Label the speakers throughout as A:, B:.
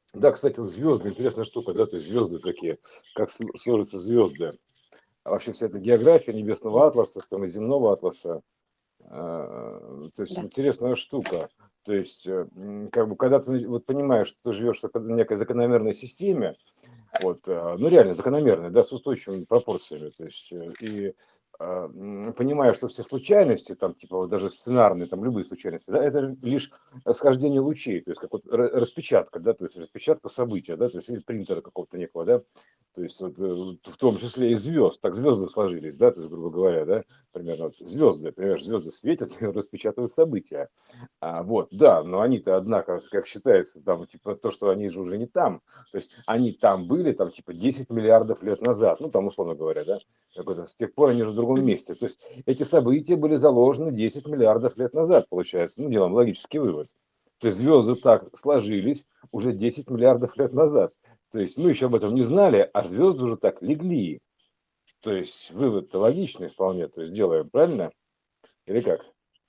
A: Да, кстати, вот звезды, интересная штука, да, то есть звезды такие, как сложатся звезды. А вообще вся эта география небесного атласа, там и земного атласа, то есть
B: Да.
A: интересная штука. То есть, как бы, когда ты вот понимаешь, что ты живешь в некой закономерной системе, вот, ну реально закономерной, да, с устойчивыми пропорциями, то есть, понимая, что все случайности, там, типа, вот даже сценарные, там, любые случайности, да, это лишь схождение лучей, то есть, как вот распечатка, да, то есть, распечатка события, да, то есть, или принтера какого-то некого, да, то есть, вот, в том числе и звезд, так звезды сложились, да, то есть, грубо говоря, да, примерно вот, звезды, понимаешь, звезды светят, распечатывают события, вот, да, но они-то, однако, как считается, там, типа, то, что они же уже не там, то есть они там были, там, типа, 10 миллиардов лет назад, ну, там, условно говоря, да, с тех пор они же в другом
B: Мгм.
A: месте. То есть эти события были заложены 10 миллиардов лет назад, получается. Ну, делаем логический вывод. То есть звезды так сложились уже 10 миллиардов лет назад. То есть мы еще об этом не знали, а звезды уже так легли. То есть вывод-то логичный вполне. То есть делаем, правильно? Или как?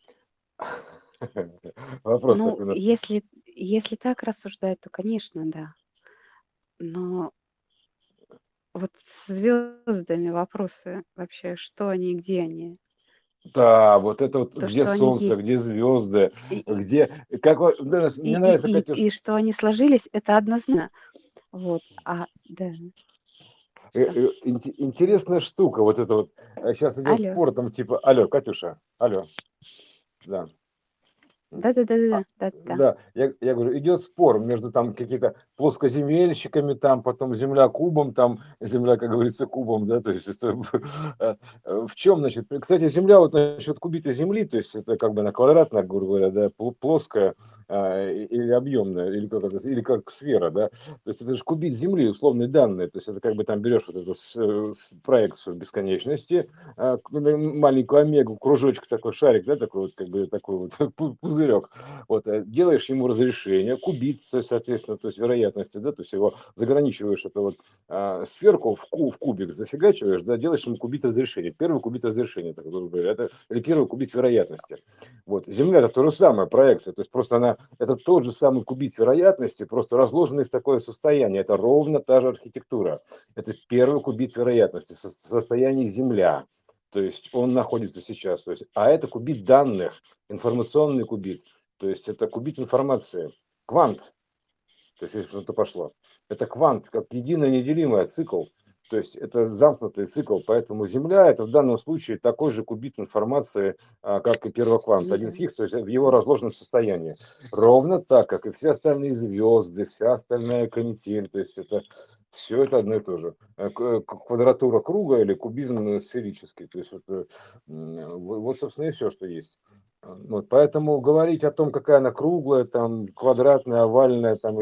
A: Вопрос
B: Ну,
A: такой.
B: если так рассуждать, то, конечно, да. Но вот с звездами вопросы вообще, что они, где они?
A: Да, вот это вот,
B: То,
A: где
B: что они
A: солнце,
B: есть
A: где звезды,
B: и и
A: где, как, да,
B: и
A: мне
B: и
A: нравится,
B: и
A: Катюш,
B: и что они сложились — это однозначно. Вот, да, что?
A: интересная штука, вот это вот, сейчас идет
B: Алло.
A: спор, там, типа, алло, Катюша, алло, да. А,
B: Да-да-да-да-да, да-да-да.
A: да, я говорю, идет спор между там какими-то плоскоземельщиками, там потом земля кубом, там земля, как говорится, кубом, да, то есть это, э, в чем, значит, кстати, земля, вот насчет кубита земли, то есть это как бы она квадратная, грубо говоря, да, плоская, или объемная, или как, это, или как сфера, да, то есть это же кубит земли, условные данные, то есть это как бы там берешь вот эту проекцию бесконечности, маленькую омегу, кружочек такой, шарик, да, такой вот, как бы такой вот пузырек, вот, делаешь ему разрешение, кубит, то есть, соответственно, то есть вероятности, да, то есть его заграничиваешь, это вот сферку в кубик зафигачиваешь, да, делаешь ему кубит разрешения. Первый кубит разрешения, так грубо говоря, это или первый кубит вероятности. Вот. Земля это то же самое, проекция, то есть просто она, это тот же самый кубит вероятности, просто разложенный в такое состояние. Это ровно та же архитектура. Это первый кубит вероятности, состояние Земля. То есть он находится сейчас. То есть, а это кубит данных, информационный кубит. То есть это кубит информации, квант, то есть если что-то пошло. Это квант, как единое неделимое цикл. То есть это замкнутый цикл, поэтому Земля это в данном случае такой же кубит информации, как и первоквант,
B: Ну
A: один
B: да,
A: фиг, то есть в его
B: да.
A: разложенном состоянии. Ровно так, как и все остальные звезды, вся остальная канитель, то есть это все это одно и то же. Квадратура круга или кубизм сферический, то есть вот, вот собственно, и все, что есть. Вот, поэтому говорить о том, какая она круглая, там, квадратная, овальная, там,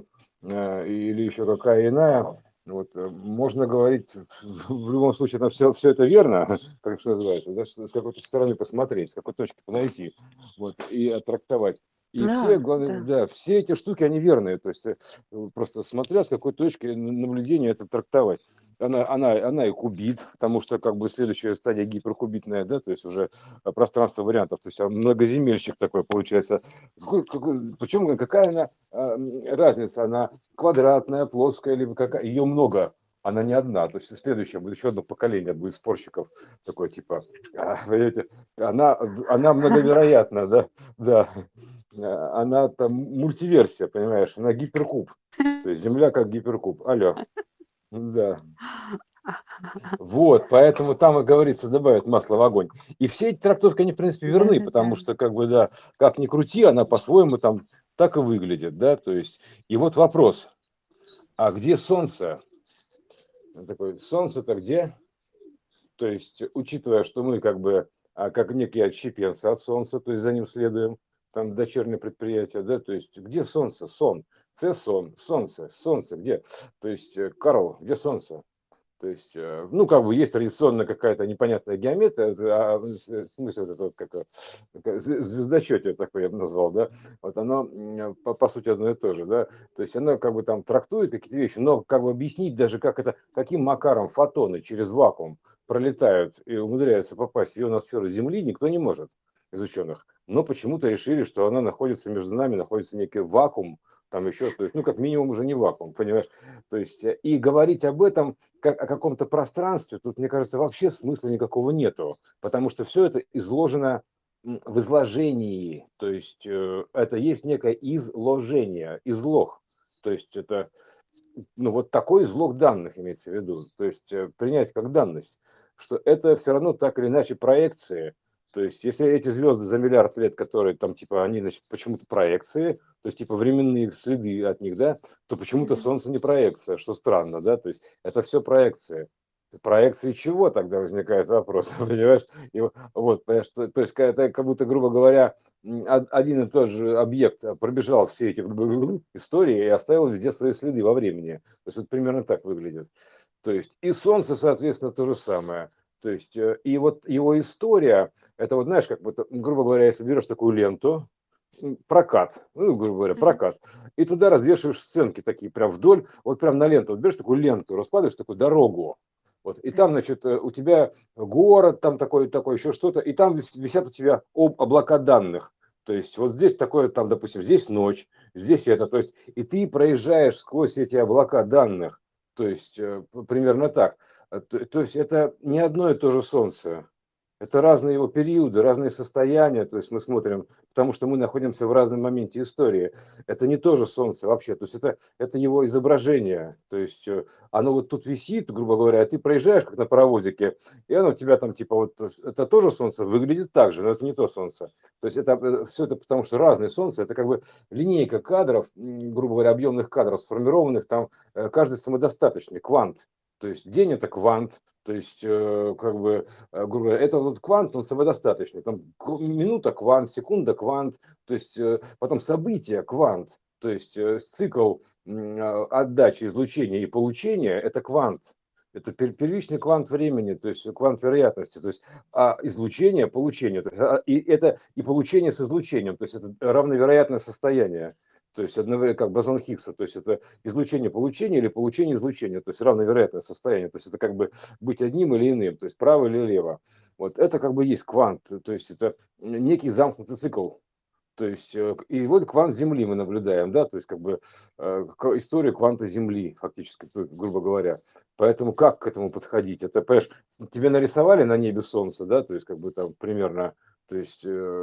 A: или еще какая иная, вот, можно говорить, в любом случае, там все это верно, как что называется, да, с какой-то стороны посмотреть, с какой точки подойти, вот, и трактовать. И все,
B: Да, да.
A: да, все эти штуки, они верные, то есть просто смотря с какой точки наблюдения это трактовать. Она и кубит, потому что как бы следующая стадия гиперкубитная, да, то есть уже пространство вариантов, то есть многоземельщик такой получается. Причем какая она разница, она квадратная, плоская, либо какая, ее много, она не одна, то есть следующее будет еще одно поколение будет спорщиков, такое типа, понимаете, она многовероятна, да, да, она там мультиверсия, понимаешь, она гиперкуб, то есть Земля как гиперкуб, алло, да. Вот, поэтому там, и говорится, добавят масло в огонь. И все эти трактовки, они, в принципе, верны,
B: Да-да-да.
A: потому что, как бы, да, как ни крути, она по-своему там так и выглядит, да, то есть, и вот вопрос, а где солнце? Такой, солнце-то где? То есть, учитывая, что мы, как бы, как некие отщепенцы от солнца, то есть, за ним следуем, там, дочерние предприятия, да, то есть, где солнце? Сон. Сон, солнце где? То есть, Карл, где солнце? То есть, ну, как бы есть традиционно какая-то непонятная геометрия, в смысле, вот это вот как звездочетие такое я бы назвал, да, вот оно, по сути, одно и то же, да, то есть оно как бы там трактует какие-то вещи, но как бы объяснить даже, как это, каким макаром фотоны через вакуум пролетают и умудряются попасть в ионосферу Земли, никто не может из ученых. Но почему-то решили, что она находится между нами, находится некий вакуум, там еще, то есть, ну, как минимум уже не вакуум, понимаешь? То есть, и говорить об этом как о каком-то пространстве, тут, мне кажется, вообще смысла никакого нету, потому что все это изложено в изложении, то есть это есть некое изложение, излог, то есть это, ну, вот такой излог данных имеется в виду, то есть принять как данность, что это все равно так или иначе проекции, то есть если эти звезды за миллиард лет, которые там типа, они, значит, почему-то проекции, то есть типа временные следы от них, да, то почему-то
B: Мгм.
A: Солнце не проекция, что странно, да, то есть это все проекции. Проекции чего тогда возникает вопрос, понимаешь? И вот, понимаешь, то есть это как будто, грубо говоря, один и тот же объект пробежал все эти истории и оставил везде свои следы во времени. То есть это примерно так выглядит. То есть и Солнце, соответственно, то же самое. То есть и вот его история, это вот знаешь, как бы, грубо говоря, если берешь такую ленту, прокат, ну, грубо говоря,
B: Мгм.
A: прокат, и туда развешиваешь сценки такие прям вдоль, вот прям на ленту, вот берешь такую ленту, раскладываешь такую дорогу, вот, и
B: Да.
A: там, значит, у тебя город, там такой, еще что-то, и там висят у тебя облака данных. То есть вот здесь такое, там, допустим, здесь ночь, здесь это, то есть, и ты проезжаешь сквозь эти облака данных, то есть примерно так. То есть это не одно и то же Солнце. Это разные его периоды, разные состояния, то есть мы смотрим, потому что мы находимся в разном моменте истории. Это не то же Солнце вообще, то есть это его изображение, то есть оно вот тут висит, грубо говоря, а ты проезжаешь как на паровозике, и оно у тебя там типа вот, это тоже Солнце, выглядит так же, но это не то Солнце. То есть это все это потому, что разные Солнца, это как бы линейка кадров, грубо говоря, объемных кадров, сформированных там, каждый самодостаточный, квант. То есть день это квант, то есть, как бы, грубо говоря, это вот квант, он самодостаточный. Там минута квант, секунда квант, то есть потом события квант, то есть цикл отдачи, излучения и получения – это квант. Это первичный квант времени, то есть квант вероятности, то есть излучение, получение, то есть, и это и получение с излучением, то есть это равновероятное состояние, то есть как бозон Хиггса, то есть это излучение получения или получение излучения, то есть равновероятное состояние, то есть это как бы быть одним или иным, то есть право или лево. Вот это как бы есть квант, то есть это некий замкнутый цикл. То есть, и вот квант Земли мы наблюдаем, да, то есть как бы историю кванта Земли, фактически, грубо говоря. Поэтому как к этому подходить? Это, понимаешь, тебе нарисовали на небе солнце, да, то есть как бы там примерно, то есть,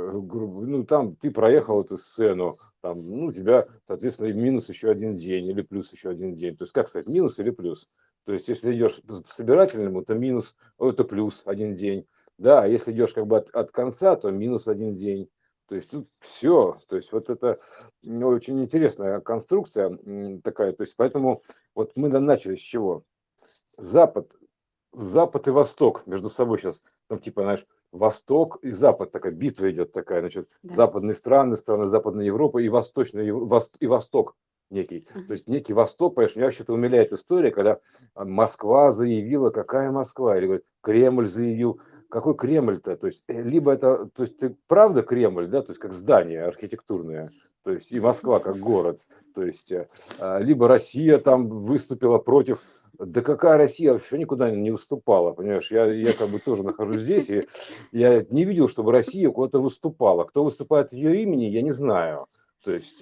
A: ну там ты проехал эту сцену, там, ну, у тебя, соответственно, минус еще один день или плюс еще один день. То есть, как сказать, минус или плюс? То есть, если идешь по собирательному, то минус, это плюс один день. Да, а если идешь как бы от конца, то минус один день. То есть тут все, то есть вот это очень интересная конструкция такая, то есть поэтому вот мы начали с чего? Запад, Запад и Восток между собой сейчас, там типа, знаешь, Восток и Запад, такая битва идет такая, значит,
B: Да.
A: западные страны, страны Западной Европы и Восточная и Восток некий. То
B: Мгм.
A: есть некий Восток, понимаешь, меня вообще-то умиляет история, когда Москва заявила, какая Москва, или говорит, Кремль заявил, какой Кремль-то, то есть либо это, то есть ты правда Кремль, да, то есть как здание архитектурное, то есть и Москва как город, то есть либо Россия там выступила против. Да какая Россия вообще никуда не уступала, понимаешь? Я как бы тоже нахожусь здесь, и я не видел, чтобы Россия куда-то выступала. Кто выступает от ее имени, я не знаю. То есть,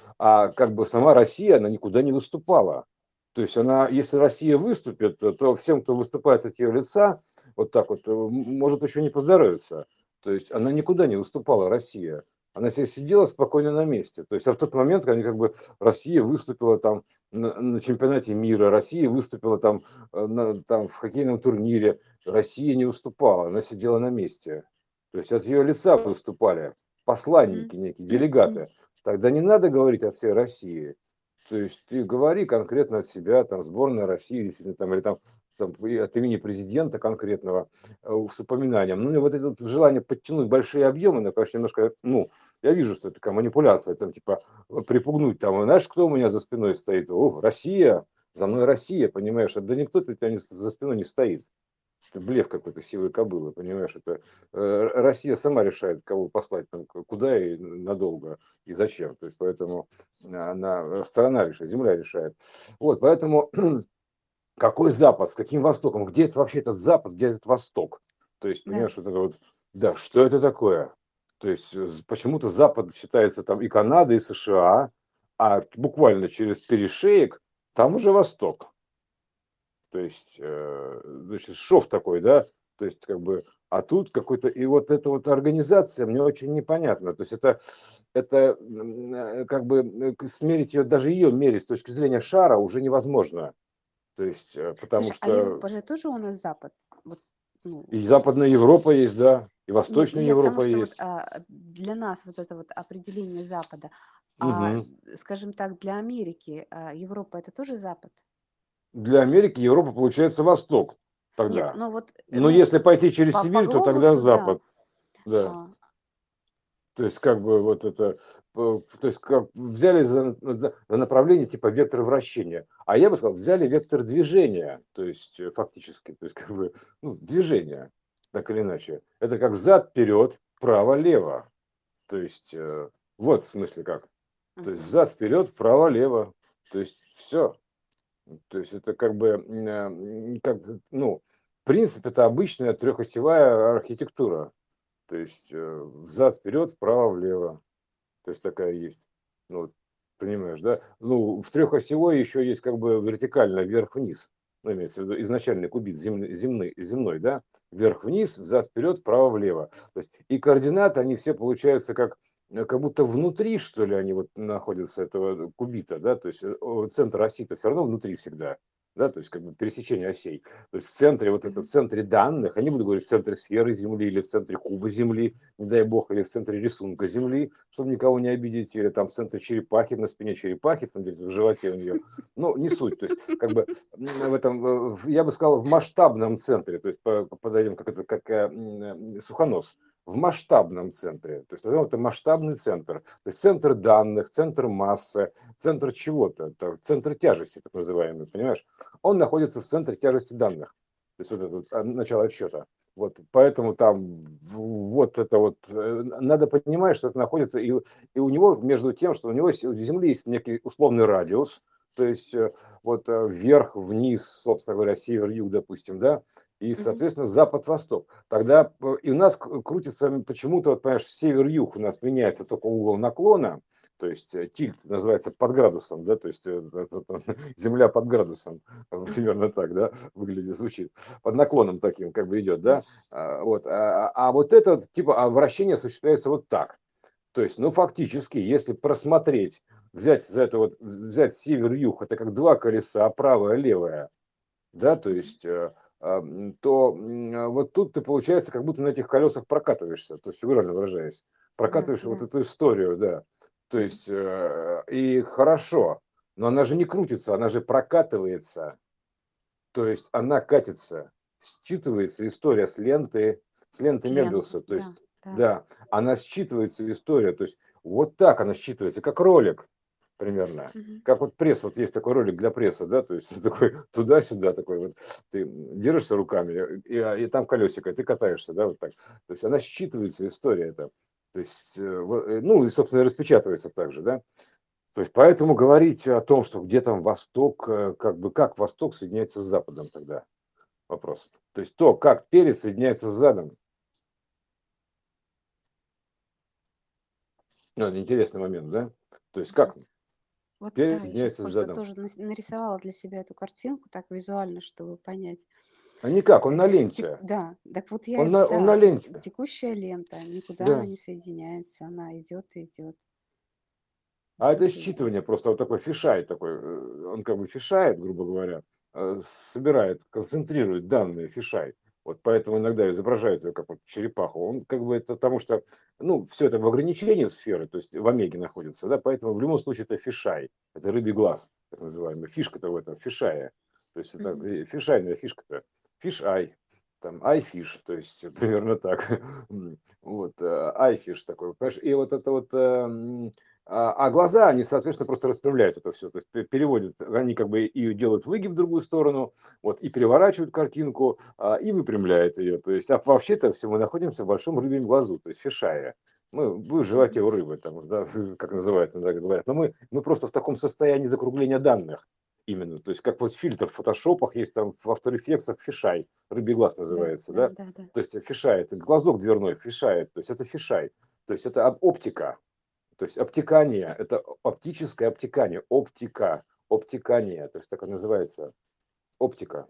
A: а как бы сама Россия, она никуда не выступала. То есть она, если Россия выступит, то всем, кто выступает от ее лица, вот так вот, может еще не поздоровиться. То есть она никуда не выступала, Россия. Она себе сидела спокойно на месте. То есть а в тот момент, когда как бы Россия выступила там на чемпионате мира, Россия выступила там, там в хоккейном турнире, Россия не выступала, она сидела на месте. То есть от ее лица выступали
B: Мгм.
A: посланники некие, делегаты. Тогда не надо говорить от всей России. То есть ты говори конкретно от себя, там, сборная России, действительно, там, или там от имени президента конкретного с упоминанием. Ну, и вот это вот желание подтянуть большие объемы, ну, конечно, немножко, ну, я вижу, что это такая манипуляция, там, типа, припугнуть, там, знаешь, кто у меня за спиной стоит? О, Россия, за мной Россия, понимаешь? Да никто у тебя за спиной не стоит. Это блеф какой-то сивой кобылы, понимаешь? Это Россия сама решает, кого послать там, куда и надолго и зачем. То есть поэтому страна решает, земля решает. Вот, поэтому какой Запад, с каким Востоком, где это вообще этот Запад, где этот Восток? То есть,
B: Да.
A: понимаешь, вот это вот, да, что это такое? То есть почему-то Запад считается там и Канада, и США, а буквально через перешеек там уже Восток. То есть, значит, шов такой, да, то есть, как бы, а тут какой-то, и вот эта вот организация мне очень непонятна. То есть это как бы смерить ее, даже ее мерить с точки зрения шара уже невозможно. То есть, потому
B: Слушай, а
A: что
B: Европа же тоже у нас Запад. Вот, ну,
A: и Западная Европа есть, да, и
B: нет,
A: Восточная
B: нет, потому
A: Европа
B: что вот
A: есть.
B: для нас вот это вот определение Запада, а,
A: Мгм.
B: скажем так, для Америки Европа это тоже Запад?
A: Для Америки Европа получается Восток
B: Нет,
A: тогда.
B: ну вот,
A: Но
B: ну,
A: если пойти через
B: по
A: Сибирь, то тогда
B: глобусу, да.
A: Запад, да.
B: А,
A: То есть, как бы вот это, то есть, как взяли за направление типа вектор вращения, а я бы сказал, взяли вектор движения, то есть, фактически, то есть, как бы, ну, движение, так или иначе. Это как взад, вперед, вправо, лево. То есть, вот в смысле как. То есть,
B: мгм.
A: взад, вперед, вправо, лево. То есть, все. То есть, это как бы, как, ну, в принципе, это обычная трехосевая архитектура. То есть, взад, вперед, вправо, влево. То есть такая есть. Ну, вот, понимаешь, да? Ну, в трехосевой еще есть как бы вертикально вверх-вниз. Ну, имеется в виду изначальный кубит земной, да? Вверх-вниз, взад-вперед, вправо-влево. То есть и координаты, они все получаются как будто внутри, что ли, они вот находятся этого кубита, да? То есть центр оси-то все равно внутри всегда. Да, то есть как бы пересечение осей. То есть в центре, вот это в
B: Мгм.
A: центре данных, я не буду говорить в центре сферы Земли или в центре куба Земли, не дай бог, или в центре рисунка Земли, чтобы никого не обидеть, или там в центре черепахи, на спине черепахи, там где-то в животе у нее. Ну, не суть. То есть, как бы в этом, я бы сказал, в масштабном центре, то есть подойдем как это, как сухонос, в масштабном центре. То есть, назовем это масштабный центр. То есть, центр данных, центр массы, центр чего-то, центр тяжести, так называемый, понимаешь? Он находится в центре тяжести данных. То есть, вот это начало отсчета. Вот, поэтому там вот это вот, надо понимать, что это находится, и у него, между тем, что у него у Земли есть некий условный радиус, то есть вот вверх, вниз, собственно говоря, север, юг, допустим, да, и,
B: Мгм.
A: соответственно, запад, восток. Тогда и у нас крутится почему-то, вот, понимаешь, север-юг у нас меняется только угол наклона, то есть тильт называется под градусом, да, то есть Земля под градусом,
B: Мгм.
A: примерно так, да, выглядит, звучит, под наклоном таким как бы идет, да, вот, вот это типа вращение осуществляется вот так. То есть, ну, фактически, если просмотреть, взять за это вот, взять север-юг, это как два колеса, правое, левое, да, то
B: Мгм.
A: есть, то вот тут ты, получается, как будто на этих колесах прокатываешься, то есть, фигурально выражаясь,
B: Да,
A: прокатываешь вот
B: да.
A: эту историю, да. То
B: Мгм.
A: есть, и хорошо, но она же не крутится, она же прокатывается. То есть она катится, считывается история с ленты
B: С ленты,
A: Мебиуса. То
B: да,
A: есть,
B: да.
A: да, она считывается история. То есть вот так она считывается, как ролик примерно.
B: Мгм.
A: Как вот пресс, вот есть такой ролик для пресса, да, то есть такой туда-сюда такой вот, ты держишься руками, и там колесико, и ты катаешься, да, вот так. То есть она считывается, история эта. То есть, ну и, собственно, и распечатывается также, да. То есть поэтому говорить о том, что где там Восток, как бы как Восток соединяется с Западом тогда вопрос. То есть то, как перец соединяется с задом. Ну, это интересный момент, да? То есть как
B: Вот. Вот,
A: перец
B: да, я сейчас
A: соединяется с
B: просто
A: задом.
B: тоже нарисовала для себя эту картинку так визуально, чтобы понять.
A: А никак, он на ленте.
B: Да, так вот
A: Он на
B: да,
A: ленте.
B: текущая лента, никуда она
A: Да.
B: не соединяется, она идет и идет,
A: А это
B: идет и идет.
A: считывание просто вот такой фишай такой. Он как бы фишает, грубо говоря, собирает, концентрирует данные фишай. Вот поэтому иногда изображают ее как вот черепаху. Он как бы это потому что, ну, все это в ограничении сферы, то есть в омеге находится, да, поэтому в любом случае это фишай. Это рыбий глаз, так называемый. Фишка-то в этом, фишая. То есть это
B: Мгм.
A: фишайная фишка-то. Фиш-ай. Там айфиш, то есть примерно так. Вот, айфиш такой, понимаешь? И вот это вот а глаза, они, соответственно, просто распрямляют это все. То есть переводят, они как бы и делают выгиб в другую сторону, вот, и переворачивают картинку, и выпрямляют ее. То есть, а вообще-то все мы находимся в большом рыбьем глазу, то есть фишая. Мы в животе
B: Мгм.
A: у рыбы, там, да, как называют, иногда говорят. Но мы просто в таком состоянии закругления данных именно. То есть, как вот фильтр в фотошопах есть, там в After Effects фишай, рыбий глаз
B: Да,
A: называется,
B: да,
A: да.
B: да, да.
A: То есть фишай, это глазок дверной, фишай, то есть это фишай. То есть это оптика, То есть обтекание, это оптическое обтекание, оптика, обтекание, то есть так и называется, оптика,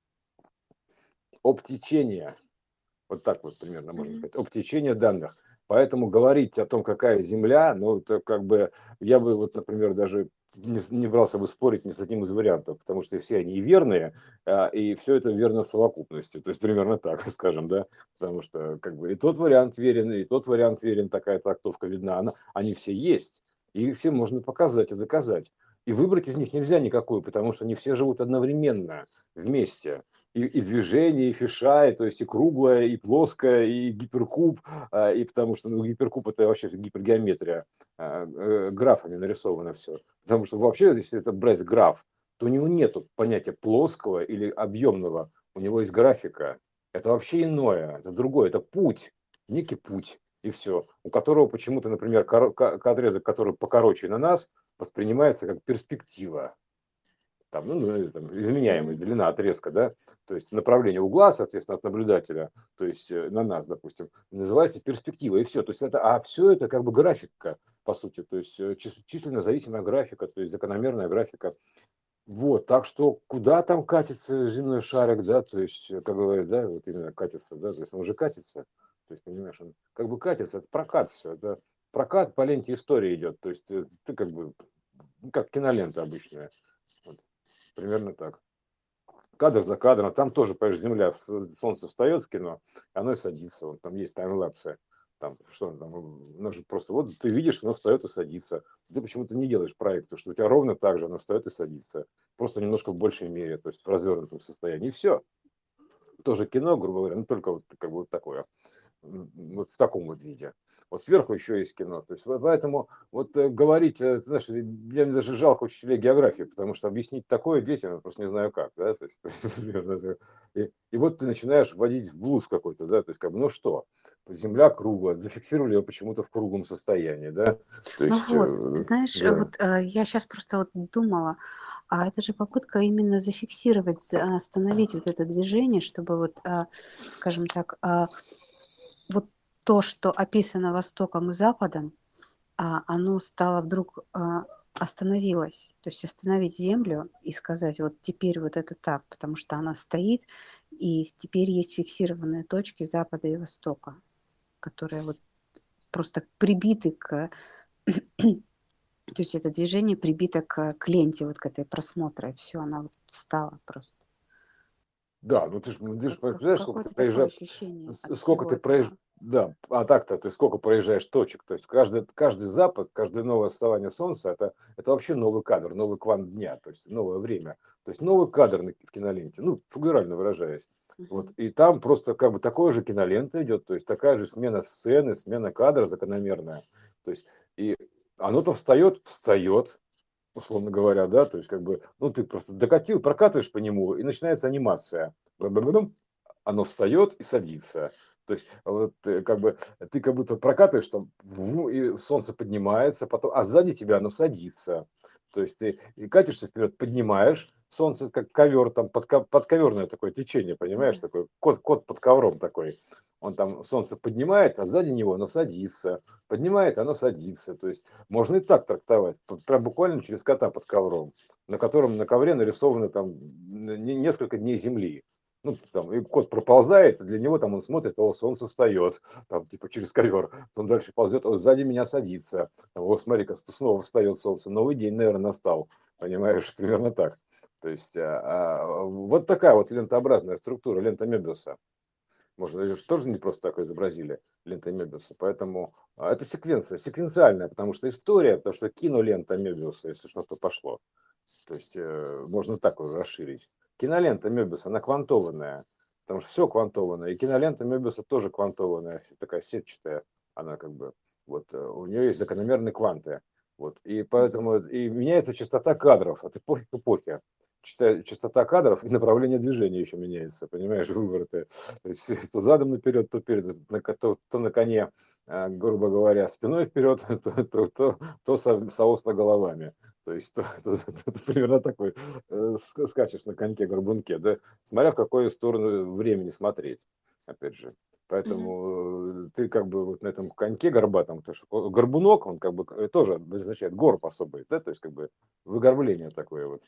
A: обтечение. Вот так вот примерно можно
B: Мгм.
A: сказать, обтечение данных. Поэтому говорить о том, какая Земля, ну, это как бы, я бы вот, например, даже не брался бы спорить ни с одним из вариантов, потому что все они и верные, и все это верно в совокупности. То есть примерно так, скажем, да, потому что как бы и тот вариант верен, и тот вариант верен, такая трактовка видна, они все есть, и их все можно показать и доказать. И выбрать из них нельзя никакую, потому что они все живут одновременно, вместе и движение, и фиша, и, то есть и круглое, и плоское, и гиперкуб, и потому что ну, гиперкуб это вообще гипергеометрия, графами нарисовано все. Потому что вообще, если это брать граф, то у него нет понятия плоского или объемного, у него есть графика. Это вообще иное, это другое, это путь, некий путь, и все. У которого почему-то, например, отрезок, который покороче на нас, воспринимается как перспектива там, там, изменяемая
B: Мгм.
A: длина отрезка, да, то есть направление угла, соответственно, от наблюдателя, то есть на нас, допустим, называется перспектива, и все. То есть это, а все это как бы графика, по сути, то есть численно зависимая графика, то есть закономерная графика. Вот, так что куда там катится земной шарик, да, то есть, как говорят, да, вот именно катится, да, то есть он уже катится, то есть, понимаешь, он как бы катится, это прокат все, это прокат по ленте истории идет, то есть ты как бы, ну, как кинолента обычная, вот, примерно так. Кадр за кадром, там тоже, понимаешь, Земля, солнце встает в кино, оно и садится, вот там есть таймлапсы, там, что там, оно же просто, вот ты видишь, оно встает и садится, ты почему-то не делаешь проект, потому что у тебя ровно так же оно встает и садится, просто немножко в большей мере, то есть в развернутом состоянии, и все, тоже кино, грубо говоря, но только вот как бы вот такое, вот в таком вот виде. Вот сверху еще есть кино. То есть, поэтому вот говорить, знаешь, мне даже жалко учителей географии, потому что объяснить такое детям, я просто не знаю как, да, то есть, и вот ты начинаешь вводить в блуд какой-то, да, то есть, как бы, ну что, Земля круглая, зафиксировали ее почему-то в круглом состоянии, да, то
B: Ну
A: есть,
B: вот, ты знаешь,
A: да.
B: вот я сейчас просто вот думала, а это же попытка именно зафиксировать, остановить вот это движение, чтобы вот, скажем так, вот то, что описано Востоком и Западом, оно стало вдруг, остановилось. То есть остановить Землю и сказать: "Вот теперь вот это так", потому что она стоит, и теперь есть фиксированные точки Запада и Востока, которые вот просто прибиты к то есть это движение прибито к ленте, вот к этой просмотра, и всё, она вот встала просто.
A: Да, ну ты ж
B: Как
A: представляешь, сколько ты
B: какое-то такое
A: проезжаешь,
B: ощущение от
A: сколько
B: всего
A: ты проезжаешь,
B: этого.
A: да, а так-то ты сколько проезжаешь точек, то есть каждый запад, каждое новое вставание солнца, это вообще новый кадр, новый квант дня, то есть новое время, то есть новый кадр в киноленте, ну, фигурально выражаясь. Вот,
B: Мгм.
A: и там просто как бы такое же кинолента идет, то есть такая же смена сцены, смена кадра закономерная, то есть и оно там встает, условно говоря, да, то есть как бы, ну, ты просто докатил, прокатываешь по нему, и начинается анимация. Бам-бам-бам, оно встает и садится. То есть вот как бы ты как будто прокатываешь там, и солнце поднимается, потом, а сзади тебя оно садится. То есть ты и катишься вперед, поднимаешь, солнце как ковер, там подковерное такое течение, понимаешь,
B: Да.
A: такой кот под ковром такой. Он там солнце поднимает, а сзади него оно садится. Поднимает, оно садится. То есть можно и так трактовать, прям буквально через кота под ковром, на ковре нарисовано там несколько дней земли. Ну, там, и кот проползает, для него там он смотрит, о, солнце встает, там, типа, через ковер. Он дальше ползет, о, сзади меня садится. О, смотри-ка, снова встает солнце, новый день, наверное, настал. Понимаешь, примерно так. То есть, вот такая вот лентообразная структура, лента Мебиуса. Можно ее же тоже не просто так изобразили лентой Мебиуса. Поэтому это секвенция, секвенциальная, потому что история, потому что кинолента Мебиуса, если что-то пошло. То есть можно так его расширить. Кинолента Мебиуса, она квантованная, потому что все квантованное. И кинолента Мебиуса тоже квантованная, такая сетчатая. Она как бы, вот у нее есть закономерные кванты. Вот, и
B: Мгм.
A: поэтому и меняется частота кадров от эпохи к эпохе. Частота кадров и направление движения еще меняется, понимаешь, вывороты. То есть то задом наперед, то перед, то на коне, грубо говоря, спиной вперед, соосно головами. То есть примерно такой скачешь на коньке-горбунке, да, смотря в какую сторону времени смотреть. опять же.
B: Мгм.
A: Поэтому ты как бы вот на этом коньке горбатом, то что горбунок, он как бы тоже означает горб особый, да, то есть как бы выгорбление такое вот.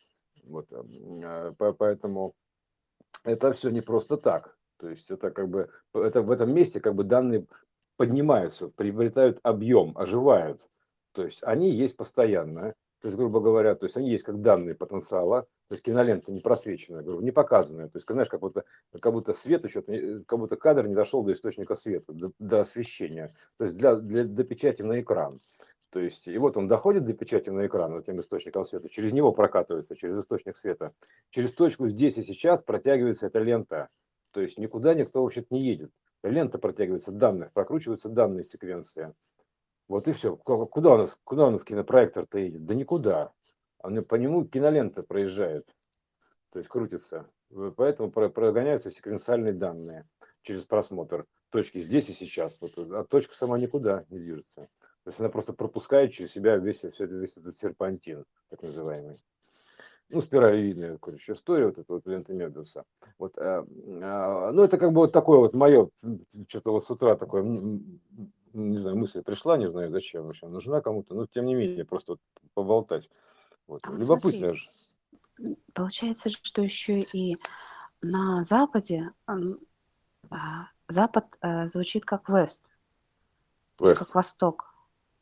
A: Поэтому это все не просто так. То есть это как бы это в этом месте как бы данные поднимаются, приобретают объем, оживают. То есть они есть постоянно. То есть, грубо говоря, то есть они есть как данные потенциала, то есть кинолента не просвеченная, говорю, не показанная. То есть, знаешь, как будто свет еще, как будто кадр не дошел до источника света, до освещения. То есть до печати на экран. То есть, и вот он доходит до печати на экран, этим источником света, через него прокатывается, через источник света. Через точку здесь и сейчас протягивается эта лента. То есть никуда никто вообще-то не едет. Лента протягивается данных, прокручиваются данные секвенции. Вот и все. Куда у нас кинопроектор-то едет? Да никуда. По нему кинолента проезжает, то есть крутится. Поэтому прогоняются секвенциальные данные через просмотр точки здесь и сейчас. А точка сама никуда не движется. То есть она просто пропускает через себя весь этот серпантин, так называемый. Ну, спиралевидная, короче, история, вот эта вот лента Мебиуса. Ну, это как бы вот такое вот мое, что-то вот с утра такое, не знаю, мысль пришла, не знаю зачем вообще, нужна кому-то, но тем не менее, просто вот поболтать. Вот.
B: А вот смотри,
A: Любопытно же.
B: получается же, что еще и на Западе Запад звучит как Вест, то есть как
A: Вест.
B: Восток.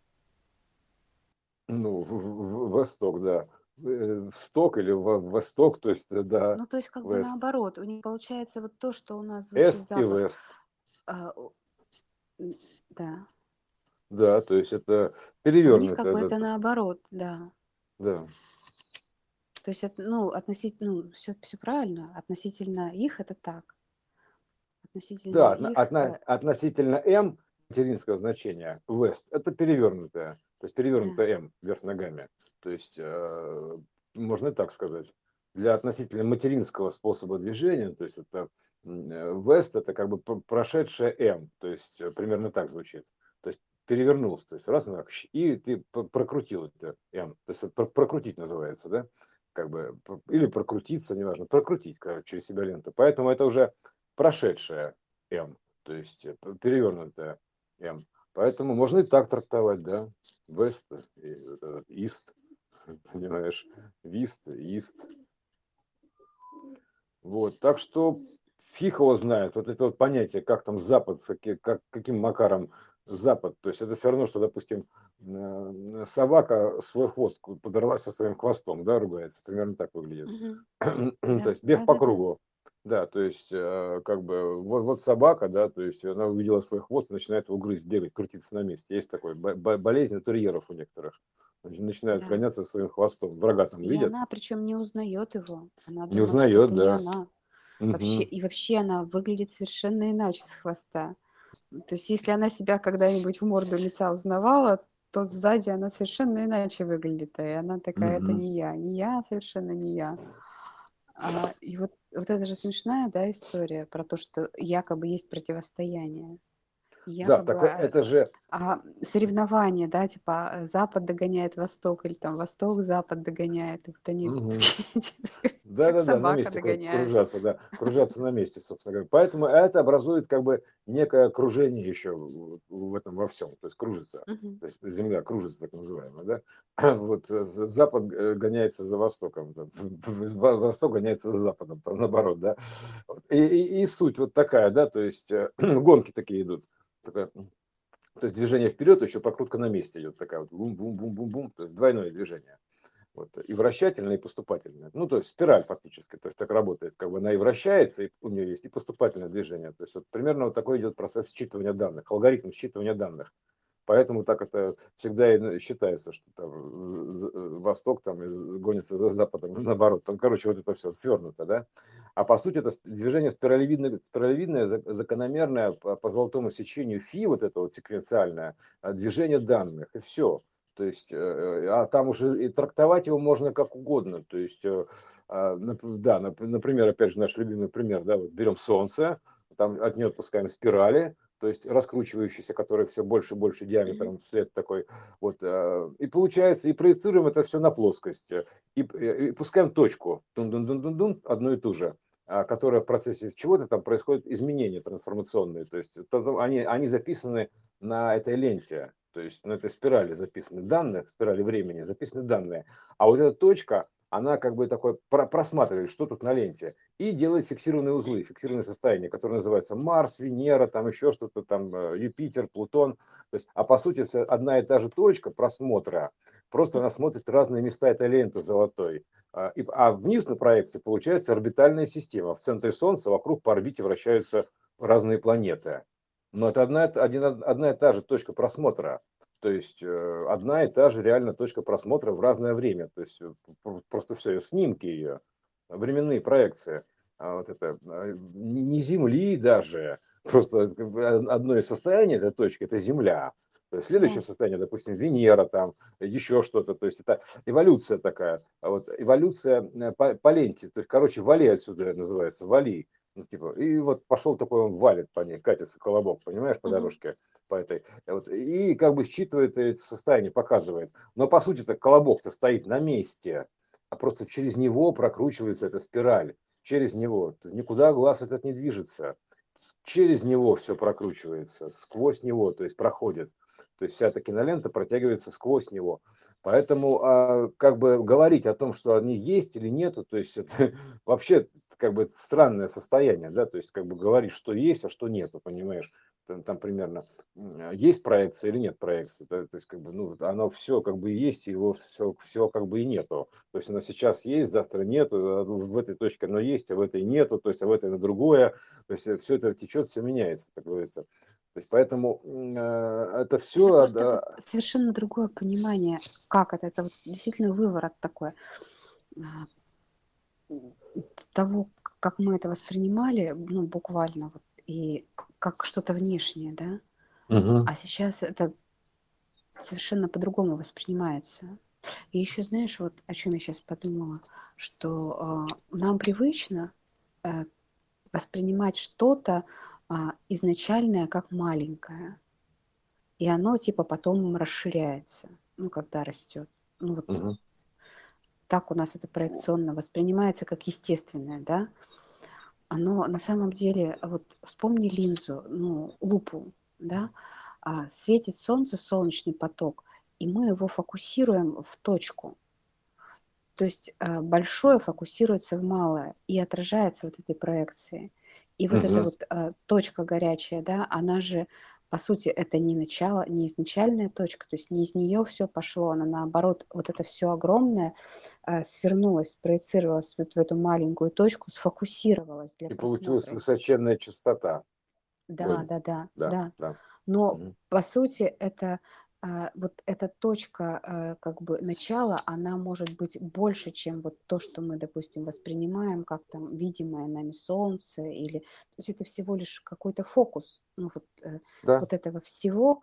A: Ну, Восток, да. Восток или Восток, то есть, да,
B: Ну, то есть как бы
A: Вест.
B: наоборот. У них получается вот то, что у нас звучит
A: Эст и
B: Запад.
A: Вест.
B: а, у- да.
A: Да, то есть это
B: А у них как
A: перевернутое,
B: бы
A: да,
B: это наоборот, да.
A: да.
B: То есть это, ну, относительно, ну, все правильно. Относительно их это так. Относительно
A: Да,
B: их,
A: относительно М материнского значения West это перевернутое, то есть
B: да.
A: перевернутое М вверх ногами. То есть можно и так сказать. Для относительно материнского способа движения, то есть это West это как бы прошедшее М, то есть примерно так звучит. То есть перевернулся, то есть раз и ты прокрутил это М, то есть это прокрутить называется, да? Как бы или прокрутиться, неважно, прокрутить через себя ленту. Поэтому это уже прошедшее М, то есть перевернутая М. Поэтому можно и так трактовать, да. West и вот этот East, понимаешь, West, East. Вот, так что фиг его знает, вот это вот понятие, как там Запад, каким макаром Запад, то есть это все равно, что, допустим, собака свой хвост подорвалась со своим хвостом, да, ругается, примерно так выглядит.
B: Мгм.
A: То
B: Да,
A: есть бег
B: да,
A: по
B: да, да.
A: кругу. Да, то есть как бы вот собака, да, то есть она увидела свой хвост и начинает его грызть, бегать, крутиться на месте. Есть такой болезнь у терьеров у некоторых. Начинают
B: Да.
A: гоняться своим хвостом. Врага там
B: И
A: видят,
B: она причем не узнает его. Она
A: не
B: думает, что
A: узнает,
B: это не
A: да.
B: она. Вообще,
A: Мгм.
B: и вообще она выглядит совершенно иначе с хвоста. То есть если она себя когда-нибудь в морду лица узнавала, то сзади она совершенно иначе выглядит. И она такая, это
A: Мгм.
B: не я, совершенно не я. И вот это же смешная, да, история про то, что якобы есть противостояние.
A: Да,
B: Якобы
A: так это же,
B: соревнования, да, типа Запад догоняет Восток, или там Восток Запад догоняет. И вот они
A: мгм.
B: такие, как
A: Да-да-да, на
B: собака
A: месте
B: догоняет.
A: кружаться, да, кружаться на месте, собственно говоря. Поэтому это образует как бы некое окружение еще в этом во всем, то есть кружится.
B: Мгм.
A: То есть Земля кружится, так называемая, да. Вот Запад гоняется за Востоком, Восток гоняется за Западом, там наоборот, да. Вот. И суть вот такая, да, то есть гонки такие идут. Такая, то есть движение вперед, еще прокрутка на месте идет такая вот бум-бум-бум-бум-бум, то есть двойное движение. Вот, и вращательная, и поступательная. Ну, то есть спираль фактически. То есть так работает. Как бы она и вращается, и у нее есть и поступательное движение. То есть вот примерно вот такой идет процесс считывания данных, алгоритм считывания данных. Поэтому так это всегда и считается, что там Восток там гонится за Западом, наоборот. Там, короче, вот это все свернуто, да. А по сути это движение спиралевидное закономерное по золотому сечению фи, вот это вот секвенциальное, движение данных, и все. То есть, а там уже и трактовать его можно как угодно. То есть, да, например, опять же, наш любимый пример, да, вот берем Солнце, там от нее отпускаем спирали, то есть раскручивающиеся, которые все больше и больше
B: Мгм.
A: диаметром, след такой, вот, и получается, и проецируем это все на плоскость, и пускаем точку, дун -дун -дун -дун -дун, одну и ту же, которая в процессе чего-то там происходит изменения трансформационные. То есть они записаны на этой ленте, то есть на этой спирали записаны данные, в спирали времени записаны данные. А вот эта точка, она как бы такой просматривает, что тут на ленте, и делает фиксированные узлы, фиксированные состояния, которые называются Марс, Венера, там еще что-то, там Юпитер, Плутон. То есть, а по сути, одна и та же точка просмотра, просто она смотрит разные места этой ленты золотой. А вниз на проекции получается орбитальная система. В центре Солнца вокруг по орбите вращаются разные планеты. Но это одна и та же точка просмотра. То есть одна и та же реально точка просмотра в разное время. То есть просто все, снимки ее, временные проекции. Вот это, не Земли даже, просто одно из состояний этой точки – это Земля. То есть следующее
B: Да.
A: состояние, допустим, Венера, там еще что-то. То есть это эволюция такая. Вот эволюция по ленте. То есть, короче, вали отсюда называется, вали. Ну, типа, и вот пошел такой, он валит по ней, катится колобок, понимаешь, по
B: Мгм.
A: дорожке, по этой. Вот, и как бы считывает это состояние, показывает. Но по сути-то колобок-то стоит на месте, а просто через него прокручивается эта спираль. Через него. Никуда глаз этот не движется. Через него все прокручивается, сквозь него, то есть проходит. То есть вся эта кинолента протягивается сквозь него. Поэтому как бы говорить о том, что они есть или нету, то есть это вообще как бы странное состояние, да, то есть как бы говорить, что есть, а что нету, понимаешь? Там примерно есть проекция или нет проекции, да, то есть как бы, ну, оно все как бы есть, его все как бы и нету. То есть оно сейчас есть, завтра нету, в этой точке оно есть, а в этой нету, то есть а в этой на другое, то есть все это течет, все меняется, как говорится. То есть поэтому это
B: Это
A: все,
B: просто вот совершенно другое понимание, как это. Это вот действительно выворот такой а, того, как мы это воспринимали, ну, буквально, вот, и как что-то внешнее, да.
A: Мгм.
B: А сейчас это совершенно по-другому воспринимается. И еще, знаешь, вот о чем я сейчас подумала, что нам привычно э, воспринимать что-то изначальное как маленькое, и оно типа потом расширяется, ну, когда растет. Ну, вот
A: Мгм.
B: так у нас это проекционно воспринимается как естественное, да. Оно на самом деле, вот вспомни линзу, ну, лупу, да, светит солнце, солнечный поток, и мы его фокусируем в точку. То есть большое фокусируется в малое и отражается вот этой проекцией. И вот эта
A: Мгм.
B: вот точка горячая, да, она же, по сути, это не начало, не изначальная точка, то есть не из нее все пошло, она наоборот, вот это все огромное свернулось, проецировалось вот в эту маленькую точку, сфокусировалось для
A: И получилась
B: просмотра.
A: высоченная частота.
B: Да,
A: Ой,
B: да, да,
A: да,
B: да.
A: да.
B: Но
A: Мгм.
B: по сути это вот эта точка как бы начала, она может быть больше, чем вот то, что мы, допустим, воспринимаем как там видимое нами солнце или, то есть это всего лишь какой-то фокус, ну вот,
A: Да.
B: вот этого всего,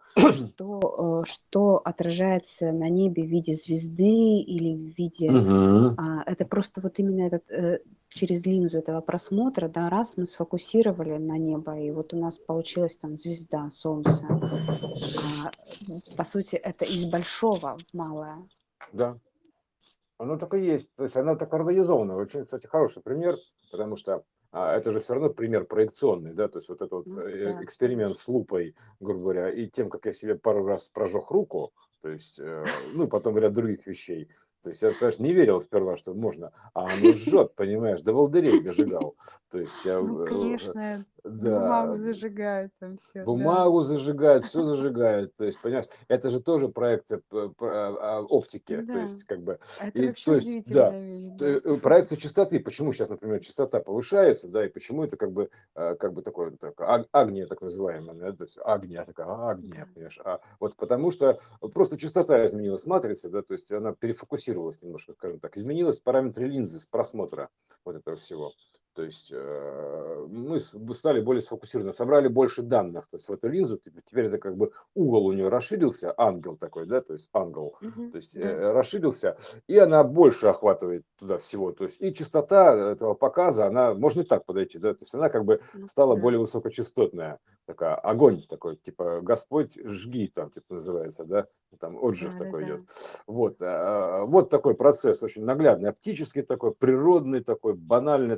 B: что отражается на небе в виде звезды или в виде
A: Мгм.
B: это просто вот именно этот, через линзу этого просмотра, да, раз мы сфокусировали на небо, и вот у нас получилась там звезда, солнце. А, по сути, это из большого в малое.
A: Да. Оно так и есть. То есть оно так организовано. Очень, кстати, хороший пример, потому что это же все равно пример проекционный, да, то есть вот этот вот
B: Ну да,
A: эксперимент с
B: конечно.
A: лупой, грубо говоря, и тем, как я себе пару раз прожег руку, то есть, ну, и потом ряд других вещей. То есть я, конечно, не верил сперва, что можно, а оно жжет, понимаешь, до волдырей дожигал. То есть я,
B: Ну, конечно, бумагу
A: да,
B: зажигают там все, да.
A: бумагу зажигают, все зажигают. То есть, понимаешь, это же тоже проекция оптики. То
B: Да,
A: есть, как бы,
B: это
A: и,
B: вообще
A: то есть, да,
B: удивительная вещь, да.
A: проекция частоты. Почему сейчас, например, частота повышается, да, и почему это как бы такое, агния так называемая, да, то есть агния, такая агния,
B: Да.
A: понимаешь. А вот потому что просто частота изменилась матрицы, да, то есть она перефокусировалась немножко, скажем так, изменилась параметры линзы с просмотра вот этого всего. То есть мы стали более сфокусированы, собрали больше данных. То есть в эту линзу теперь это как бы угол у нее расширился, ангел такой, да, то есть ангел,
B: Мгм.
A: то есть
B: Да.
A: расширился, и она больше охватывает туда всего. То есть и частота этого показа, она можно и так подойти, да, то есть она как бы
B: Ну
A: стала
B: да.
A: более высокочастотная, такая огонь такой, типа Господь жги там, типа называется, да, там отжиг такой
B: Да-да-да.
A: идет. Вот такой процесс, очень наглядный, оптический такой, природный такой, банальный такой,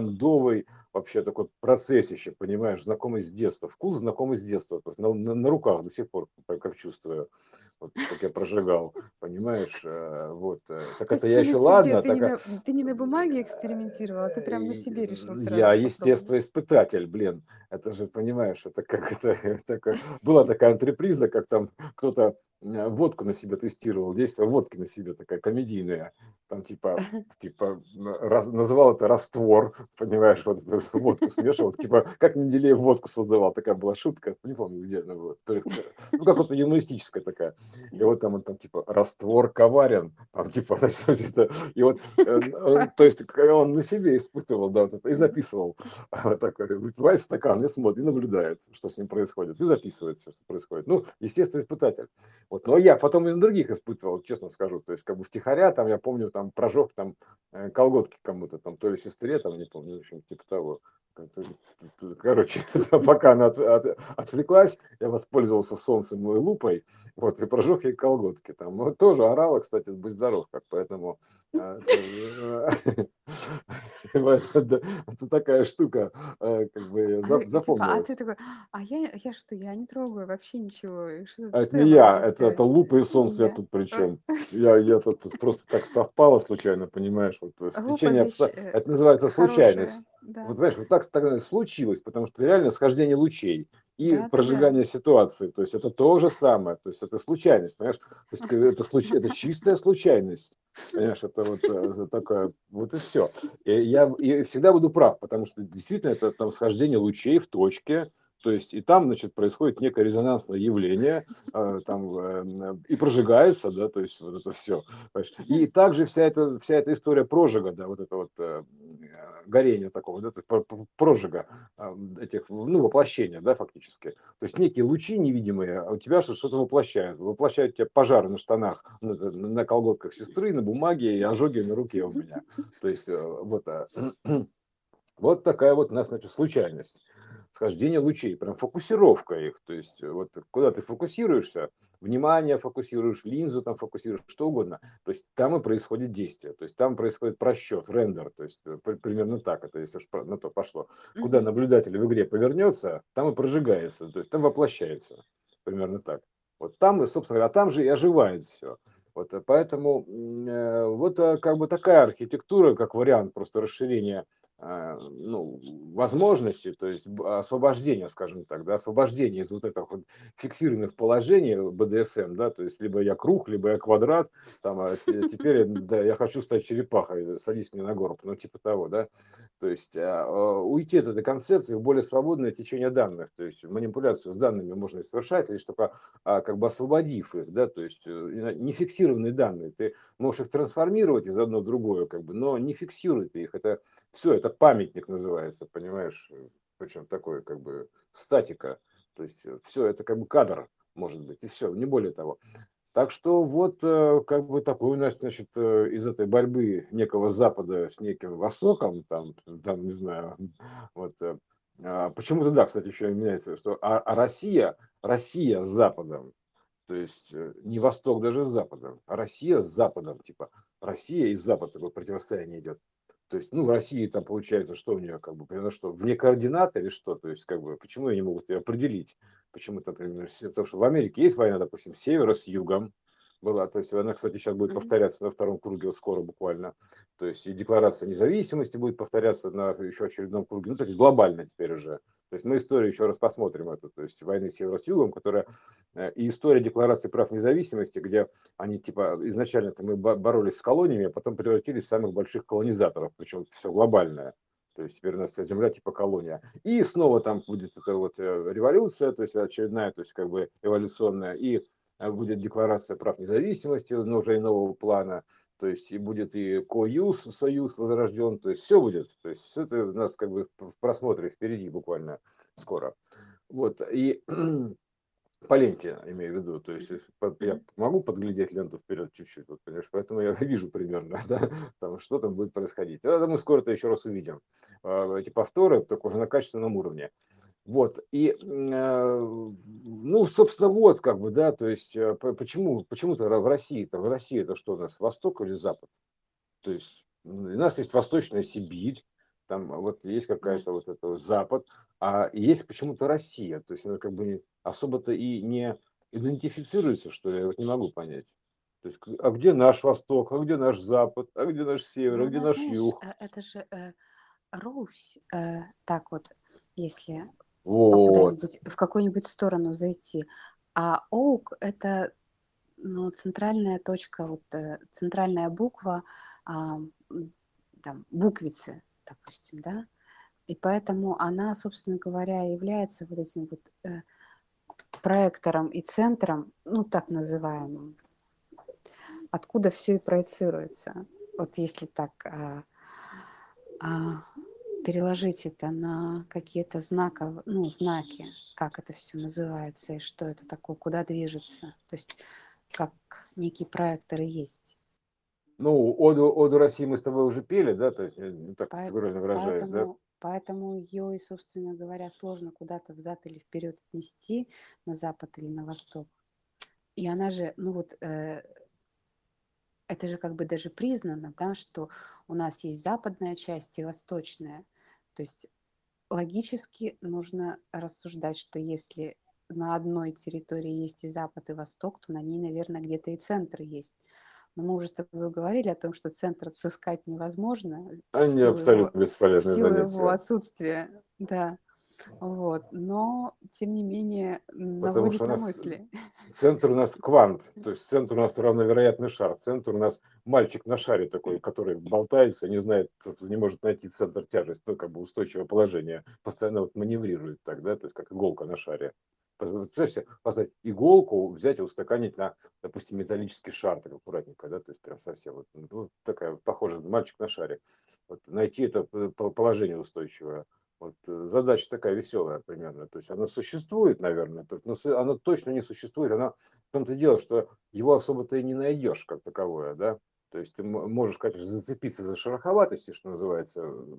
A: кондовый вообще такой процессище, понимаешь, знакомый с детства, вкус знакомый с детства, то есть на руках до сих пор, как чувствую, вот, как я прожигал, понимаешь, вот, так
B: То
A: это
B: есть
A: я
B: ты на
A: еще
B: себе,
A: ладно, так,
B: ты не на бумаге экспериментировал, а ты прям на себе решил
A: я
B: сразу попробовать.
A: естествоиспытатель, блин, это же, понимаешь, это как была такая антреприза, как там кто-то водку на себе тестировал, действие водки на себе такая комедийная, там типа называл это раствор, понимаешь, вот эту водку смешивал, типа как Менделеев водку создавал, такая была шутка, не помню где она была, ну как вот юмористическая такая, и вот там он там типа раствор коварен, там типа, значит, это, и вот, то есть он на себе испытывал, да, вот это, и записывал, вот такой, выпивает стакан и смотрит, и наблюдает, что с ним происходит, и записывает все, что происходит, ну, естественно, испытатель. Вот. Но я потом и на других испытывал, честно скажу. То есть, как бы втихаря, там, я помню, там прожег там колготки кому-то, там, то ли сестре, там, не помню, в общем, типа того. Короче, пока она отвлеклась, я воспользовался солнцем и лупой, вот, и прожег ей колготки. Там, ну, тоже орала, кстати, будь здоров, как, поэтому это такая штука, как бы
B: И типа, а ты
A: запомнилась.
B: такой, я что, я не трогаю вообще ничего, и
A: А
B: что
A: это не
B: я
A: я,
B: могу
A: это
B: сделать?
A: лупа и
B: Не
A: солнце, я
B: я.
A: тут при чем? Я тут просто так совпало случайно, понимаешь, вот
B: Глупая
A: стечение
B: вещь,
A: обстоятельств, это называется
B: хорошая,
A: случайность.
B: да.
A: Вот понимаешь, вот так случилось, потому что реально схождение лучей и
B: Да-да-да.
A: прожигание ситуации, то есть это то же самое, то есть это случайность, понимаешь, то есть это чистая случайность. Понимаешь, это вот такое, вот и все. И я и всегда буду прав, потому что действительно это там схождение лучей в точке, то есть и там, значит, происходит некое резонансное явление, там и прожигается, да, то есть вот это все. И также вся эта история прожига, да, вот это вот горение такого, да, прожига этих, ну, воплощения, да, фактически. То есть некие лучи невидимые, а у тебя что-то воплощают тебя пожары на штанах, на колготках сестры, на бумаге и ожоги на руке у меня. То есть вот, вот такая вот у нас, значит, случайность. Схождение лучей, прям фокусировка их. То есть вот куда ты фокусируешься, внимание фокусируешь, линзу там фокусируешь, что угодно. То есть там и происходит действие. То есть там происходит просчет, рендер. То есть примерно так это, если уж на то пошло. Куда
B: Мгм.
A: наблюдатель в игре повернется, там и прожигается. То есть там воплощается. Примерно так. Вот там, и, собственно говоря, а там же и оживает все. Вот, поэтому вот как бы такая архитектура, как вариант просто расширения ну, возможности, то есть освобождения, скажем так, да, освобождения из вот этих вот фиксированных положений БДСМ, да, то есть либо я круг, либо я квадрат, там, теперь да, я хочу стать черепахой, садись мне на горб, ну, типа того, да, то есть уйти от этой концепции в более свободное течение данных, то есть манипуляцию с данными можно совершать, лишь только как бы освободив их, да, то есть не фиксированные данные, ты можешь их трансформировать из одного в другое, как бы, но не фиксируй ты их, это все, это памятник называется, понимаешь? Причем такой, как бы, статика. То есть все, это как бы кадр, может быть, и все, не более того. Так что вот как бы такой у нас, значит, из этой борьбы некого Запада с неким Востоком, там не знаю, вот, почему-то, да, кстати, еще меняется, что Россия с Западом, то есть не Восток даже с Западом, а Россия с Западом, типа Россия и Запад такое противостояние идет. То есть, ну, в России там получается, что у нее, как бы, примерно что, вне координат или что? То есть, как бы, почему они не могут ее определить? Почему, например, потому что в Америке есть война, допустим, с севера с югом была, то есть она, кстати, сейчас будет
B: Мгм.
A: повторяться на втором круге вот скоро буквально, то есть и декларация независимости будет повторяться на еще очередном круге, ну, так глобально теперь уже. То есть мы историю еще раз посмотрим эту, то есть войны севера с югом, которая и история декларации прав независимости, где они типа изначально мы боролись с колониями, а потом превратились в самых больших колонизаторов, причем все глобальное. То есть теперь у нас вся земля типа колония. И снова там будет эта вот революция, то есть очередная, то есть как бы эволюционная, и будет декларация прав независимости, но уже иного плана, то есть и будет и союз возрожден, то есть все будет, то есть все это у нас как бы в просмотре впереди буквально скоро. Вот, и по ленте, имею в виду, то есть я
B: Мгм.
A: могу подглядеть ленту вперед чуть-чуть, вот, понимаешь, поэтому я вижу примерно, да, там, что там будет происходить. Это мы скоро это еще раз увидим. Эти повторы, только уже на качественном уровне. Вот, и, ну, собственно, вот, как бы, да, то есть, почему-то в России это что у нас, Восток или Запад? То есть, у нас есть Восточная Сибирь, там вот есть
B: Да.
A: какая-то вот это вот Запад, а есть почему-то Россия. То есть она как бы особо-то и не идентифицируется, что ли, я вот не могу понять. То есть, а где наш Восток, а где наш Запад, а где наш Север,
B: Но
A: а где
B: она,
A: наш
B: знаешь,
A: Юг?
B: это же Русь, так вот, если
A: Вот.
B: куда-нибудь в какую-нибудь сторону зайти. А Оук — это, ну, центральная точка, вот, центральная буква, а, там, буквицы, допустим, да. И поэтому она, собственно говоря, является вот этим вот проектором и центром, ну, так называемым, откуда все и проецируется. Вот если так а, переложить это на какие-то ну, знаки, как это все называется и что это такое, куда движется. То есть как некий проектор и есть.
A: Ну, оду России мы с тобой уже пели, да, то есть, ну, так
B: Поэт-
A: фигурально выражаясь, да?
B: Поэтому ее и, собственно говоря, сложно куда-то взад или вперед отнести, на запад или на восток. И она же, ну вот, это же как бы даже признано, да, что у нас есть западная часть и восточная. То есть логически нужно рассуждать, что если на одной территории есть и Запад, и Восток, то на ней, наверное, где-то и центр есть. Но мы уже с тобой говорили о том, что центр сыскать невозможно
A: Они абсолютно
B: в
A: бесполезное
B: силу его
A: занятие,
B: отсутствия. Да, вот. Но, тем не менее,
A: потому что
B: наводит
A: у
B: на
A: нас
B: мысли.
A: центр у нас квант, то есть центр у нас равновероятный шар, центр у нас мальчик на шаре такой, который болтается, не знает, не может найти центр тяжести, ну, как бы устойчивое положение, постоянно вот маневрирует так, да, то есть как иголка на шаре. Представляешь себе, поставить иголку, взять и устаканить на, допустим, металлический шар, так аккуратненько, да, то есть прям совсем вот, ну, такая похожая, мальчик на шаре. Вот, найти это положение устойчивое. Вот, задача такая веселая примерно. То есть она существует, наверное, но она точно не существует. Она в том-то и дело, что его особо-то и не найдешь как таковое, да. То есть ты можешь, конечно, зацепиться за шероховатости, что называется,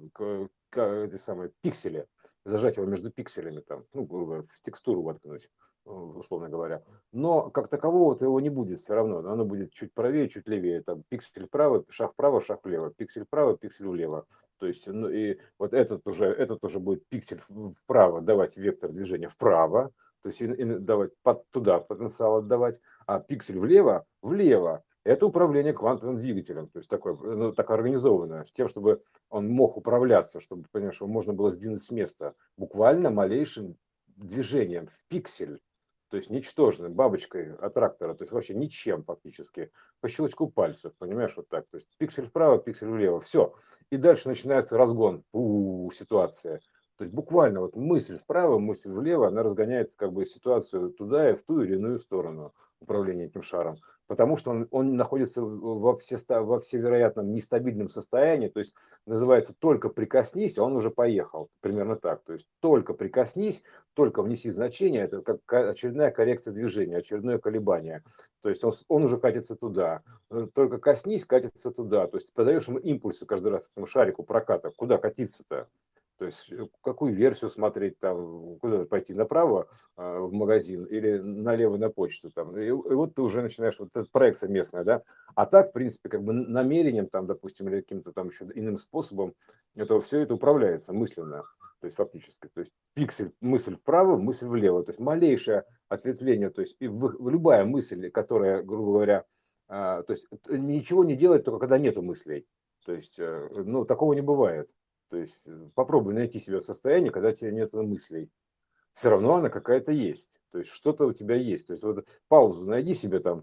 A: эти самые пиксели, зажать его между пикселями, там, ну, грубо говоря, в текстуру воткнуть, условно говоря. Но как такового-то его не будет все равно. Оно будет чуть правее, чуть левее. Там пиксель вправо, шаг влево, пиксель вправо, пиксель влево. То есть, ну и вот этот уже будет пиксель вправо давать вектор движения вправо, то есть и давать туда потенциал отдавать, а пиксель влево влево. Это управление квантовым двигателем, то есть такое, ну, так организованное, с тем, чтобы он мог управляться, чтобы, понимаешь, его можно было сдвинуть с места буквально малейшим движением в пиксель, то есть ничтожным, бабочкой от трактора, то есть вообще ничем фактически, по щелчку пальцев, понимаешь, вот так, то есть пиксель вправо, пиксель влево, все, и дальше начинается разгон, ситуация. То есть буквально вот мысль вправо, мысль влево, она разгоняет как бы ситуацию туда и в ту или иную сторону управления этим шаром. Потому что он находится во всевероятном нестабильном состоянии, то есть называется только прикоснись, он уже поехал. Примерно так. То есть только прикоснись, только внеси значение, это как очередная коррекция движения, очередное колебание. То есть он уже катится туда. Только коснись, катится туда. То есть подаешь ему импульсы каждый раз этому шарику проката. Куда катиться-то? То есть какую версию смотреть, там, куда пойти, направо в магазин или налево на почту. Там. И вот ты уже начинаешь, вот эта проекция местная, да. А так, в принципе, как бы намерением, там, допустим, или каким-то там еще иным способом, это все это управляется мысленно, то есть фактически. То есть пиксель, мысль вправо, мысль влево. То есть малейшее ответвление, то есть любая мысль, которая, грубо говоря, то есть ничего не делает только когда нету мыслей. То есть, ну, такого не бывает. То есть попробуй найти себя в состоянии, когда тебе нет мыслей. Все равно она какая-то есть. То есть что-то у тебя есть. То есть вот паузу найди себе там.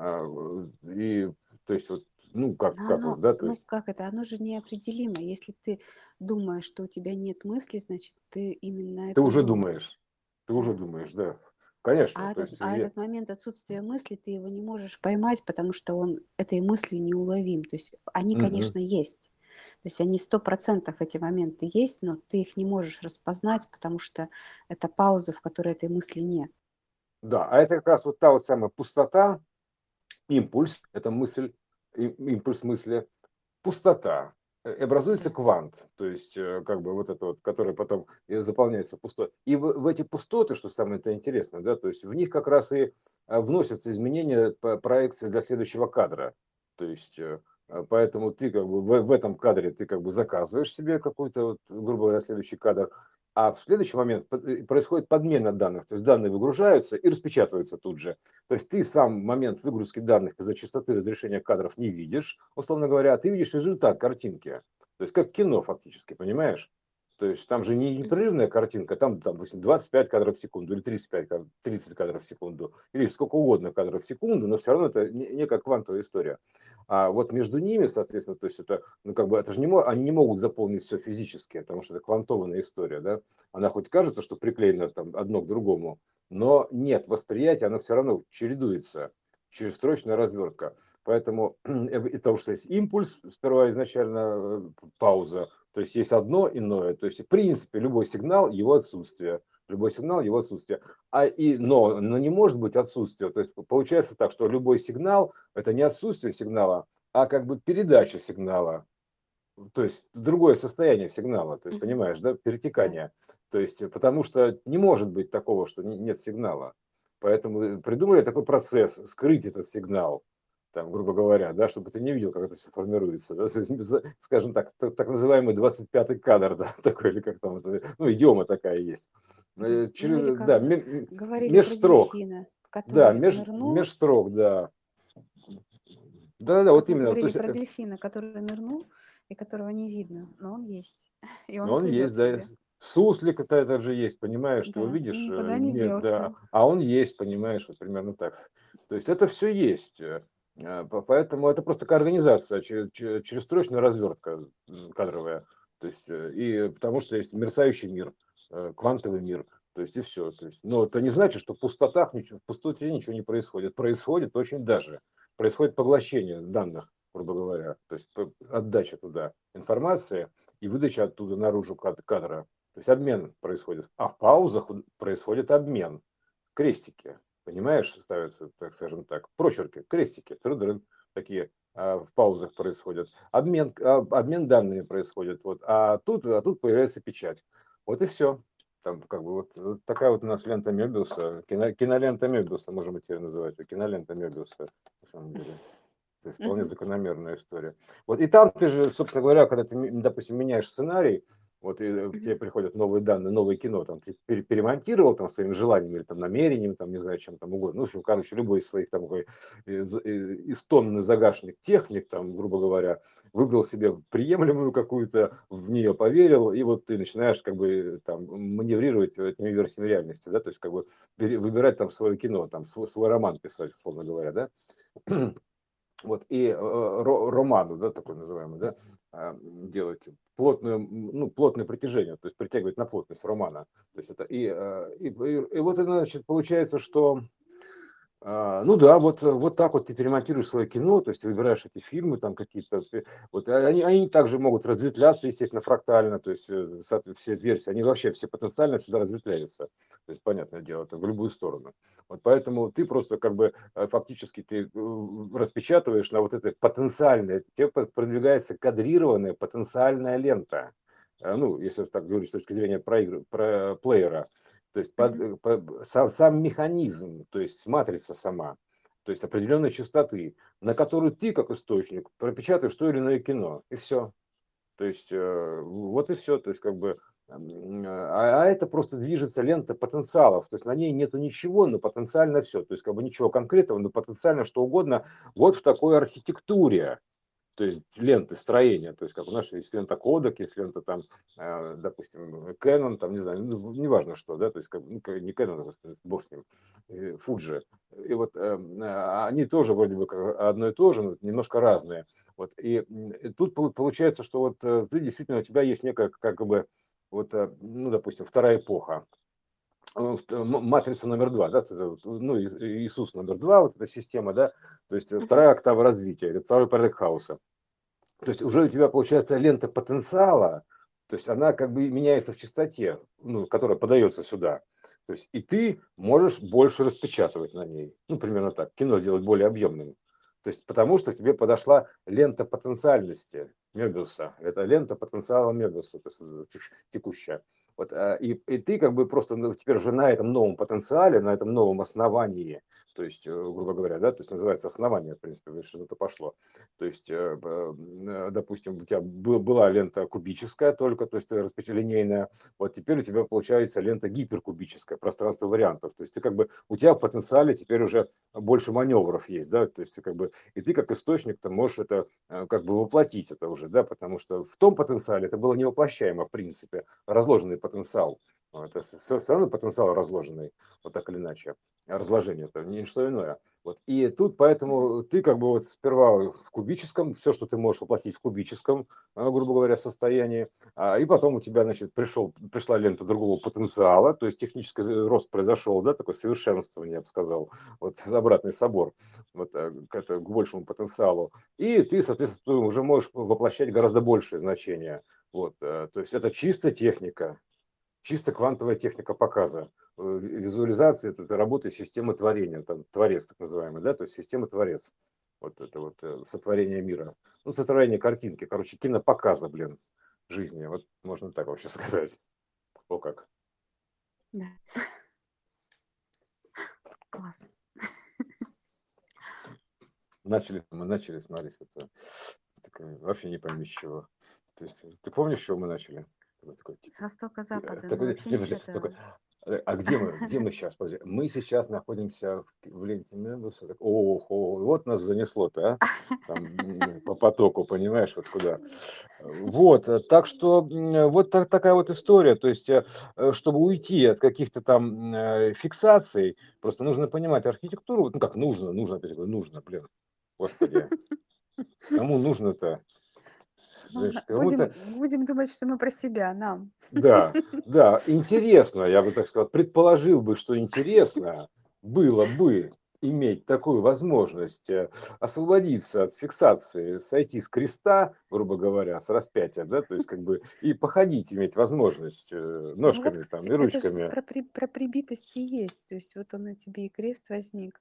A: И то есть вот, ну
B: Но
A: как вот, да, то
B: ну
A: есть
B: как это, оно же неопределимо. Если ты думаешь, что у тебя нет мысли, значит, ты именно
A: ты
B: это и
A: уже думаешь.
B: думаешь.
A: Ты уже
B: Да.
A: думаешь, да. Конечно. То есть
B: Этот момент отсутствия мысли, ты его не можешь поймать, потому что он этой мыслью неуловим. То есть они,
A: мгм.
B: конечно, есть. То есть они 100% эти моменты есть, но ты их не можешь распознать, потому что это пауза, в которой этой мысли нет.
A: Да, а это как раз вот та вот самая пустота, импульс, это мысль, импульс мысли, пустота. Образуется
B: Да.
A: квант, то есть как бы вот это вот, который потом заполняется пустой. И в эти пустоты, что самое-то интересное, да, то есть в них как раз и вносятся изменения по проекции для следующего кадра. То есть Поэтому ты как бы в этом кадре ты как бы заказываешь себе какой-то, вот, грубо говоря, следующий кадр, а в следующий момент происходит подмена данных, то есть данные выгружаются и распечатываются тут же. То есть ты сам момент выгрузки данных из-за частоты разрешения кадров не видишь, условно говоря, а ты видишь результат картинки. То есть как кино фактически, понимаешь? То есть там же не непрерывная картинка, там, допустим, 25 кадров в секунду или 35, 30 кадров в секунду, или сколько угодно кадров в секунду, но все равно это некая квантовая история. А вот между ними, соответственно, то есть это, ну, как бы, это же они не могут заполнить все физически, потому что это квантованная история, да. Она хоть кажется, что приклеено там одно к другому, но нет, восприятие, оно все равно чередуется, черестрочная развертка. Поэтому из того, что есть импульс, сперва изначально пауза, то есть есть одно иное, то есть в принципе любой сигнал, его отсутствие, любой сигнал, его отсутствие. Но не может быть отсутствия. То есть получается так, что любой сигнал это не отсутствие сигнала, а как бы передача сигнала. То есть другое состояние сигнала, то есть
B: Мгм.
A: понимаешь, да,
B: Да.
A: перетекание. То есть потому что не может быть такого, что нет сигнала. Поэтому придумали такой процесс, скрыть этот сигнал, там, грубо говоря, да, чтобы ты не видел, как это все формируется. Да, скажем так, так называемый 25-й кадр, да, такой, или как там, это, ну, идиома такая есть.
B: Да. Ну или
A: Да,
B: как говорили
A: меж
B: про
A: строк,
B: дельфина,
A: да,
B: который нырнул,
A: меж строк, да. Да, да,
B: как
A: вот
B: мы
A: именно, то
B: говорили
A: есть
B: про дельфина, который нырнул и которого не видно, но он есть, и он
A: он есть,
B: плывет
A: да.
B: себе.
A: Суслик-то этот же есть, понимаешь, ты его
B: Да, и
A: видишь?
B: никуда не
A: Нет, да.
B: делся.
A: А он есть, понимаешь, вот примерно так. То есть это все есть. Поэтому это просто такая организация, черестрочная развертка кадровая. То есть, и потому что есть мерцающий мир, квантовый мир. То есть и все. То есть, но это не значит, что в пустотах ничего, в пустоте ничего не происходит. Происходит очень даже. Происходит поглощение данных, грубо говоря. То есть отдача туда информации и выдача оттуда наружу кадра. То есть обмен происходит. А в паузах происходит обмен. Крестики. Понимаешь, ставятся, так скажем так, прочерки, крестики, такие в паузах происходят. Обмен данными происходит. Вот, а тут появляется печать. Вот и все. Там как бы вот такая вот у нас лента Мебиуса, кинолента Мебиуса, можем это называть, кинолента Мебиуса, на самом деле. То есть вполне
B: Мгм.
A: закономерная история. Вот и там ты же, собственно говоря, когда ты, допустим, меняешь сценарий, вот и к
B: Мгм.
A: тебе приходят новые данные, новое кино, там ты перемонтировал там своими желаниями или там намерениями, там не знаю, чем там угодно. Ну, в общем, короче, любой из своих там из тонны загашенных техник, там, грубо говоря, выбрал себе приемлемую какую-то, в нее поверил, и вот ты начинаешь как бы там маневрировать этими версиями реальности, да, то есть как бы выбирать там свое кино, там свой роман писать, условно говоря, да. Вот, и роману, да, такой называемый, да, делать плотное притяжение, то есть притягивать на плотность романа. То есть это и вот это, значит, получается, что ну да, вот так вот ты перемонтируешь свое кино, то есть выбираешь эти фильмы там какие-то, вот они также могут разветвляться, естественно, фрактально, то есть все версии, они вообще все потенциально всегда разветвляются, то есть понятное дело, это в любую сторону. Вот поэтому ты просто как бы фактически ты распечатываешь на вот этой потенциальной, тебе продвигается кадрированная потенциальная лента. Ну, если так говорить с точки зрения про плеера, то есть
B: Мгм.
A: сам механизм, то есть матрица сама, то есть определенной частоты, на которую ты как источник пропечатаешь то или иное кино, и все. То есть вот и все. То есть как бы это просто движется лента потенциалов. То есть на ней нету ничего, но потенциально все. То есть как бы ничего конкретного, но потенциально что угодно. Вот в такой архитектуре, то есть ленты строения, то есть как у нас есть лента Kodak, есть лента там, допустим, Canon, там, не знаю, ну, неважно что, да, то есть как, ну, не Canon, бог с ним, Fuji. И вот они тоже вроде бы как одно и то же, но немножко разные. Вот, и тут получается, что вот ты действительно, у тебя есть некая, как бы, вот, ну, допустим, вторая эпоха, матрица номер два, да, ну, Иисус номер два, вот эта система, да, то есть
B: Мгм.
A: вторая октава развития, или второй порядок хаоса. То есть уже у тебя получается лента потенциала, то есть она как бы меняется в частоте, ну, которая подается сюда. То есть и ты можешь больше распечатывать на ней. Ну, примерно так. Кино сделать более объемным. То есть потому что тебе подошла лента потенциальности Мебиуса. Это лента потенциала Мебиуса, то есть текущая. Вот, и ты как бы просто теперь уже на этом новом потенциале, на этом новом основании, то есть, грубо говоря, да, то есть называется основание, в принципе, что-то пошло. То есть, допустим, у тебя была лента кубическая только, то есть линейная, вот теперь у тебя получается лента гиперкубическая, пространство вариантов. То есть ты как бы, у тебя в потенциале теперь уже больше маневров есть, да, то есть ты как бы, и ты как источник, ты можешь это как бы воплотить это уже, да, потому что в том потенциале это было невоплощаемо, в принципе, разложенный потенциал. Это все равно потенциал разложенный, вот так или иначе. Разложение это не что иное. Вот. И тут поэтому ты как бы вот сперва в кубическом, все, что ты можешь воплотить в кубическом, грубо говоря, состоянии, и потом у тебя, значит, пришла лента другого потенциала, то есть технический рост произошел, да, такое совершенствование, я бы сказал, вот обратный собор, вот к большему потенциалу. И ты, соответственно, уже можешь воплощать гораздо большее значение. Вот, то есть это чисто техника, чисто квантовая техника показа. Визуализация это работа системы творения, там, творец так называемый, да, то есть система творец. Вот это вот сотворение мира. Ну, сотворение картинки, короче, кинопоказа, блин, жизни. Вот можно так вообще сказать. О как.
B: Да, класс.
A: Мы начали смотреть, это вообще не пойми с чего. То есть, ты помнишь, с чего мы начали? Такой,
B: С востока запада, но
A: такой,
B: вообще
A: не,
B: не с
A: подожди, такой,
B: этого.
A: а где мы сейчас? Подожди, мы сейчас находимся в ленте Мебуса. Вот нас занесло-то, а? Там, по потоку, понимаешь, вот куда. Вот, так что вот такая вот история. То есть, чтобы уйти от каких-то там фиксаций, просто нужно понимать архитектуру. Ну как нужно, опять говорю, нужно, блин, господи, кому нужно-то? Знаешь,
B: Будем,
A: кому-то,
B: будем думать, что мы про себя, нам.
A: да, да, интересно, я бы так сказал, предположил бы, что интересно было бы иметь такую возможность освободиться от фиксации, сойти с креста, грубо говоря, с распятия, да, то есть как бы и походить, иметь возможность
B: Ну вот,
A: ножками там и
B: кстати, это же вот
A: ручками.
B: про прибитость и есть. То есть вот он на тебе и крест возник.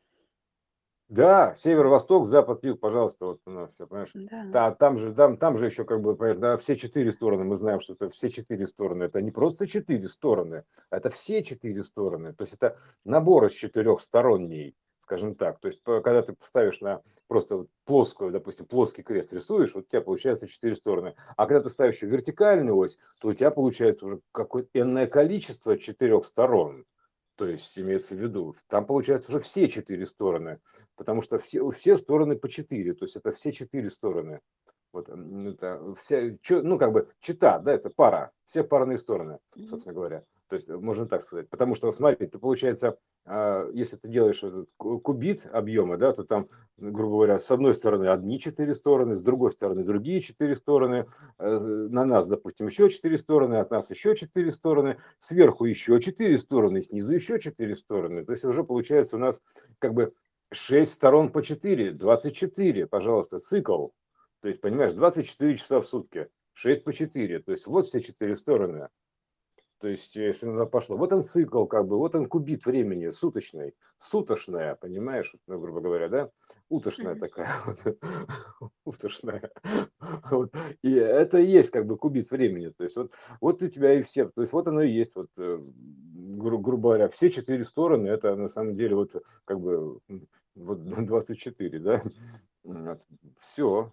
A: Да, северо-восток, запад, юг, пожалуйста, вот у нас все, понимаешь.
B: Да.
A: Там же еще как бы, понимаешь, да, все четыре стороны, мы знаем, что это все четыре стороны, это не просто четыре стороны, это все четыре стороны, то есть это набор из четырехсторонний, скажем так, то есть когда ты поставишь на просто вот плоскую, допустим, плоский крест рисуешь, вот у тебя получается четыре стороны, а когда ты ставишь еще вертикальную ось, то у тебя получается уже какое-то энное количество четырех сторон. То есть имеется в виду, там получается уже все четыре стороны, потому что все стороны по четыре, то есть это все четыре стороны. Вот это вся, ну как бы чита, да, это пара, все парные стороны,
B: Мгм.
A: собственно говоря. То есть можно так сказать, потому что смотри, ты получается, если ты делаешь этот кубит объема, да, то там, грубо говоря, с одной стороны одни четыре стороны, с другой стороны другие четыре стороны, на нас, допустим, еще четыре стороны, от нас еще четыре стороны, сверху еще четыре стороны, снизу еще четыре стороны. То есть уже получается у нас как бы 6 сторон по 4, 24, пожалуйста, цикл. То есть, понимаешь, 24 часа в сутки, 6 по 4. То есть, вот все четыре стороны. То есть, если надо пошло. Вот он цикл, как бы, вот он кубит времени, суточный, сутошная, понимаешь, ну, грубо говоря, да? Утошная
B: Мгм.
A: такая вот, утошная. Вот. И это и есть как бы кубит времени. То есть, вот у тебя и все. То есть, вот оно и есть, вот, грубо говоря, все четыре стороны, это на самом деле вот как бы вот 24, да? Вот. Все.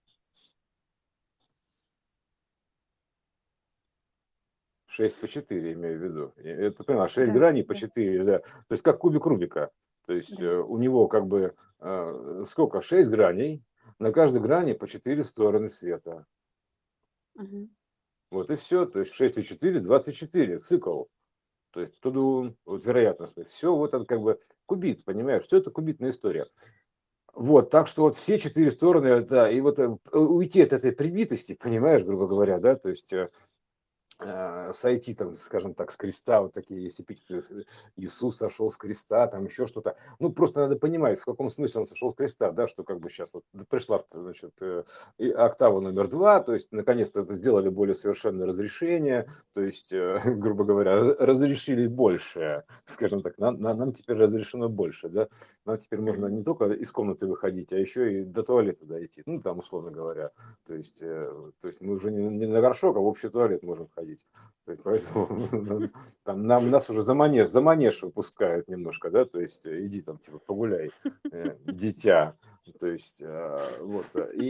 A: 6 по 4 имею в виду. Это понимаешь, 6
B: Да,
A: граней по
B: да,
A: 4, да. То есть как кубик Рубика. То есть
B: да.
A: у него как бы сколько? 6 граней. На каждой грани по 4 стороны света.
B: Мгм.
A: Вот и все. То есть 6 и 4, 24. Цикл. То есть туду, вот вероятностность. Все вот это как бы кубит, понимаешь? Все это кубитная история. Вот, так что вот все четыре стороны, да, и вот уйти от этой прибитости, понимаешь, грубо говоря, да, то есть сойти там, скажем так, с креста, вот такие, если эпитеты, Иисус сошел с креста, там еще что-то. Ну, просто надо понимать, в каком смысле он сошел с креста, да, что как бы сейчас вот пришла, значит, и октава номер два, то есть, наконец-то сделали более совершенное разрешение, то есть, грубо говоря, разрешили больше, скажем так, нам теперь разрешено больше, да, нам теперь можно
B: Мгм.
A: не только из комнаты выходить, а еще и до туалета дойти, ну, там, условно говоря, то есть мы уже не на горшок, а в общий туалет можем ходить. ходить. То есть, поэтому там нас уже за манеж выпускают немножко, да, то есть иди там типа погуляй, дитя. То есть вот.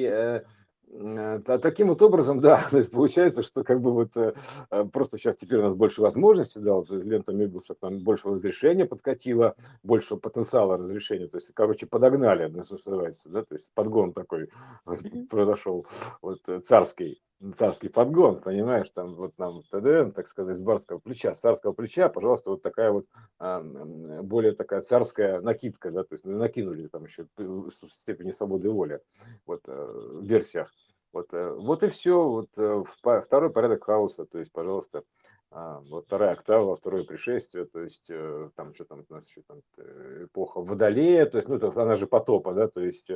A: Таким вот образом, да, то есть получается, что как бы вот просто сейчас теперь у нас больше возможностей, да, вот лента Мебиуса там больше разрешения подкатила, больше потенциала разрешения, то есть, короче, подогнали, что называется, да, то есть подгон такой произошел, вот царский подгон, понимаешь, там вот нам ТДН, так сказать, с царского плеча, пожалуйста, вот такая вот более такая царская накидка, да, то есть накинули там еще в степени свободы воли, вот в версиях. Вот и все. Вот второй порядок хаоса, то есть, пожалуйста, вот вторая октава, второе пришествие, то есть там что там у нас еще там эпоха Водолея, то есть, ну, она же потопа, да, то есть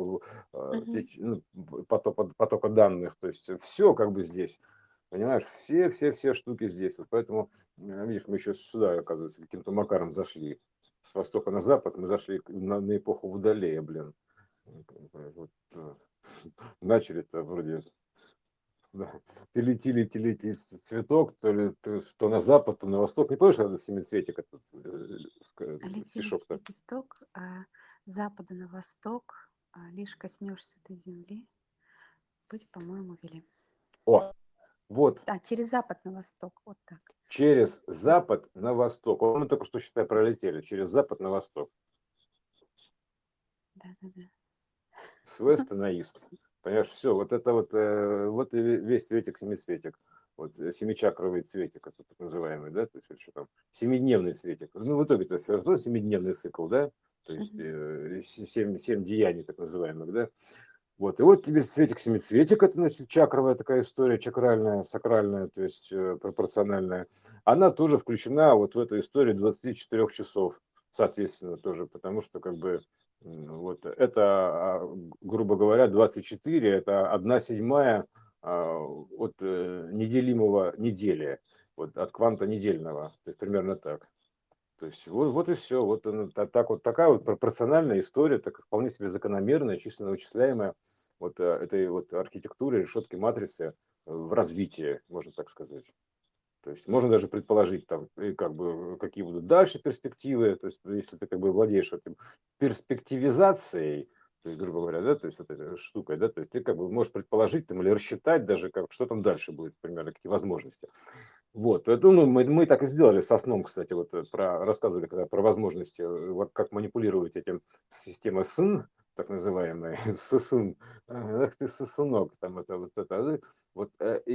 A: потока данных, то есть все как бы здесь, понимаешь, все штуки здесь, вот поэтому, видишь, мы еще сюда, оказывается, каким-то макаром зашли, с востока на запад мы зашли на эпоху Водолея, блин. Вот, начали-то вроде да, телетили цветок, то на запад, то на восток. Не помнишь, это семицветик этот
B: Летели
A: стишок-то?
B: лепесток, с запада на восток, лишь коснешься ты земли, быть, по-моему, вели.
A: О, вот
B: Через запад на восток, вот так.
A: через запад на восток. Вот мы только что, считай, пролетели. Через запад на восток.
B: Да-да-да.
A: С веста на ист. Понимаешь, все, вот это вот и весь цветик, семицветик. Вот семичакровый цветик, это так называемый, да, то есть что там, семидневный цветик. Ну, в итоге, то есть все равно семидневный цикл, да, то есть семь деяний так называемых, да. Вот, и вот тебе цветик, семицветик, это, значит, чакровая такая история, чакральная, сакральная, то есть пропорциональная. Она тоже включена вот в эту историю 24 часов, соответственно, тоже, потому что, как бы, вот это, грубо говоря, 24, это 1/7 от неделимого недели, вот, от кванта недельного, то есть примерно так. То есть вот и все. Вот, вот такая вот пропорциональная история, так вполне себе закономерная, численно вычисляемая вот этой вот архитектуры, решетки матрицы в развитии, можно так сказать. То есть можно даже предположить, там, и как бы, какие будут дальше перспективы, то есть если ты как бы владеешь этим перспективизацией, то есть, грубо говоря, да, то есть вот этой штукой, да, то есть ты как бы можешь предположить там, или рассчитать даже, как, что там дальше будет, примерно, какие возможности. Вот, это, ну, мы так и сделали со сном, кстати, вот рассказывали когда про возможности, вот как манипулировать этим системой СН, так называемой, ССН, ах ты сосунок, там это, вот,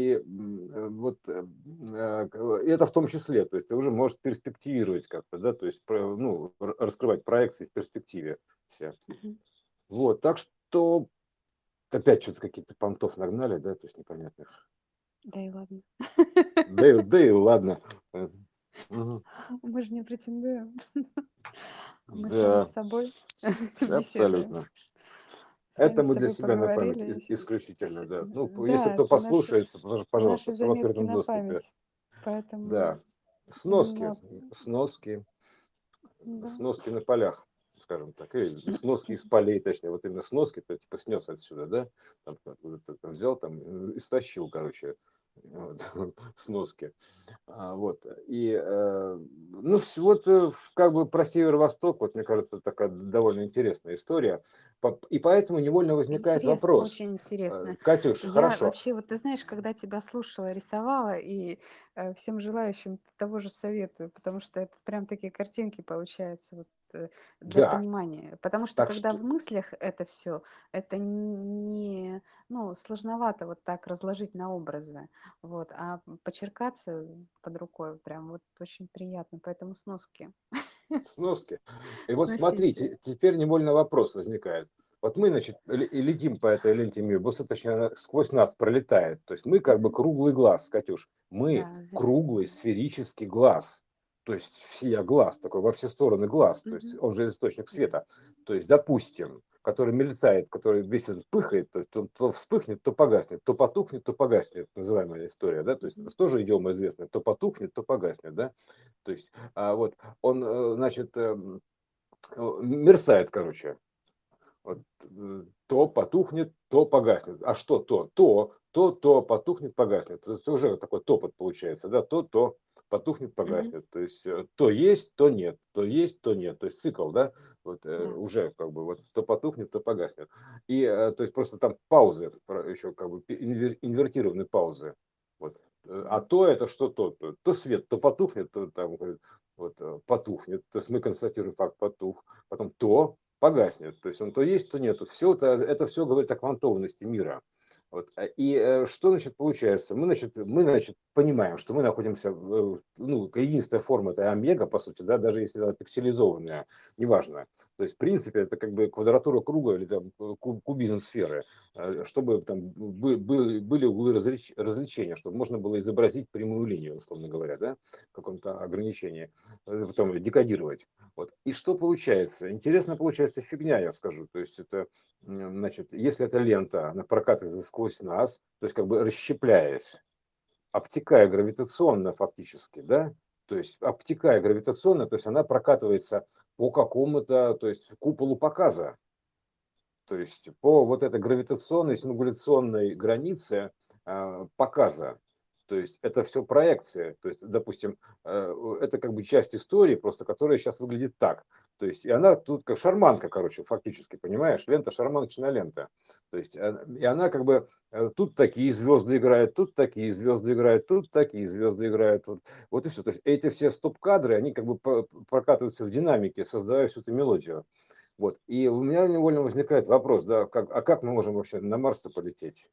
A: и это в том числе, то есть ты уже можешь перспективировать как-то, да, то есть, ну, раскрывать проекции в перспективе все. Вот, так что опять что-то какие-то понтов нагнали, да, то есть непонятных.
B: Да и ладно.
A: Да и ладно. Мгм.
B: Мы же не претендуем. Мы сами с
A: Да,
B: собой беседуем.
A: абсолютно.
B: Сами
A: Это
B: с
A: мы для
B: собой
A: себя на память
B: поговорили.
A: исключительно, да. Ну, если
B: Да,
A: кто
B: это наши,
A: послушает, пожалуйста,
B: наши
A: все в
B: заметки
A: открытом
B: на
A: доступе.
B: память. Поэтому,
A: Да. Сноски,
B: да,
A: сноски,
B: да.
A: сноски на полях, скажем так, и сноски из полей, точнее, вот именно сноски, то типа снес отсюда, да, там, взял там, и стащил, короче, вот, сноски. Вот. И, ну, вот как бы про Северо-Восток, вот мне кажется, такая довольно интересная история. И поэтому невольно возникает
B: Интересно,
A: вопрос.
B: очень интересно.
A: Катюш,
B: Я
A: хорошо.
B: вообще, вот ты знаешь, когда тебя слушала, рисовала, и всем желающим того же советую, потому что это прям такие картинки получаются вот, для
A: Да,
B: понимания. Потому что
A: так
B: когда
A: что
B: в мыслях это все, это не, ну, сложновато вот так разложить на образы, вот, а почеркаться под рукой прям вот очень приятно, поэтому сноски.
A: сноски. И вот
B: Сносите.
A: смотрите, теперь невольно вопрос возникает. Вот мы, значит, летим по этой ленте Мебиуса, точнее, она сквозь нас пролетает. То есть мы как бы
B: Мгм.
A: круглый глаз, Катюш. Мы
B: Да,
A: круглый сферический глаз. То есть всея глаз, такой во все стороны глаз. То есть
B: Мгм.
A: он же источник света. То есть, допустим, который мелькает, который весь этот пыхает, то есть то вспыхнет, то погаснет, то потухнет, то погаснет, называемая история, да, то есть это
B: Мгм.
A: тоже идиома известная, то потухнет, то погаснет, да, то есть вот он, значит, мерцает, короче. Вот, то потухнет, то погаснет. А что то? То то потухнет, погаснет. Это уже такой топот получается, да, то потухнет,
B: Мгм.
A: погаснет. То есть то есть, то нет, то есть, то нет. То есть цикл, да, вот
B: Да.
A: уже как бы вот то потухнет, то погаснет. И то есть просто там паузы, еще как бы инвертированные паузы. Вот. А
B: Мгм.
A: то это что то свет, то потухнет, то там говорит, вот потухнет. То есть мы констатируем факт потух, потом то погаснет. То есть он то есть, то нету. Все это все говорит о квантованности мира. Вот. И что, значит, получается? Мы, значит, понимаем, что мы находимся, ну, единственная форма, это омега, по сути, да, даже если она пикселизованная, неважно. То есть, в принципе, это как бы квадратура круга или там кубизм сферы, чтобы там были углы различения, чтобы можно было изобразить прямую линию, условно говоря, да, в каком-то ограничении, потом декодировать. Вот. И что получается? Интересно получается фигня, я скажу. То есть это, значит, если эта лента, она прокатывается сквозь нас, то есть как бы расщепляясь, обтекая гравитационно фактически, да, то есть обтекая гравитационно, то есть она прокатывается по какому-то, то есть куполу показа, то есть по вот этой гравитационной сингуляционной границе показа. То есть это все проекция. То есть, допустим, это как бы часть истории, просто которая сейчас выглядит так. То есть и она тут как шарманка, короче, фактически, понимаешь? Лента шарманочная лента. То есть и она как бы тут такие звезды играют, тут такие звезды играют, тут такие звезды играют. Вот и все. То есть эти все стоп-кадры, они как бы прокатываются в динамике, создавая всю эту мелодию. Вот. И у меня невольно возникает вопрос, да, как мы можем вообще на Марс-то полететь?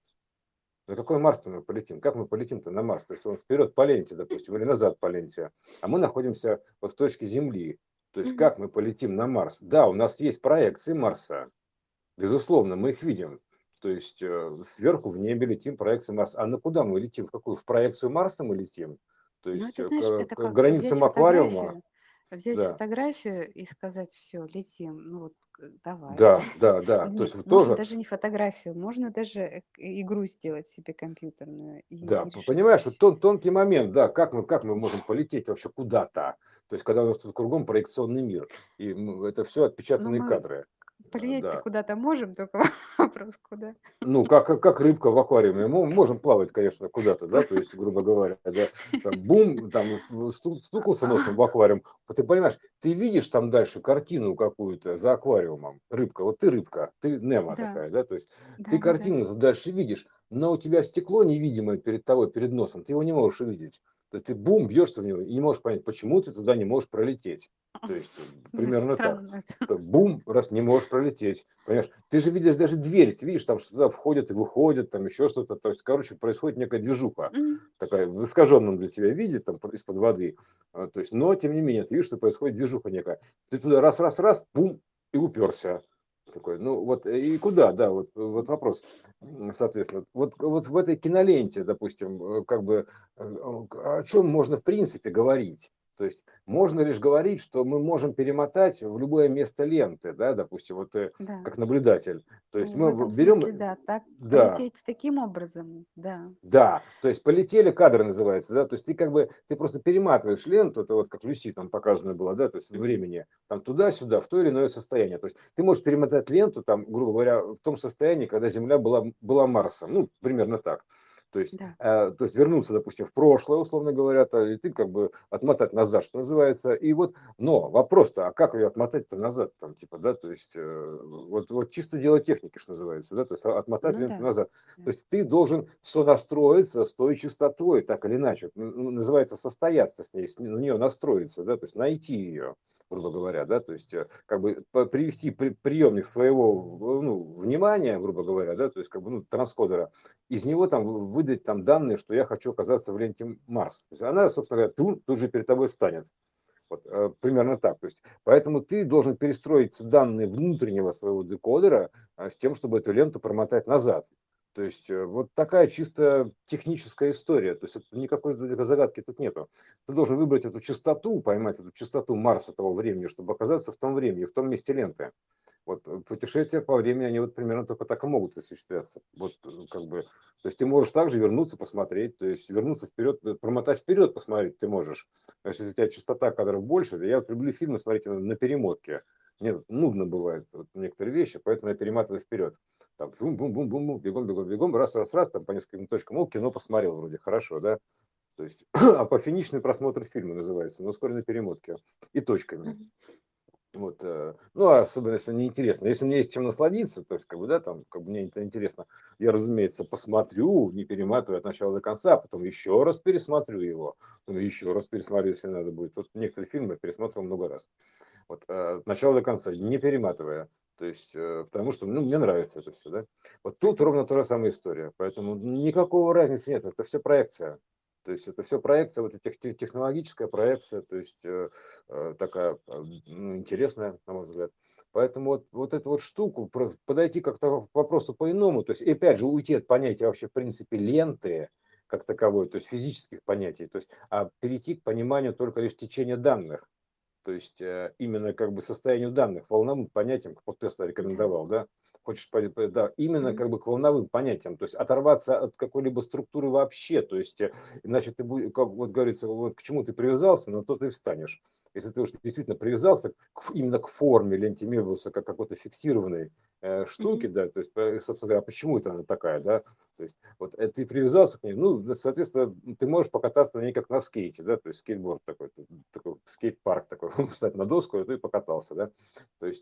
A: На какой Марс-то мы полетим? Как мы полетим-то на Марс? То есть он вперед по ленте, допустим, или назад по ленте, а мы находимся вот в точке Земли. То есть
B: Мгм.
A: как мы полетим на Марс? Да, у нас есть проекции Марса, безусловно, мы их видим. То есть сверху в небе летим проекции Марса. А на куда мы летим? В какую? В проекцию Марса мы летим? То
B: Ну,
A: есть
B: это, знаешь, это
A: к
B: как
A: границам аквариума?
B: взять
A: Да.
B: фотографию и сказать, все, летим, ну вот давай.
A: Да, да, да. То есть
B: Нет,
A: вы
B: можно
A: тоже.
B: даже не фотографию, можно даже игру сделать себе компьютерную
A: Да,
B: и решить
A: понимаешь, вот
B: задачу.
A: тонкий момент, да, как мы можем полететь вообще куда-то, то есть когда у нас тут кругом проекционный мир, и это все
B: Но
A: отпечатанные
B: мы
A: кадры,
B: полететь-то
A: да.
B: куда-то можем, только вопрос куда.
A: Ну, как рыбка в аквариуме. Мы можем плавать, конечно, куда-то, да, то есть, грубо говоря, да, там, бум, там, стукнулся носом в аквариум. Вот ты понимаешь, ты видишь там дальше картину какую-то за аквариумом, рыбка, вот ты рыбка, ты Немо
B: Да,
A: такая, да, то есть, ты
B: да-да-да.
A: картину дальше видишь, но у тебя стекло невидимое перед тобой, перед носом, ты его не можешь увидеть. То есть ты бум, бьешься в него и не можешь понять, почему ты туда не можешь пролететь. То есть
B: Да,
A: примерно так.
B: странно это.
A: Бум, раз не можешь пролететь. Понимаешь, ты же видишь даже дверь, ты видишь, там что туда входят и выходят, там еще что-то. То есть, короче, происходит некая движуха,
B: Мгм.
A: такая в искаженном для тебя виде, там из-под воды. То есть, но тем не менее, ты видишь, что происходит движуха некая. Ты туда раз, бум, и уперся. Такой, ну вот и куда, да, вот вопрос, соответственно, вот в этой киноленте, допустим, как бы о чем можно в принципе говорить? То есть можно лишь говорить, что мы можем перемотать в любое место ленты, да, допустим, вот
B: Да.
A: как наблюдатель. То есть
B: В
A: мы
B: этом смысле,
A: берем,
B: да, так
A: да,
B: полететь таким образом, да.
A: да, то есть полетели кадры называется, да, то есть ты как бы, ты просто перематываешь ленту, это вот как Люси там показано было, да, то есть
B: Мгм.
A: времени, там туда-сюда, в то или иное состояние. То есть ты можешь перемотать ленту, там, грубо говоря, в том состоянии, когда Земля была Марсом, ну, примерно так.
B: Да.
A: То есть вернуться, допустим, в прошлое, условно говоря, и ты как бы отмотать назад, что называется. И вот, но вопрос-то, а как ее отмотать-то назад, там, типа, да, то есть вот чисто дело техники, что называется, да, то есть отмотать
B: Ну
A: ленту
B: да.
A: назад. То
B: Да.
A: есть ты должен сонастроиться с той частотой, так или иначе. Называется состояться с ней, на нее настроиться, да, то есть найти ее, грубо говоря, да, то есть как бы привести приемник своего ну, внимания, грубо говоря, да, то есть как бы ну, транскодера, из него там выдать там данные, что я хочу оказаться в ленте Марс. То есть она, собственно говоря, тут же перед тобой встанет. Вот, примерно так. То есть, поэтому ты должен перестроить данные внутреннего своего декодера с тем, чтобы эту ленту промотать назад. То есть вот такая чисто техническая история. То есть это никакой загадки тут нету. Ты должен выбрать эту частоту, поймать эту частоту Марса того времени, чтобы оказаться в том времени, в том месте ленты. Вот путешествия по времени, они вот примерно только так и могут осуществляться. Вот как бы, то есть ты можешь также вернуться, посмотреть, то есть вернуться вперед, промотать вперед, посмотреть ты можешь. Если у тебя частота кадров больше, да я вот люблю фильмы смотреть на перемотке. Мне нудно бывает вот некоторые вещи, поэтому я перематываю вперед. Там бум-бум-бум-бум-бум, бегом-бегом-бегом, раз-раз-раз, там по нескольким точкам, кино посмотрел вроде, хорошо, да? То есть, а пофиничный просмотр фильма называется, на ускоренной перемотке и точками.
B: Мгм.
A: Вот, ну, особенно если мне интересно. Если мне есть чем насладиться, то есть, как бы, да, там, как бы мне это интересно, я, разумеется, посмотрю, не перематывая от начала до конца, а потом еще раз пересмотрю его, потом еще раз пересмотрю, если надо будет. Вот некоторые фильмы я пересматривал много раз. Вот, от начала до конца, не перематывая. То есть, потому что, ну, мне нравится это все, да. Вот тут
B: Мгм.
A: ровно та же самая история. Поэтому никакого разницы нет, это все проекция. То есть это все проекция, вот эта технологическая проекция, то есть такая ну, интересная, на мой взгляд. Поэтому вот эту вот штуку, подойти как-то к вопросу по-иному, то есть, и опять же, уйти от понятия вообще, в принципе, ленты как таковой, то есть физических понятий, то есть, а перейти к пониманию только лишь течения данных. То есть именно как бы состоянию данных, волновым понятиям, как вот Тесла
B: Да.
A: рекомендовал, да, хочешь, да, именно
B: Мгм.
A: как бы к волновым понятиям, то есть оторваться от какой-либо структуры вообще, то есть иначе ты будешь, как вот говорится, вот к чему ты привязался, на то ты встанешь. Если ты уж действительно привязался именно к форме ленте Мебиуса, как какой-то фиксированной штуки,
B: Мгм.
A: да, то есть, собственно говоря, почему это она такая, да, то есть вот ты привязался к ней, ну, да, соответственно, ты можешь покататься на ней как на скейте, да, то есть скейтборд такой скейт-парк такой, встать на доску, и ты покатался, да, то есть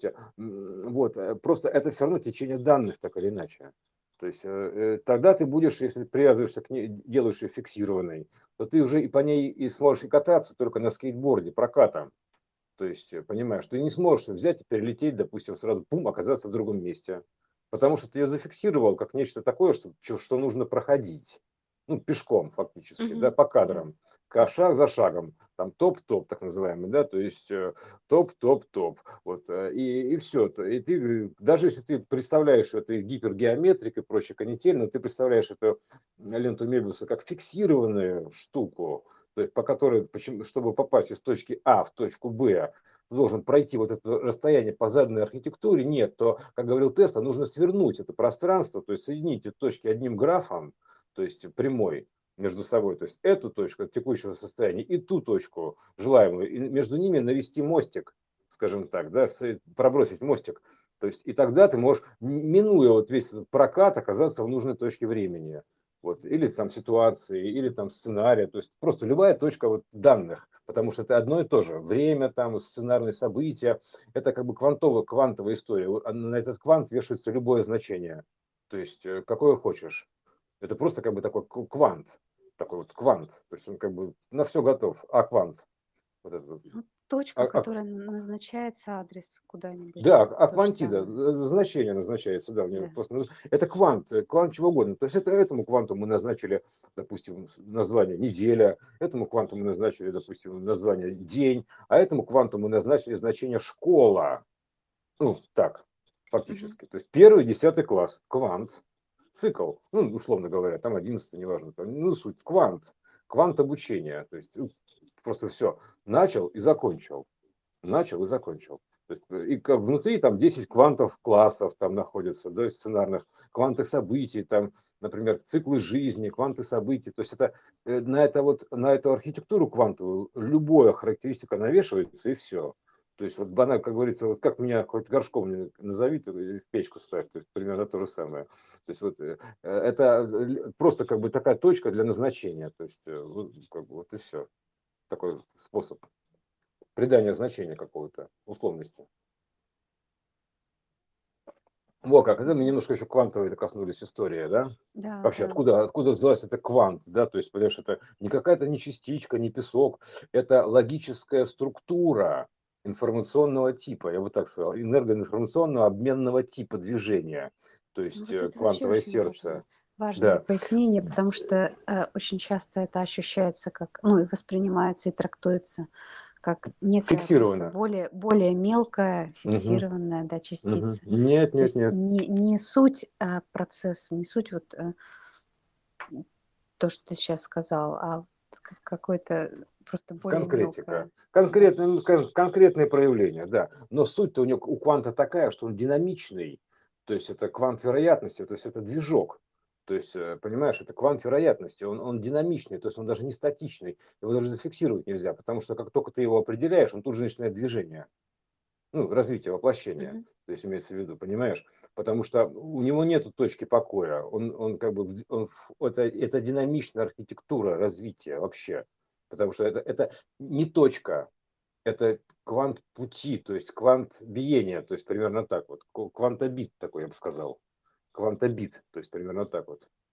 A: вот, просто это все равно течение данных, так или иначе. То есть тогда ты будешь, если привязываешься к ней, делаешь ее фиксированной, то ты уже и по ней и сможешь и кататься только на скейтборде, прокатом. То есть, понимаешь, ты не сможешь взять и перелететь, допустим, сразу, пум, оказаться в другом месте. Потому что ты ее зафиксировал как нечто такое, что нужно проходить. Ну, пешком фактически, да,
B: Мгм.
A: по
B: Да.
A: кадрам, шаг за шагом, там топ-топ, так называемый, да, то есть топ-топ-топ, вот, и все. И ты, даже если ты представляешь это гипергеометрик и прочее канитель, но ты представляешь эту ленту Мебиуса как фиксированную штуку, то есть по которой, чтобы попасть из точки А в точку Б, должен пройти вот это расстояние по заданной архитектуре, нет, то, как говорил Тесла, нужно свернуть это пространство, то есть соединить эти точки одним графом, то есть прямой между собой, то есть эту точку текущего состояния и ту точку желаемую, и между ними навести мостик, скажем так, да, пробросить мостик. То есть и тогда ты можешь, минуя вот весь этот прокат, оказаться в нужной точке времени. Вот, или там ситуации, или там сценария, то есть просто любая точка вот данных, потому что это одно и то же. Время, там, сценарные события, это как бы квантовая история. На этот квант вешается любое значение, то есть какое хочешь. Это просто как бы такой квант, такой вот квант, то есть он как бы на все готов, квант. Вот этот вот.
B: Ну, точка,
A: А, а
B: которая назначается адрес
A: Да,
B: куда-нибудь. То же
A: Атлантида,
B: самое.
A: значение назначается, да, у него
B: Да.
A: просто это квант, квант чего угодно. То есть это этому кванту мы назначили, допустим, название неделя, этому кванту мы назначили, допустим, название день, а этому кванту мы назначили значение школа. Ну, так,
B: Мгм.
A: фактически. То есть первый, 10 класс, квант, цикл, ну, условно говоря, там 11, неважно, там, ну, суть, квант обучения. То есть просто все, начал и закончил. Начал и закончил. То есть, и внутри там 10 квантов классов там находятся, да, сценарных, кванты событий, там, например, циклы жизни, кванты событий. То есть это на эту архитектуру квантовую любая характеристика навешивается и все. То есть вот банально, как говорится, вот как меня хоть горшком назови, в печку ставь, то есть примерно то же самое. То есть вот это просто как бы такая точка для назначения, то есть вот, как бы, вот и все. Такой способ придание значения какого-то, условности. Во как, это мы
B: Мгм.
A: немножко еще квантовой коснулись истории, да?
B: Да,
A: Вообще,
B: да.
A: откуда взялась это квант, да? То есть, понимаешь, это не какая-то не частичка, не песок, это логическая структура информационного типа, я бы так сказал, энергоинформационного обменного типа движения, то
B: Ну,
A: есть
B: вот это вообще
A: квантовое
B: очень важное
A: сердце.
B: важное
A: Да,
B: пояснение, потому что, очень часто это ощущается как, ну, и воспринимается, и трактуется как некая просто
A: фиксировано.
B: более мелкая
A: Мгм,
B: фиксированная, да,
A: мгм.
B: частица.
A: Нет,
B: То
A: нет,
B: есть
A: нет.
B: не суть, процесса, не суть вот, то, что ты сейчас сказал, а вот какое-то просто более
A: Конкретика.
B: мелкое. Да.
A: Конкретные проявления, да. Но суть-то у кванта такая, что он динамичный. То есть это квант вероятности, то есть это движок. То есть, понимаешь, это квант вероятности, он динамичный, то есть он даже не статичный. Его даже зафиксировать нельзя, потому что как только ты его определяешь, он тут же начинает движение. ну, развития, воплощения,
B: Мгм.
A: то есть имеется в виду, понимаешь? Потому что у него нету точки покоя, он как бы, это динамичная архитектура развития вообще, потому что это не точка, это квант пути, то есть квант биения, то есть примерно так вот, квантобит такой, я бы сказал, квантобит, то есть примерно так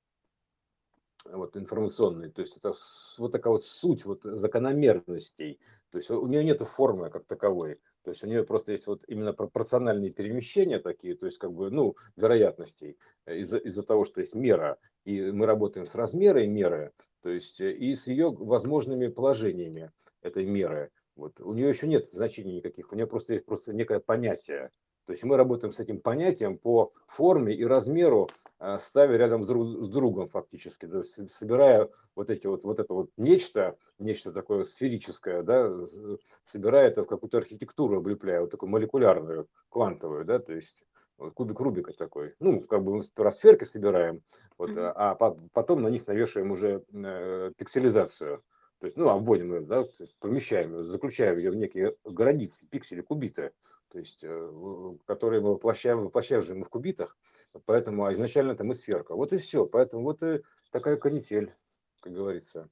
A: вот информационный, то есть это вот такая вот суть вот закономерностей, то есть у нее нет формы как таковой, то есть у нее просто есть вот именно пропорциональные перемещения такие, то есть как бы, ну, вероятностей из-за того, что есть мера, и мы работаем с размерой меры, то есть и с ее возможными положениями этой меры. Вот. У нее еще нет значений никаких, у нее просто есть просто некое понятие. То есть мы работаем с этим понятием по форме и размеру, ставя рядом с другом фактически, то есть собирая вот это вот нечто такое сферическое, да, собирая это в какую-то архитектуру, облепляя, вот такую молекулярную, квантовую, да, то есть вот кубик Рубика такой. Ну, как бы мы сперва сферки собираем, вот,
B: Мгм.
A: потом на них навешиваем уже пикселизацию. То есть, ну, обводим ее, да, то есть помещаем ее, заключаем ее в некие границы, пиксели, кубиты, то есть, которые мы воплощаем же мы в кубитах, поэтому изначально это мы сферка. Вот и все. Поэтому вот и такая канитель, как говорится.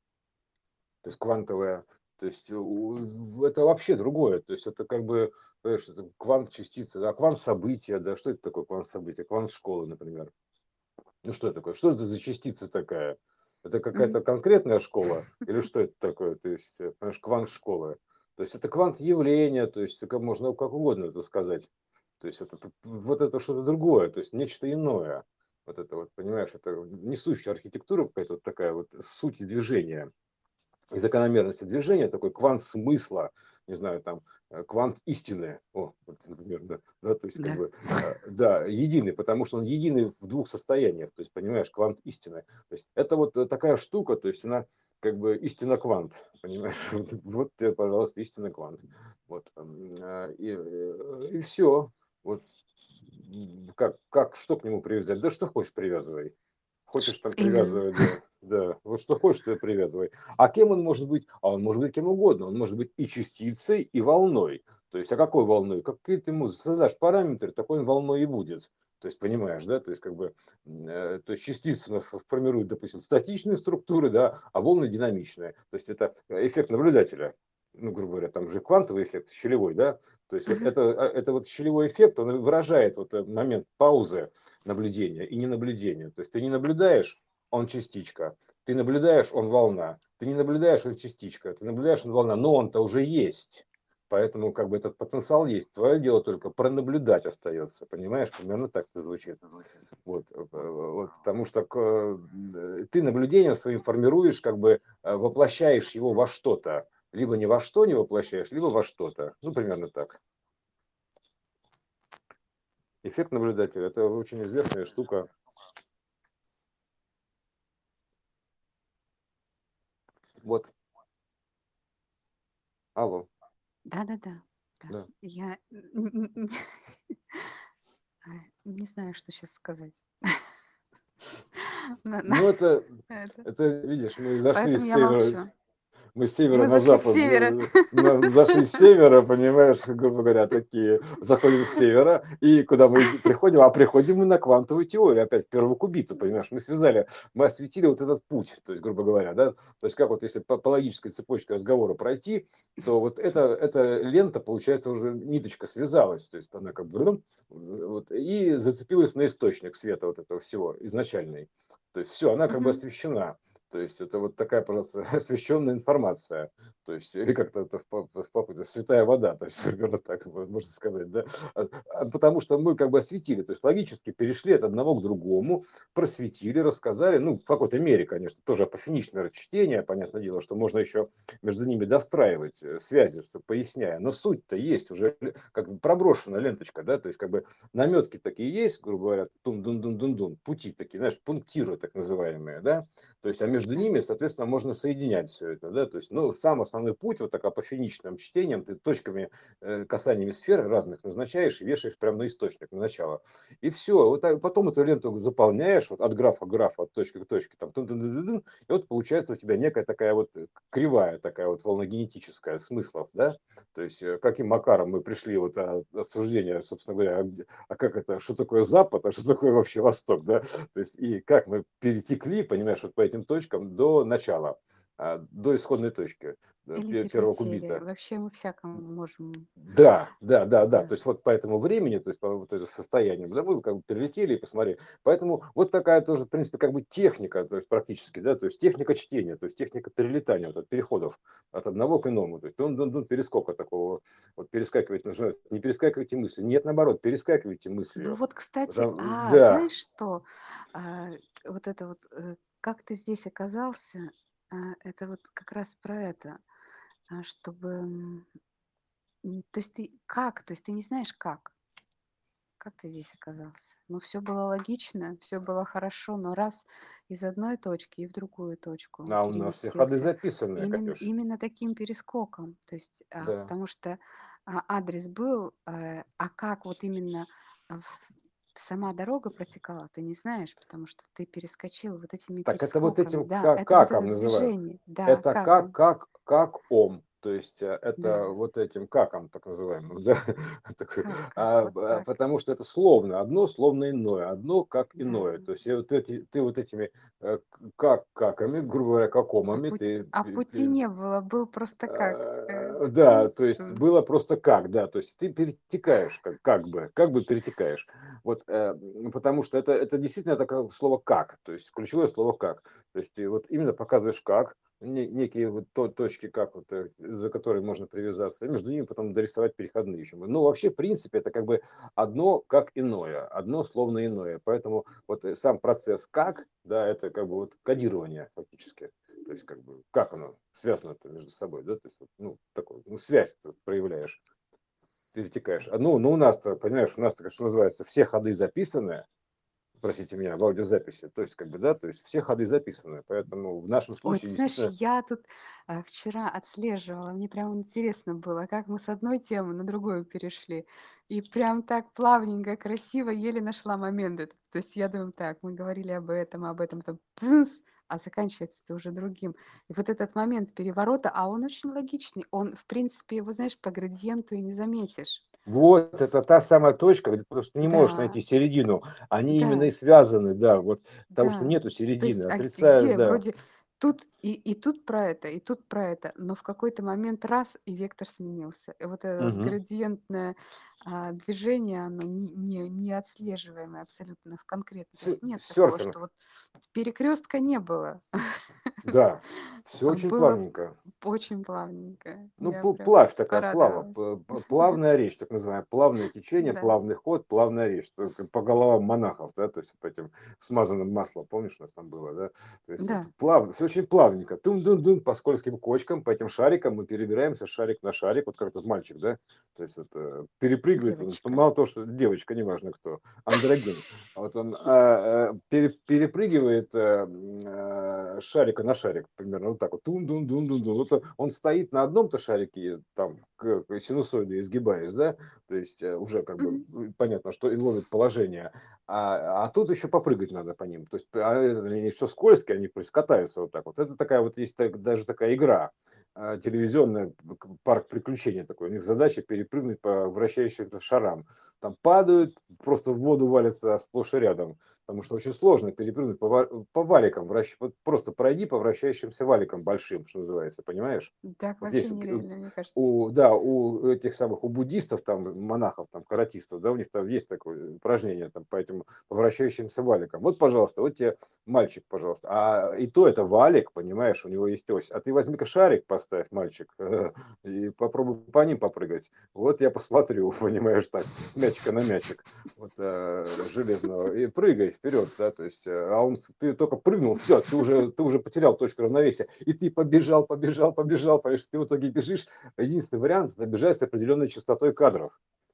A: То есть квантовая. То есть это вообще другое. То есть это как бы, понимаешь, это квант частицы, а квант события, да, что это такое квант события? Квант школы, например. Ну что это такое? Что это за частица такая? Это
B: Мгм.
A: какая-то конкретная школа или что это такое? То есть, понимаешь, квант школы. То есть это квант явления, то есть как можно как угодно это сказать. То есть это вот это что-то другое, то есть нечто иное. Вот это вот, понимаешь, это несущая архитектура какая-то вот такая вот суть движения и закономерности движения, такой квант смысла, не знаю, там, квант истины, вот, например, да, то есть, как
B: Да.
A: бы, да, единый, потому что он единый в двух состояниях, то есть, понимаешь, квант истины. То есть, это вот такая штука, то есть, она как бы истина квант, понимаешь, вот тебе, пожалуйста, истина квант. Вот, и все. Вот, что к нему привязать? Да что хочешь, привязывай. Хочешь там
B: Именно.
A: привязывай, да, да. Вот что хочешь, то и привязывай. А кем он может быть? А он может быть кем угодно. Он может быть и частицей, и волной. То есть, а какой волной? Какие ты ему задашь параметры, такой он волной и будет. То есть, понимаешь, да? То есть, как бы, то есть частицы формируют, допустим, статичные структуры, да, а волны динамичные. То есть, это эффект наблюдателя. Ну, грубо говоря, там же квантовый эффект, щелевой, да? То есть, вот
B: Мгм.
A: это вот щелевой эффект, он выражает вот момент паузы наблюдения и ненаблюдения. То есть ты не наблюдаешь, он частичка. Ты наблюдаешь, он волна. Ты не наблюдаешь, он частичка. Ты наблюдаешь, он волна. Но он-то уже есть. Поэтому как бы этот потенциал есть. Твое дело только пронаблюдать остается. Понимаешь? Примерно так это звучит. Вот, вот, потому что ты наблюдением своим формируешь, как бы воплощаешь его во что-то. Либо ни во что не воплощаешь, либо во что-то. Ну, примерно так. Эффект наблюдателя – это очень известная штука. Вот, алло,
B: Да-да-да. Да.
A: да.
B: Я а, не знаю, что сейчас сказать. На
A: Ну,
B: это.
A: это, видишь, мы зашли
B: Поэтому
A: с
B: я
A: севера,
B: молчу.
A: мы с севера
B: Мы
A: на
B: зашли с
A: запад,
B: севера.
A: зашли с севера, понимаешь, грубо говоря, такие, заходим с севера, и куда мы приходим? А приходим мы на квантовую теорию, опять, первую кубиту, понимаешь, мы осветили вот этот путь, то есть, грубо говоря, да, то есть, как вот если по логической цепочке разговора пройти, то вот эта лента, получается, уже ниточка связалась, то есть, она как бы, вот, и зацепилась на источник света вот этого всего, изначальный. То есть все, она как бы
B: Мгм.
A: освещена. То есть это вот такая просто освещенная информация. То есть, или как-то это в попытке, святая вода, то есть примерно так можно сказать, да. Потому что мы как бы осветили, то есть логически перешли от одного к другому, просветили, рассказали, ну, в какой-то мере, конечно, тоже апофеничное чтение, понятное дело, что можно еще между ними достраивать связи, что поясняя, но суть-то есть уже, как бы проброшена ленточка, да, то есть как бы наметки такие есть, грубо говоря, тун-дун-дун-дун-дун, пути такие, знаешь, пунктиры так называемые, да, то есть, а между ними, соответственно, можно соединять все это, да, то есть, ну, сам основной путь, вот так апофеничным чтением, ты точками, касаниями сфер разных назначаешь и вешаешь прямо на источник, на начало. И все, вот потом эту ленту заполняешь вот от графа к графу, от точки к точке, там, и вот получается у тебя некая такая вот кривая, такая вот волногенетическая смыслов, да, то есть каким макаром мы пришли вот от обсуждения, собственно говоря, а как это, что такое Запад, а что такое вообще Восток, да, то есть и как мы перетекли, понимаешь, вот по этим точкам до начала, до исходной точки
B: Или
A: первого
B: перелетели.
A: кубита.
B: Вообще мы всякому можем.
A: Да. То
B: Да.
A: есть вот по этому времени, то есть по вот этому состоянию, да, мы как бы перелетели и посмотрели. Поэтому вот такая тоже, в принципе, как бы техника, то есть практически, да, то есть техника чтения, то есть техника перелетания, вот от переходов от одного к иному. То есть перескока такого, вот перескакивать нужно, не перескакивайте мысли, нет, наоборот, перескакивайте
B: Ну
A: мыслью.
B: вот, кстати,
A: Да,
B: знаешь что? А, вот это вот, как ты здесь оказался, это вот как раз про это, чтобы, то есть ты как, то есть ты не знаешь как ты здесь оказался. Ну, все было логично, все было хорошо, но раз из одной точки и в другую точку
A: а у нас все ходы
B: переместился
A: записаны,
B: именно,
A: Катюш.
B: именно таким перескоком. То есть,
A: Да.
B: потому что адрес был, а как вот именно сама дорога протекала, ты не знаешь, потому что ты перескочил вот этими
A: Так это вот
B: перескоками.
A: этим
B: Да, это вот
A: каком
B: это
A: называют.
B: движение, да,
A: Это
B: каком,
A: как ом. То есть это
B: да,
A: вот этим каком, так называемым, да? Такой,
B: как, вот так,
A: потому что это словно, одно словно иное, одно как
B: да.
A: иное. То есть ты вот этими каками, грубо говоря,
B: А,
A: какомами,
B: а пути не было, был просто как
A: да, то есть
B: тунс-тунс.
A: было просто как, да, то есть ты перетекаешь, как бы перетекаешь. Вот, потому что это действительно такое слово как, то есть ключевое слово как. То есть ты вот именно показываешь как, некие вот точки, как вот, за которые можно привязаться, и между ними потом дорисовать переходные еще. Ну, вообще, в принципе, это как бы одно как иное, одно словно иное. Поэтому вот сам процесс как, да, это как бы вот кодирование фактически. То есть, как бы, как оно связано-то между собой, да, то есть, вот, ну, такой, ну, связь ты проявляешь, перетекаешь. Ну, у нас-то, понимаешь, у нас-то, что называется, все ходы записаны, простите меня, в аудиозаписи, то есть, как бы, да, то есть, все ходы записаны, поэтому в нашем
B: Ой,
A: случае
B: ты знаешь,
A: действительно,
B: я тут вчера отслеживала, мне прям интересно было, как мы с одной темы на другую перешли. И прям так плавненько, красиво, еле нашла момент этот. То есть я думаю, так, мы говорили об этом, там, тынс, а заканчивается это уже другим. И вот этот момент переворота, а он очень логичный. Он, в принципе, его, знаешь, по градиенту и не заметишь.
A: вот это та самая точка, где ты просто не можешь
B: Да,
A: найти середину, они именно и
B: да.
A: связаны, да, вот, потому что
B: Да,
A: нету
B: то
A: середины,
B: есть,
A: отрицаю,
B: где
A: да.
B: вроде тут и тут про это, и тут про это, но в какой-то момент раз и вектор сменился. И вот это вот
A: Мгм.
B: градиентное движение, оно не отслеживаемое абсолютно в конкретно. То есть нет такого,
A: Серфинг,
B: что вот перекрестка не было,
A: да, все
B: а
A: очень
B: было
A: плавненько.
B: очень плавненько.
A: Ну,
B: Я прям
A: плавь такая,
B: порадовалась.
A: плавная речь, так называемая, плавное течение,
B: Да,
A: плавный ход, плавная речь, только по головам монахов, да, то есть по этим смазанным маслом, помнишь, у нас там было, да, то есть это
B: да,
A: плавно, все очень плавненько, тун-дун-дун, по скользким кочкам, по этим шарикам мы перебираемся шарик на шарик, вот как тот мальчик, да, то есть вот, перепрыгивает, он,
B: девочка.
A: мало того, что девочка, неважно кто, андрогин, вот он перепрыгивает шарика на шарик, примерно вот так вот, тун-дун-дун-дун-дун, вот он стоит на одном-то шарике, там, к синусоиде изгибаясь, да, то есть уже как бы
B: Мгм.
A: понятно, что и ловит положение, а тут еще попрыгать надо по ним, то есть они все скользкие, они то есть, катаются вот так вот, это такая вот есть даже такая игра, телевизионная, парк приключений такой, у них задача перепрыгнуть по вращающимся шарам, там падают, просто в воду валятся сплошь и рядом, потому что очень сложно перепрыгнуть по валикам, вот просто пройди по вращающимся валикам большим, что называется, понимаешь?
B: Так
A: Вот
B: вообще
A: есть
B: нереально, мне кажется.
A: у этих самых, у буддистов, там, монахов, там, каратистов, да, у них там есть такое упражнение, там, по этим по вращающимся валикам. Вот, пожалуйста, вот тебе мальчик, пожалуйста. И то это валик, понимаешь, у него есть ось. А ты возьми-ка шарик поставь, мальчик, и попробуй по ним попрыгать. Вот я посмотрю, понимаешь, так, с мячика на мячик, вот, железного, и прыгай вперед, да, то есть, ты только прыгнул, все, ты уже потерял точку равновесия, и ты побежал, понимаешь, ты в итоге бежишь, единственный вариант – это бежать с определенной частотой кадров.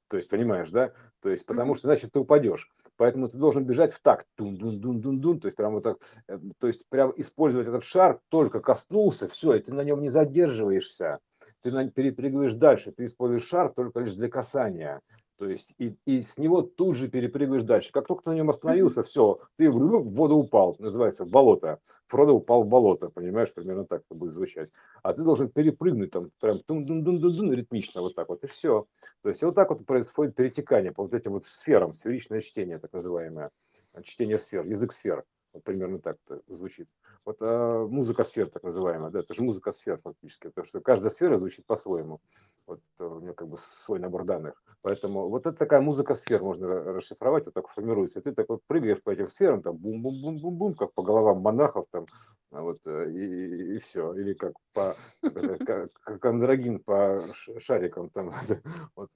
A: То есть, понимаешь, да? То есть, потому
B: Мгм.
A: что, значит, ты упадешь. Поэтому ты должен бежать в такт. Дун-дун-дун-дун-дун. То есть, прям вот так. То есть, прям использовать этот шар, только коснулся, все, и ты на нем не задерживаешься. Ты перепрыгиваешь дальше. Ты используешь шар только лишь для касания. То есть, и с него тут же перепрыгиваешь дальше. Как только ты на нем
B: Мгм.
A: остановился, все, ты в воду упал. Называется болото. Фродо упал в болото. Понимаешь, примерно так это будет звучать. А ты должен перепрыгнуть там прям тун-дун-дун-дун-дун ритмично вот так вот, и все. То есть вот так вот происходит перетекание по вот этим вот сферам, сферичное чтение, так называемое, чтение сфер, язык сфер. Вот примерно так это звучит. Вот музыка сфер, так называемая, да, это же музыка сфер фактически, потому что каждая сфера звучит по-своему. Вот у нее как бы свой набор данных. Поэтому вот это такая музыка сфер можно расшифровать, вот так формируется. И ты такой прыгаешь по этим сферам, там бум-бум-бум-бум-бум, как по головам монахов, там, вот, и все. Или как по как андрогин по шарикам там. Вот,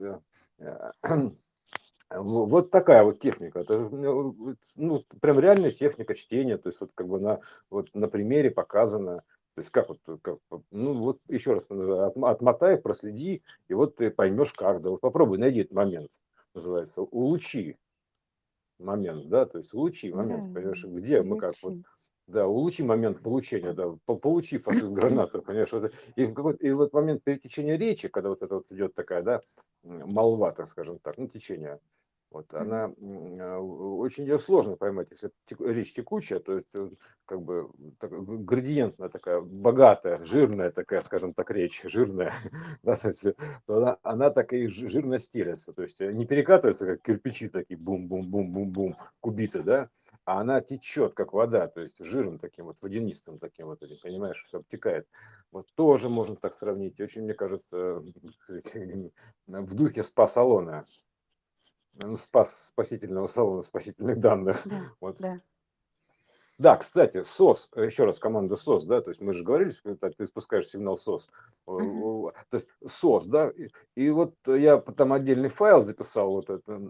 A: вот такая вот техника. Это, ну, прям реальная техника чтения. То есть вот как бы вот на примере показано. То есть как вот, ну вот еще раз отмотай, проследи, и вот ты поймешь как. Да, вот попробуй, найди этот момент. Называется улучи момент, да, то есть улучи
B: Да,
A: момент, понимаешь, где мы как вот,
B: улучи.
A: да, улучи момент получения, да, получи фашист гранату, понимаешь, вот, и вот момент перетечения речи, когда вот это вот идет такая, да, молва, так скажем так, ну, течение, вот,
B: Мгм.
A: она, очень ее сложно поймать, если речь текучая, то есть, как бы, градиентная такая, богатая, жирная такая, скажем так, речь, жирная, да, то есть, то она так и жирно стелется, то есть не перекатывается, как кирпичи такие, бум-бум-бум-бум-бум, кубиты, да, а она течет, как вода, то есть жирным таким вот, водянистым таким вот, этим, понимаешь, все обтекает. Вот тоже можно так сравнить. Очень, мне кажется, в духе спа-салона, спасительного салона, спасительных данных.
B: Да,
A: Вот.
B: да.
A: Да, кстати, СОС, еще раз, команда СОС, да, то есть мы же говорили, что ты спускаешь сигнал СОС,
B: Мгм.
A: то есть СОС, да, и вот я там отдельный файл записал, вот это,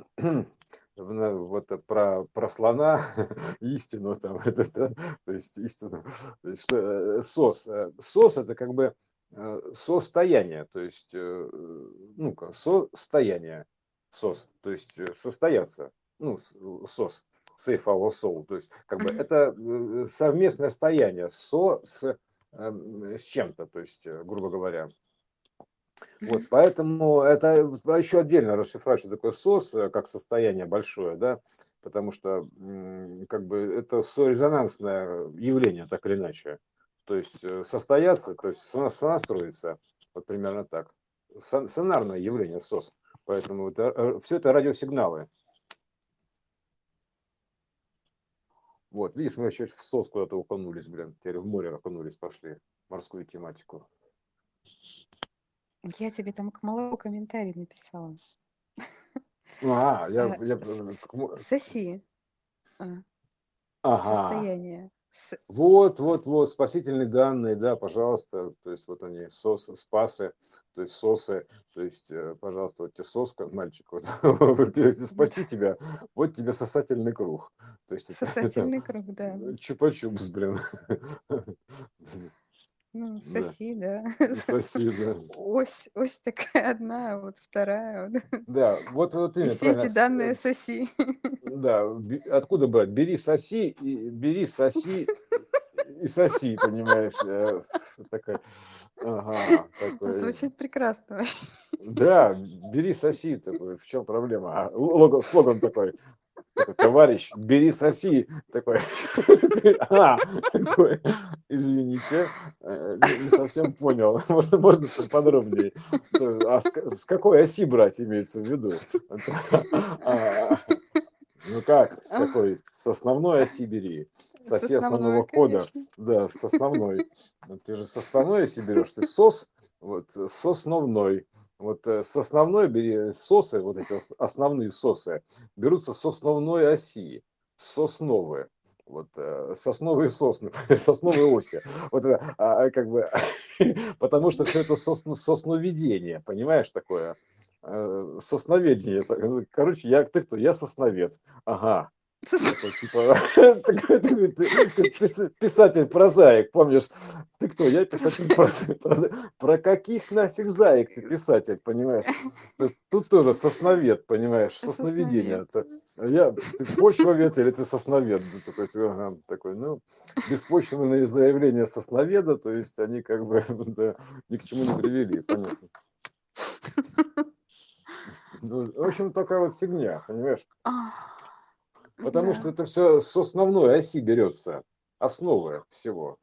A: вот про слона, истину там, это, да, то есть истину, то есть, что, СОС это как бы состояние, то есть, ну-ка, состояние, СОС, то есть состояться, ну, СОС. Save our soul. То есть, как бы
B: Мгм.
A: это совместное стояние с чем-то, то есть, грубо говоря. Вот,
B: Мгм.
A: поэтому это еще отдельно расшифровать, что такое СОС, как состояние большое, да, потому что как бы это резонансное явление, так или иначе. То есть состояться, то есть сонастроиться, вот примерно так. Сонарное явление СОС. Поэтому все это радиосигналы. Вот, видишь, мы еще в СОС куда-то окунулись, блин. Теперь в море окунулись, пошли. Морскую тематику.
B: Я тебе там к молоку комментарий написала.
A: Я,
B: А,
A: я,
B: соси. А,
A: ага.
B: состояние.
A: Вот, спасительные данные, да, пожалуйста. То есть вот они, спасы, то есть сосы, то есть, пожалуйста, вот тебе соска, мальчик, вот, спасти тебя, вот тебе сосательный круг. То есть это
B: Сосательный круг, да.
A: чупа-чупс, блин.
B: Ну,
A: Да,
B: соси, да.
A: соси, да.
B: Ось такая одна, а вот вторая. Вот.
A: Да, вот
B: И
A: именно,
B: все
A: правильно.
B: эти данные соси.
A: Да, откуда брать? Бери, соси и соси, понимаешь? Такая, ага, такой.
B: Звучит прекрасно вообще.
A: Да, бери, соси, такой, в чем проблема? Слоган такой, товарищ, бери, соси, такой, такой, извините, не совсем понял, можно подробнее, а с какой оси брать имеется в виду? А, Ну как, с какой? С основной оси бери. С
B: С
A: оси
B: основной,
A: основного кода.
B: конечно.
A: Да, с основной. Ты же с основной оси берешь. Ты сос, вот, с основной. Вот с основной бери сосы, вот эти основные сосы, берутся с основной оси. Сосновые. Вот сосновые сосны, сосновые оси. Вот это, как бы, потому что все это сосноведение, понимаешь, такое? Сосноведение. Короче, ты кто? Я сосновед. Ага. Такой, типа, такой писатель-прозаик, помнишь? Ты кто? Я писатель-прозаик. Про каких нафиг заек ты писатель, понимаешь? То есть тут тоже сосновед, понимаешь,
B: Сосновед.
A: сосновидение. Ты почвовед или ты сосновед? Ага, такой, ну, беспочвенные заявления сосноведа, то есть они как бы да, ни к чему не привели, понятно. Ну, в общем, такая вот фигня, понимаешь? Потому что
B: Да,
A: это все с основной оси берется, основы всего.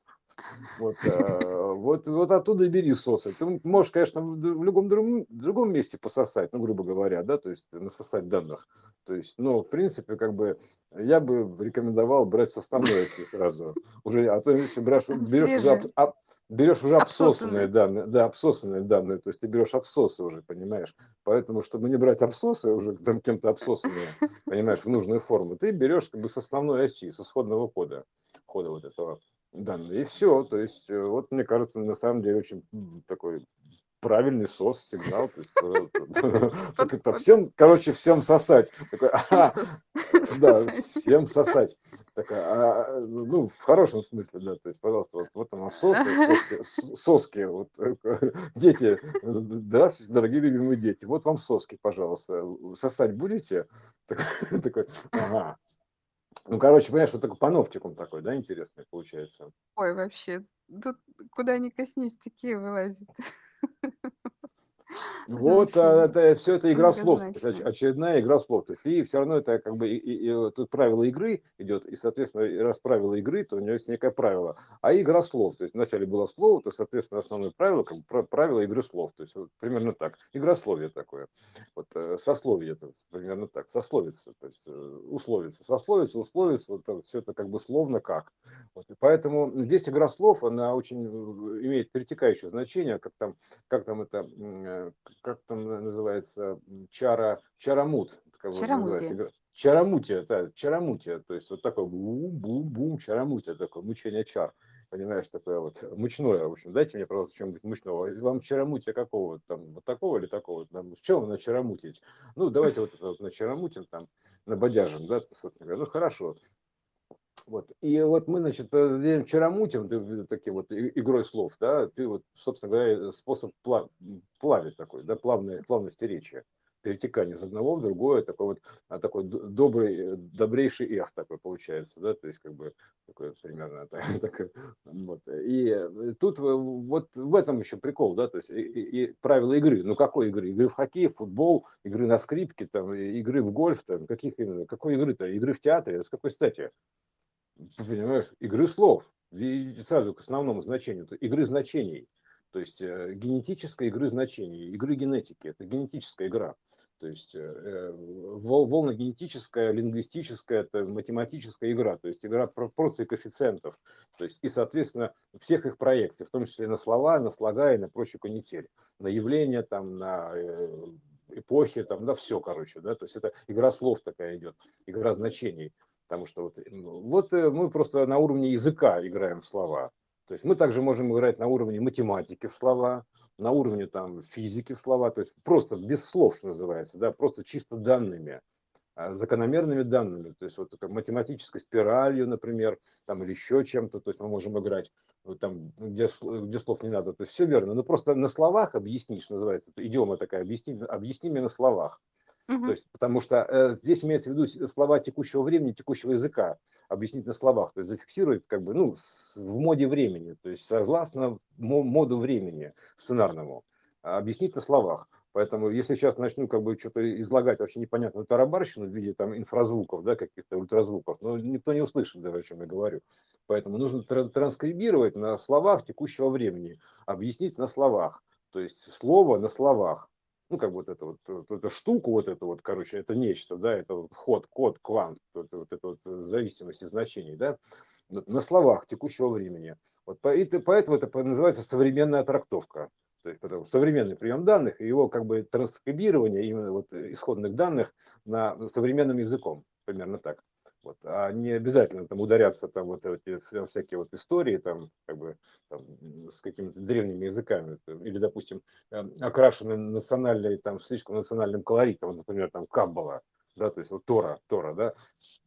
A: Вот оттуда и бери сосы. Ты можешь, конечно, в любом другом месте пососать, ну, грубо говоря, да, то есть насосать данных. То есть, но, в принципе, как бы я бы рекомендовал брать с основной оси сразу. Уже, а то если
B: свежие,
A: берешь уже обсосанные
B: обсосанные.
A: данные, да, обсосанные данные, то есть ты берешь обсосы уже, понимаешь? Поэтому, чтобы не брать обсосы, уже там кем-то обсосанные, понимаешь, в нужную форму, ты берешь как бы с основной оси, с исходного кода вот этого данные. И все. То есть, вот мне кажется, на самом деле очень такой правильный сигнал. То есть, как-то
B: Подход.
A: всем, короче, всем сосать. Такой,
B: Всем
A: ага, да, всем сосать. Такая, ну, в хорошем смысле, да. То есть, пожалуйста, вот там абсосы, соски, вот, дети, здравствуйте, дорогие любимые дети, вот вам соски, пожалуйста. Сосать будете? Такой, ага. Ну, короче, понимаешь, вот такой паноптикум такой, да, интересный получается.
B: Ой, вообще, тут куда ни коснись, такие вылазят
A: Вот,
B: значения.
A: это все это игра слов, то есть
B: Многозначные.
A: очередная игра слов. То есть и все равно это как бы тут правило игры идет, и, соответственно, раз правило игры, то у него есть некое правило. А игра слов, то есть вначале было слово, то, соответственно, основное правило, как бы правило игры слов. То есть вот примерно так. Игрословие такое. Вот сословие это примерно так. Сословиться, то есть условиться. Сословиться, условиться, вот, все это как бы словно как. Вот, и поэтому здесь игра слов, она очень имеет перетекающее значение, как там это, как там называется, чарамут, как бы называется
B: Чарамутия.
A: игра. Чарамутия, да, чарамутия, то есть вот такой бум-бум-бум, чарамутия, такое мучение чар, понимаешь, такое вот мучное, в общем, дайте мне, пожалуйста, чем-нибудь мучного. Вам чарамутия какого там, вот такого или такого, там, в чем вы начарамутить? Ну, давайте вот это вот начарамутим, там, набодяжим, да, собственно говоря, ну, хорошо. Вот. И вот мы, значит, чарамутим, таким вот игрой слов, да, ты вот, собственно говоря, способ плавить такой, да, плавности речи, перетекание из одного в другое, такой вот, такой добрый, добрейший эх такой получается, да, то есть как бы такой примерно такой, вот. И тут вот в этом еще прикол, да, то есть и правила игры, ну какой игры? Игры в хоккей, в футбол, игры на скрипке, там, игры в гольф, там, каких именно, какой игры-то? Игры в театре, с какой стати? Ты понимаешь, игры слов. И сразу к основному значению. Это игры значений. То есть генетической игры значений, игры генетики. Это генетическая игра. То есть волногенетическая, лингвистическая, это математическая игра. То есть игра пропорций коэффициентов. То есть и, соответственно, всех их проекций, в том числе на слова, на слога и на прочую канитель. На явления, там, на эпохи, там, да, все, короче. Да? То есть это игра слов такая идет, игра значений. Потому что мы просто на уровне языка играем в слова. То есть мы также можем играть на уровне математики в слова, на уровне там, физики в слова, то есть просто без слов, что называется, да, просто чисто данными, закономерными данными. То есть вот такой математической спиралью, например, там, или еще чем-то, то есть мы можем играть вот там, где слов не надо. То есть все верно, но просто на словах объяснить, что называется, идиома такая, объясни мне на словах. То
B: Мгм.
A: есть, потому что здесь имеется в виду слова текущего времени, текущего языка, объяснить на словах, то есть зафиксировать как бы, ну, в моде времени, то есть согласно моду времени сценарному, объяснить на словах. Поэтому если сейчас начну как бы что-то излагать вообще непонятную тарабарщину в виде там инфразвуков, да, каких-то ультразвуков, но никто не услышит даже, о чем я говорю. Поэтому нужно транскрибировать на словах текущего времени, объяснить на словах, то есть слово на словах. Ну, как бы вот эту штуку, вот это вот, короче, это нечто, да, это вот код, квант, вот это вот зависимость значений, да, на словах текущего времени. Вот поэтому это называется современная трактовка. То есть потому, современный прием данных и его как бы транскрибирование именно вот исходных данных на современным языком, примерно так. Вот, а не обязательно там ударяться там вот эти всякие вот истории там как бы там, с какими-то древними языками или, допустим, окрашены национальной, там, слишком национальным колоритом, например, там, Каббала, да, то есть вот Тора, да,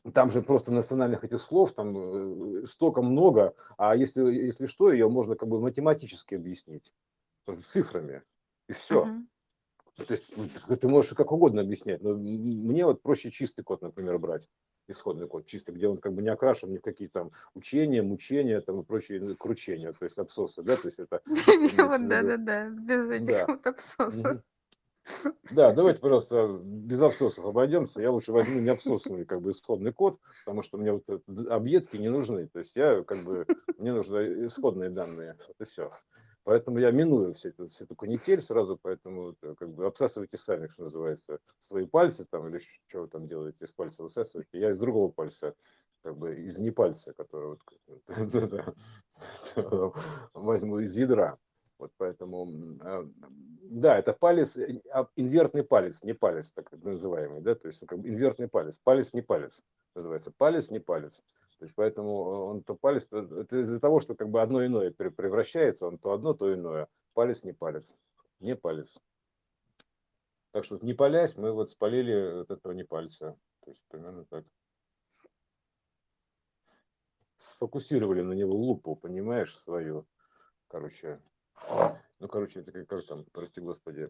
A: там же просто национальных этих слов там столько много, а если что, ее можно как бы математически объяснить, с цифрами, и все.
B: Мгм.
A: То есть ты можешь как угодно объяснять, но мне вот проще чистый код, например, брать, исходный код чистый, где он как бы не окрашен ни в какие там учения, мучения там и прочие кручения, то есть абсосы, да, то есть это имеется
B: Вот
A: в виду.
B: да-да-да, без этих
A: Да.
B: вот абсоссов.
A: Мгм. Да, давайте, пожалуйста, без абсоссов обойдемся. Я лучше возьму не абсоссный как бы исходный код, потому что мне вот объедки не нужны. То есть я как бы, мне нужны исходные данные. Вот и все. Поэтому я миную всю эту канитель сразу, поэтому как бы обсасывайте сами, что называется, свои пальцы там или что вы там делаете, из пальца высасываете. Я из другого пальца, как бы из не пальца, который вот, возьму из ядра. Вот поэтому, да, это палец, инвертный палец, не палец, так называемый, да, то есть как бы инвертный палец не палец, называется, палец не палец. То есть поэтому он то палец, это из-за того, что как бы одно иное превращается, он то одно, то иное. Палец не палец, не палец. Так что не палясь, мы вот спалили от этого не пальца. То есть примерно так. Сфокусировали на него лупу, понимаешь, свою, короче. Ну, короче, это как там, прости господи,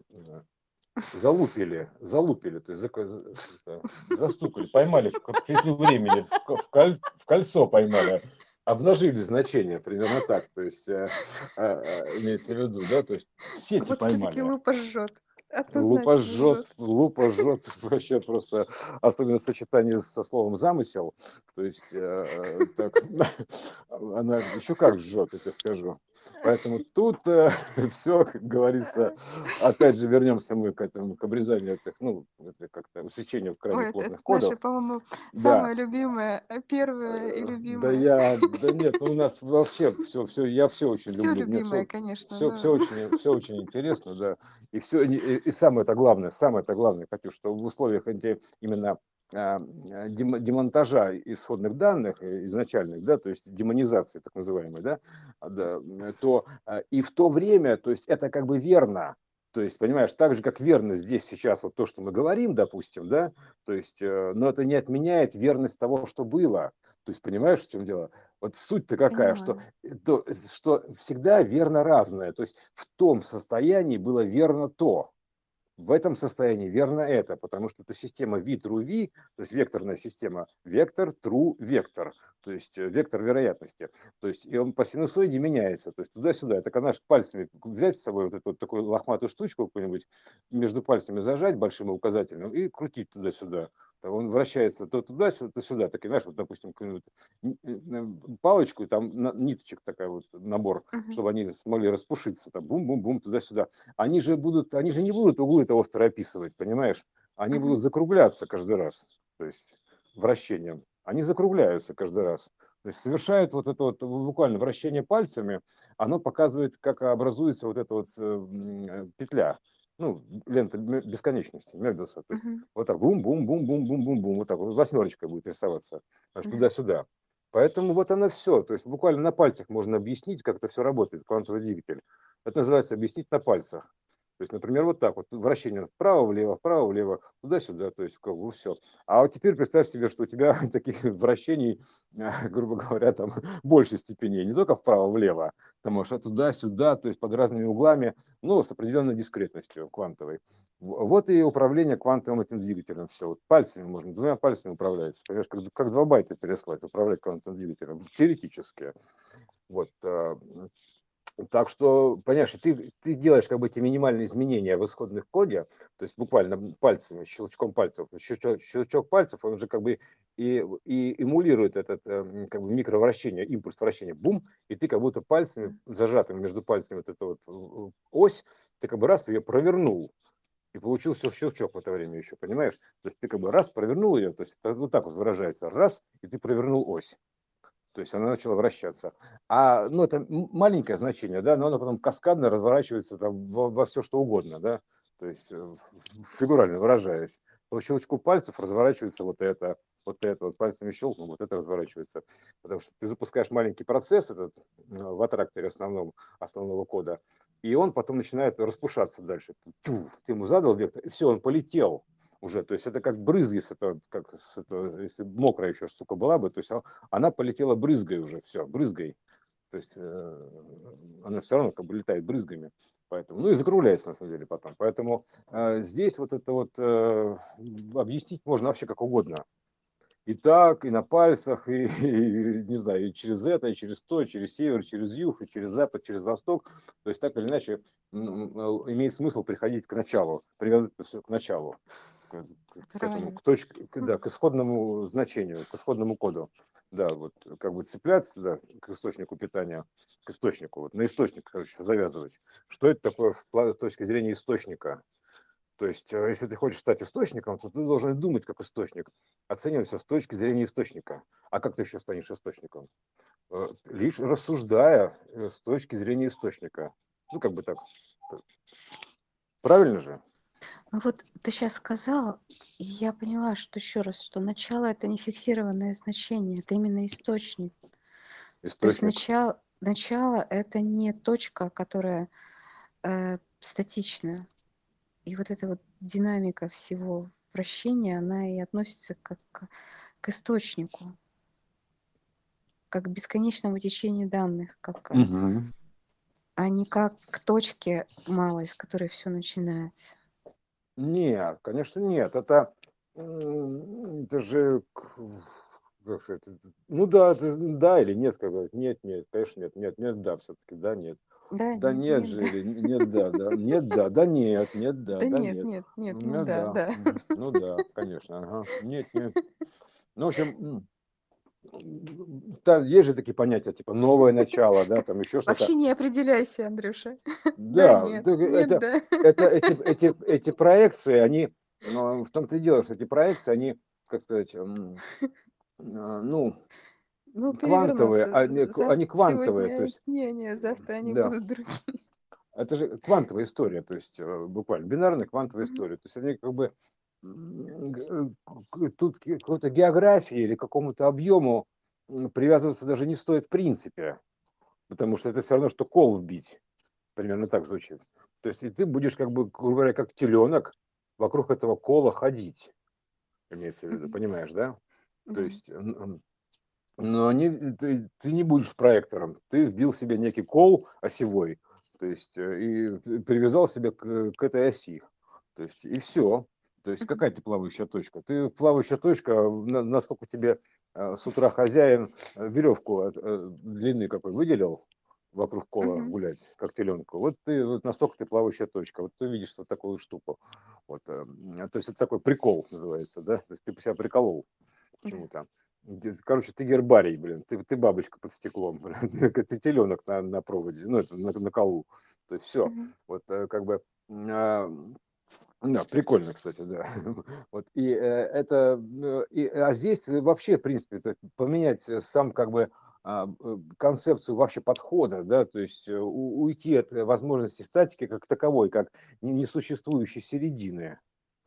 A: залупили, то есть застукали, поймали в петлю времени, в кольцо поймали, обнажили значение, примерно так, то есть имеется в виду, да, то есть в сети
B: Вот все-таки
A: поймали.
B: лупа жжет. Однозначно жжет.
A: Лупа жжет вообще просто, особенно в сочетании со словом замысел, то есть так, она еще как жжет, я тебе скажу. Поэтому тут все, как говорится, опять же вернемся мы к этому, к обрезанию этих, ну, это как-то усечению крайне
B: Ой, это
A: плотных
B: наше,
A: кодов.
B: по-моему,
A: Да,
B: самое любимое, первое и любимое.
A: да нет, ну у нас вообще я все очень
B: Все
A: люблю, мне
B: любимое, конечно, но...
A: все очень интересно, да, и все, и самое это главное, Катюш, что в условиях именно демонтажа исходных данных изначальных, да, то есть демонизации так называемой, да, да, то и в то время, то есть это как бы верно, то есть, понимаешь, так же, как верно здесь сейчас вот то, что мы говорим, допустим, да, то есть, но это не отменяет верность того, что было. То есть, понимаешь, в чем дело? Вот суть-то какая,
B: Понимаю.
A: что всегда верно разное. То есть в том состоянии было верно то, в этом состоянии верно это, потому что это система V true V, то есть векторная система вектор true вектор, то есть вектор вероятности. То есть и он по синусоиде меняется, то есть туда-сюда. Это когда пальцами взять с собой вот эту вот такую лохматую штучку какую-нибудь, между пальцами зажать большим и указательным и крутить туда-сюда. Он вращается то туда-сюда, то сюда. Так, знаешь, вот, допустим, какую-нибудь палочку, и там ниточек такая вот набор,
B: Мгм.
A: чтобы они смогли распушиться, там бум-бум-бум, туда-сюда. Они же не будут углы это остро описывать, понимаешь? Они
B: Мгм.
A: будут закругляться каждый раз, то есть вращением. Они закругляются каждый раз. То есть совершают вот это вот буквально вращение пальцами, оно показывает, как образуется вот эта вот петля, ну, лента бесконечности, Мебиуса. То есть
B: Мгм.
A: вот так бум-бум-бум-бум-бум-бум-бум, вот так вот восьмерочка будет рисоваться, аж
B: Да.
A: туда-сюда. Поэтому вот оно все. То есть буквально на пальцах можно объяснить, как это все работает, квантовый двигатель. Это называется объяснить на пальцах. То есть, например, вот так вот, вращение вправо-влево, туда-сюда, то есть, как бы все. А вот теперь представь себе, что у тебя таких вращений, грубо говоря, там больше степеней, не только вправо-влево, ты можешь туда-сюда, то есть под разными углами, ну, с определенной дискретностью квантовой. Вот и управление квантовым этим двигателем. Все, вот пальцами можно, двумя пальцами управляется. Понимаешь, как 2 байта переслать, управлять квантовым двигателем, теоретически. Вот, так что, понимаешь, ты делаешь как бы эти минимальные изменения в исходных коде, то есть буквально пальцами, щелчком пальцев. Щелчок пальцев, он же как бы и эмулирует этот как бы микровращение, импульс вращения, бум, и ты как будто пальцами, зажатыми между пальцами вот эту вот ось, ты как бы раз ее провернул, и получился щелчок в это время еще, понимаешь? То есть ты как бы раз провернул ее, то есть это вот так вот выражается, раз, и ты провернул ось. То есть она начала вращаться. Ну, это маленькое значение, да, но оно потом каскадно разворачивается там во все, что угодно, да, то есть фигурально выражаясь. По щелчку пальцев разворачивается вот это, вот пальцами щелкнул, вот это разворачивается. Потому что ты запускаешь маленький процесс этот в аттракторе основного кода, и он потом начинает распушаться дальше. Ты ему задал вектор, и все, он полетел. уже. То есть это как брызги, если мокрая еще штука была бы, то есть она полетела брызгой уже, все, брызгой. То есть она все равно как бы летает брызгами. Поэтому, ну и закругляется на самом деле потом. Поэтому здесь вот это вот объяснить можно вообще как угодно. И так, и на пальцах, и, не знаю, и через это, и через то, и через север, через юг, и через запад, через восток. То есть так или иначе имеет смысл приходить к началу, привязать все к началу, к этому,
B: Формирование.
A: к точке, да, к исходному значению, к исходному коду. Да, вот как бы цепляться, да, к источнику питания, к источнику, вот на источник, короче, завязывать. Что это такое с точки зрения источника? То есть, если ты хочешь стать источником, то ты должен думать как источник, оценивать все с точки зрения источника. А как ты еще станешь источником? Лишь рассуждая с точки зрения источника. Ну, как бы так. Правильно же?
B: Ну вот ты сейчас сказал, и я поняла, что еще раз, что начало это не фиксированное значение, это именно источник. То есть
A: Источник.
B: начало это не точка, которая статичная. И вот эта вот динамика всего вращения, она и относится как к источнику, как к бесконечному течению данных,
A: Мгм.
B: а не как к точке малой, с которой все начинается.
A: Нет, конечно, нет. Это же, как сказать, ну да, да или нет, как бы, нет, нет, конечно, нет, нет, нет, да, все-таки, да, нет.
B: Да,
A: Да
B: нет,
A: нет
B: нет,
A: же,
B: да.
A: или нет, да, да, нет, да, да нет, нет, да,
B: Да
A: да
B: нет,
A: нет.
B: нет, нет, ну
A: Ну
B: да,
A: да,
B: да.
A: ну да, конечно, ага, нет, нет. Ну, в общем, там есть же такие понятия, типа новое начало, да, там еще что-то.
B: Вообще не определяйся, Андрюша. Да,
A: Да,
B: нет, нет,
A: это,
B: да.
A: эти проекции, они, в том-то и дело, что эти проекции, они, как сказать, ну,
B: Ну,
A: квантовые,
B: перевернуться.
A: они квантовые, то
B: Сегодня
A: есть,
B: не, завтра они
A: да,
B: будут другие.
A: это же квантовая история, то есть буквально бинарная квантовая
B: Мгм,
A: история. То есть они как бы тут к какой-то географии или какому-то объему привязываться даже не стоит в принципе, потому что это все равно, что кол вбить. Примерно так звучит. То есть и ты будешь как бы, грубо говоря, как теленок вокруг этого кола ходить, имеется в виду,
B: мгм.
A: понимаешь, да? То
B: Да.
A: есть, но ты не будешь проектором, ты вбил себе некий кол осевой, то есть и привязал себя к этой оси, то есть и все. То есть
B: Мгм,
A: какая ты плавающая точка? Ты плавающая точка, насколько тебе с утра хозяин веревку длины какой выделил вокруг кола
B: мгм.
A: гулять, как теленку. Вот ты вот настолько ты плавающая точка. Вот ты видишь вот такую штуку. Вот, то есть это такой прикол называется, да? То есть ты себя приколол к
B: Да.
A: чему-то. Короче, ты гербарий, блин, ты бабочка под стеклом, блин, ты теленок на проводе, ну, это на колу. То есть все.
B: Мгм,
A: Вот как бы, да, прикольно, кстати, да. Вот, и а здесь вообще, в принципе, поменять сам как бы концепцию вообще подхода, да, то есть уйти от возможности статики как таковой, как несуществующей середины.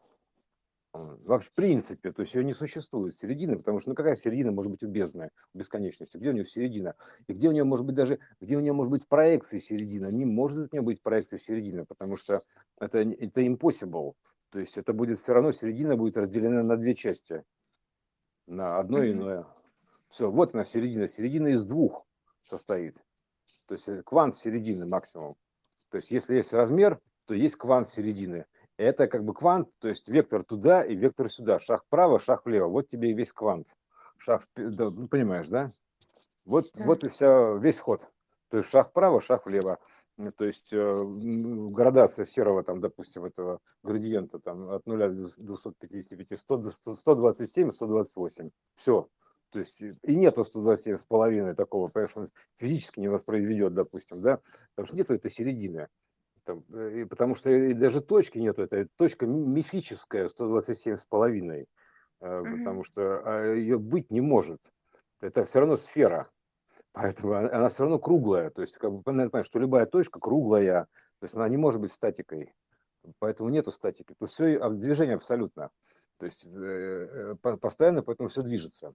A: Вообще, в принципе, то есть ее не существует середины, потому что, ну какая середина может быть у бездны, в бесконечности? Где у нее середина? И где у нее может быть даже, где у нее может быть проекция середина? Не может у нее быть проекции середины, потому что это impossible. То есть это будет все равно, середина будет разделена на две части, на одно и
B: мгм,
A: иное. Все, вот она середина. Середина из двух состоит. То есть квант середины максимум. То есть если есть размер, то есть квант середины. Это как бы квант, то есть вектор туда и вектор сюда. Шаг вправо, шаг влево. Вот тебе и весь квант. Да, ну, понимаешь, да? Вот,
B: да.
A: вот и вся, весь ход. То есть шаг вправо, шаг влево. То есть градация серого, там, допустим, этого градиента там, от 0 до 255, 127, 128. Все. То есть и нету 127 с половиной такого, понимаешь, он физически не воспроизведет, допустим, да, потому что нету этой середины. Там, потому что и даже точки нету, это точка мифическая, 127 с половиной,
B: Мгм,
A: потому что ее быть не может. Это все равно сфера. Поэтому она все равно круглая. То есть, как бы, надо понять, что любая точка круглая. То есть она не может быть статикой. Поэтому нету статики. Тут все движение абсолютно. То есть постоянно, поэтому все движется.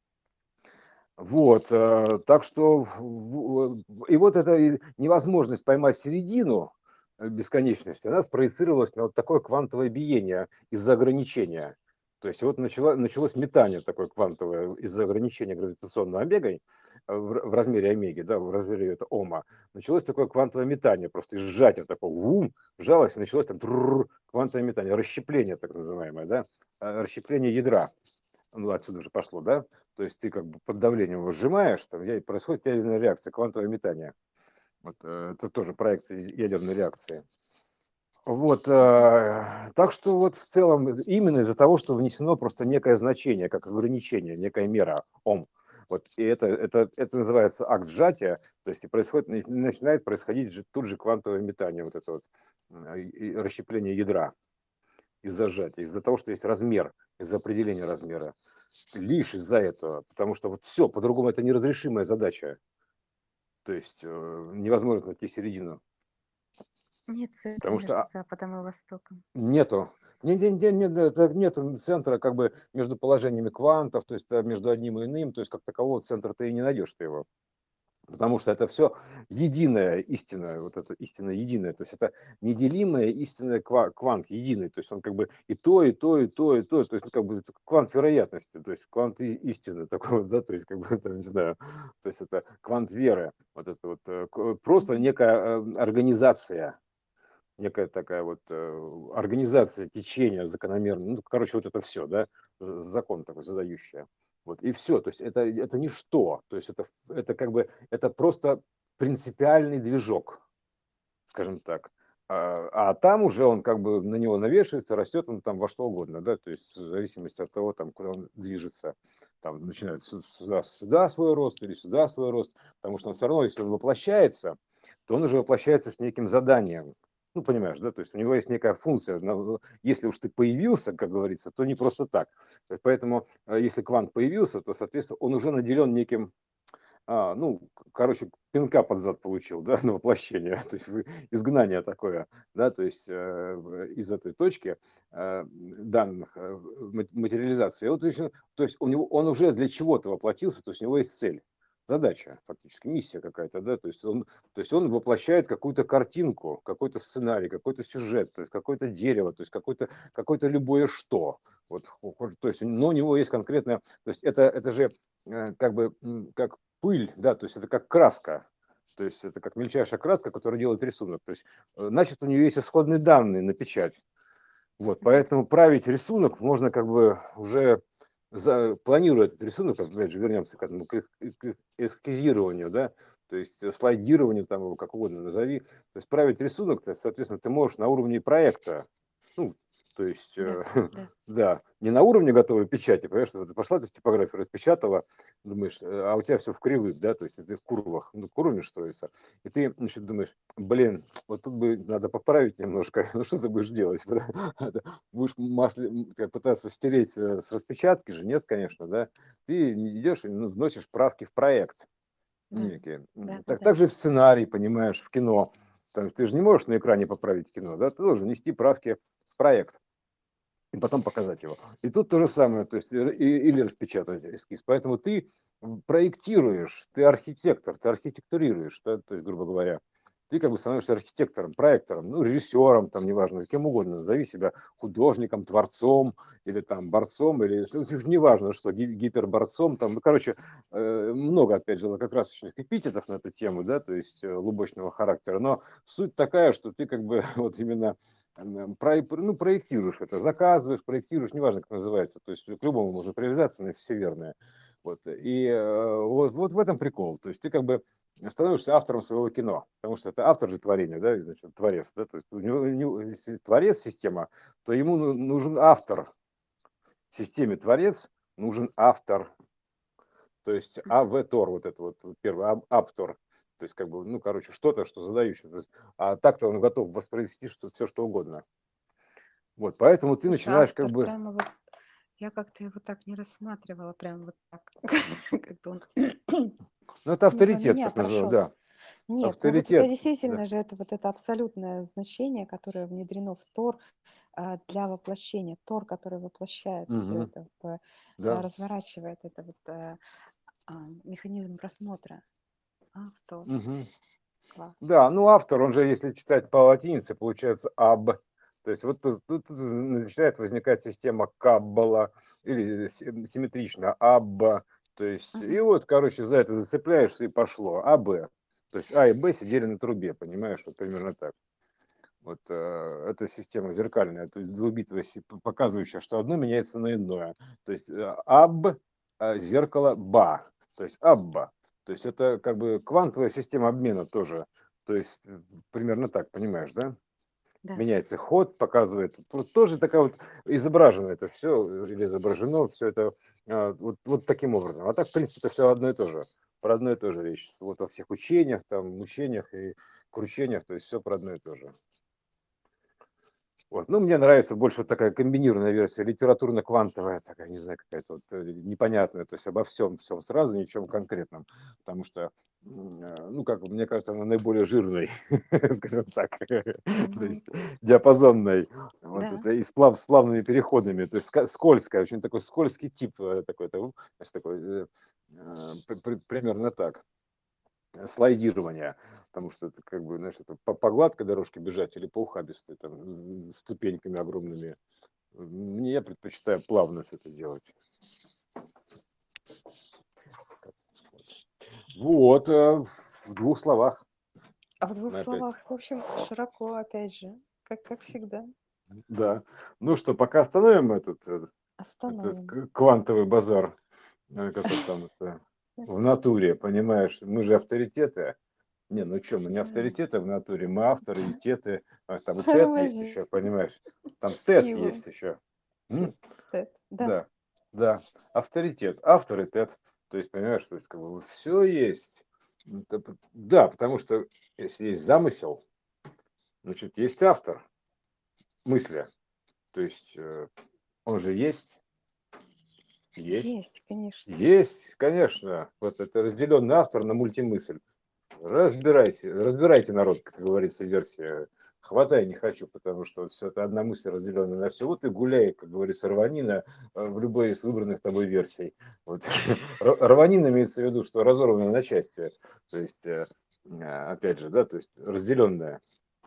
A: Вот, так что и вот эта невозможность поймать середину, бесконечности, она спроецировалась на вот такое квантовое биение из-за ограничения. То есть вот началось метание такое квантовое из-за ограничения гравитационной омегой в размере омеги, да, в размере это ома. Началось такое квантовое метание, просто из сжатия такого, сжалось, и началось там квантовое метание, расщепление так называемое, да, расщепление ядра. Ну, отсюда же пошло, да? То есть ты как бы под давлением его сжимаешь, там происходит ядерная реакция, квантовое метание. Вот, это тоже проекция ядерной реакции. Вот, так что вот в целом именно из-за того, что внесено просто некое значение, как ограничение, некая мера Ом. Вот, и это называется акт сжатия, то есть и начинает происходить тут же квантовое метание, вот это вот и расщепление ядра из-за сжатия, из-за того, что есть размер, из-за определения размера. Лишь из-за этого, потому что вот все, по-другому это неразрешимая задача. То есть невозможно найти середину.
B: Нет центра
A: Потому что
B: между Западом и Востоком.
A: нету. Нету центра как бы между положениями квантов, то есть между одним и иным, то есть как такового центра ты и не найдешь ты его. Потому что это все единая истина, вот это истина единая, то есть это неделимая истинная квант единый, то есть он как бы и то, и то, и то, и то, то есть ну, как бы это квант вероятности, то есть квант истины такого, да, то есть как бы это, не знаю, то есть это квант веры, вот это вот просто некая организация, некая такая вот организация течения закономерная, ну, короче, вот это все, да, закон такой задающий. Вот, и все, то есть это ничто, то есть это как бы, это просто принципиальный движок, скажем так. А там уже он как бы на него навешивается, растет он там во что угодно, да, то есть в зависимости от того, там, куда он движется, там начинает сюда свой рост или сюда свой рост, потому что он все равно, если он воплощается, то он уже воплощается с неким заданием. Ну, понимаешь, да, то есть у него есть некая функция. Если уж ты появился, как говорится, то не просто так. Поэтому, если квант появился, то, соответственно, он уже наделен неким ну, короче, пинка под зад получил, да, на воплощение, то есть изгнание такое, да, то есть из этой точки данных материализации. Вот, то есть он уже для чего-то воплотился, то есть у него есть цель, задача, фактически, миссия какая-то, да, то есть он воплощает какую-то картинку, какой-то сценарий, какой-то сюжет, то есть какое-то дерево, то есть какое-то любое что. Вот, то есть, но у него есть конкретное, то есть это же как бы как пыль, да, то есть это как краска, то есть это как мельчайшая краска, которая делает рисунок. То есть, значит, у нее есть исходные данные на печать. Вот, поэтому править рисунок можно как бы уже планируя этот рисунок, опять же, вернемся к этому, к эскизированию, да, то есть слайдированию, там его как угодно назови. То есть править рисунок, соответственно, ты можешь на уровне проекта, ну, то есть,
B: Да, да.
A: да, не на уровне готовой печати, понимаешь, ты пошла, ты с типографии распечатала, думаешь, а у тебя все в кривых, да, то есть ты в курвах, ну, курвами строится, и ты, значит, думаешь, блин, вот тут бы надо поправить немножко, ну, что ты будешь делать? Будешь пытаться стереть с распечатки же? Нет, конечно, да. Ты идешь и вносишь правки в проект
B: Да,
A: некие.
B: да, да,
A: Так
B: да.
A: же в сценарий, понимаешь, в кино. Там, ты же не можешь на экране поправить кино, да? Ты должен нести правки в проект и потом показать его. И тут то же самое, то есть или распечатать эскиз. Поэтому ты проектируешь, ты архитектор, ты архитектурируешь, да, то есть, грубо говоря, ты как бы становишься архитектором, проектором, ну, режиссером, там, неважно, кем угодно, назови себя художником, творцом, или там борцом, или неважно что, гиперборцом, там, ну, короче, много, опять же, как красочных эпитетов на эту тему, да, то есть лубочного характера, но суть такая, что ты как бы вот именно проектируешь это, заказываешь, проектируешь, неважно, как называется, то есть к любому можно привязаться на все верное. Вот. И вот в этом прикол. То есть ты как бы становишься автором своего кино, потому что это автор же творения, да, значит, творец, да, то есть если творец система, то ему нужен автор. В системе творец нужен автор, то есть АВТОР, вот это вот первый, АПТОР, то есть как бы, ну, короче, что-то, что задающее, то есть, а так-то он готов воспроизвести все, что угодно. Вот, поэтому ты
B: Слушай,
A: начинаешь как
B: автор
A: бы,
B: прямо вот, я как-то его так не рассматривала, прям вот так, как-то он
A: ну, это
B: мимо
A: авторитет,
B: меня
A: так называемый,
B: прошел.
A: да,
B: Нет, ну вот это
A: авторитет, да.
B: действительно же вот это абсолютное значение, которое внедрено в Тор для воплощения. Тор, который воплощает все
A: Мгм.
B: это,
A: Да.
B: разворачивает это вот механизм просмотра. Автор.
A: Мгм.
B: Класс.
A: Да, ну автор, он же, если читать по латинице, получается аб. То есть вот тут начинает возникать система каббала или симметрично абба. То есть, и
B: Мгм.
A: вот, короче, за это зацепляешься и пошло. АБ. То есть А и Б сидели на трубе, понимаешь, вот примерно так. Вот эта система зеркальная, то есть двубитовая, показывающая, что одно меняется на иное. То есть аб, зеркало ба, то есть абба. То есть это как бы квантовая система обмена тоже. То есть примерно так, понимаешь, да?
B: Да.
A: Меняется ход, показывает. Вот тоже такая вот изображено это все, или изображено все это вот таким образом. А так, в принципе, это все одно и то же. Про одно и то же речь. Вот во всех учениях, там, мучениях и кручениях, то есть все про одно и то же. Вот. Ну, мне нравится больше вот такая комбинированная версия, литературно-квантовая, такая, не знаю, какая-то вот непонятная, то есть обо всем сразу, ни о чем конкретном, потому что, ну, как мне кажется, она наиболее жирной, скажем так, то
B: Мгм.
A: есть диапазонной, вот
B: Да.
A: это и с плавными переходами, то есть скользкая, очень такой скользкий тип такой, значит, такой, примерно так слайдирования, потому что это как бы, знаешь, это по гладкой дорожке бежать или по ухабистой, там, ступеньками огромными. Мне я предпочитаю плавно все это делать. Вот, в двух словах.
B: А в двух
A: Мы опять.
B: словах, в общем, широко, опять же, как всегда.
A: Да. Ну что, пока остановим этот
B: Остановим.
A: квантовый базар, который там это, в натуре, понимаешь, мы же авторитеты. Не, ну что, мы не
B: Да.
A: авторитеты в натуре, мы авторы и теты. Там и тет есть
B: Тормози.
A: еще, понимаешь? Там тет
B: Его.
A: есть еще.
B: Тет, тет. Да.
A: Да, да. Авторитет, авторитет. То есть, понимаешь, то есть, как бы все есть. Да, потому что если есть замысел, значит, есть автор мысли. То есть, он же есть, есть,
B: Есть, конечно.
A: есть, конечно. Вот это разделенный автор на мультимысль. Разбирайте народ, как говорится, версия. Хватай не хочу, потому что вот все это одна мысль, разделенная на все. Вот и гуляй, как говорится, рванина в любой из выбранных тобой версий. Вот. Рванина имеется в виду, что разорванная на части. То есть, опять же, да, то есть разделенная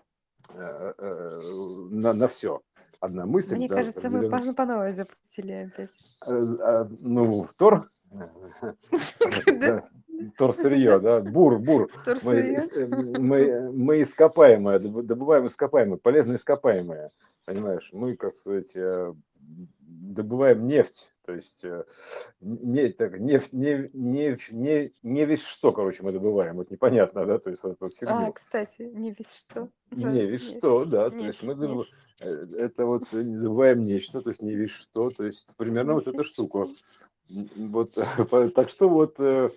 A: на все. Одна мысль,
B: Мне
A: да,
B: кажется, мы
A: разделенная.
B: по новой запустили опять.
A: Ну, Тор,
B: Да?
A: да, Тор сырье, да, бур,
B: Вторсырье?
A: мы ископаемые, добываем ископаемые, полезные ископаемые, понимаешь, мы, как сказать, добываем нефть, то есть нефть, не весь что, короче, мы добываем, вот непонятно, да, то есть вот эту
B: А,
A: фигню.
B: кстати, не весь что. Да,
A: Не весь что,
B: есть.
A: да, то есть
B: Нефть,
A: мы
B: нефть.
A: это вот добываем нечто, то есть не весь что, то есть примерно
B: Не
A: вот эту
B: весь
A: штуку.
B: что.
A: Вот, так что вот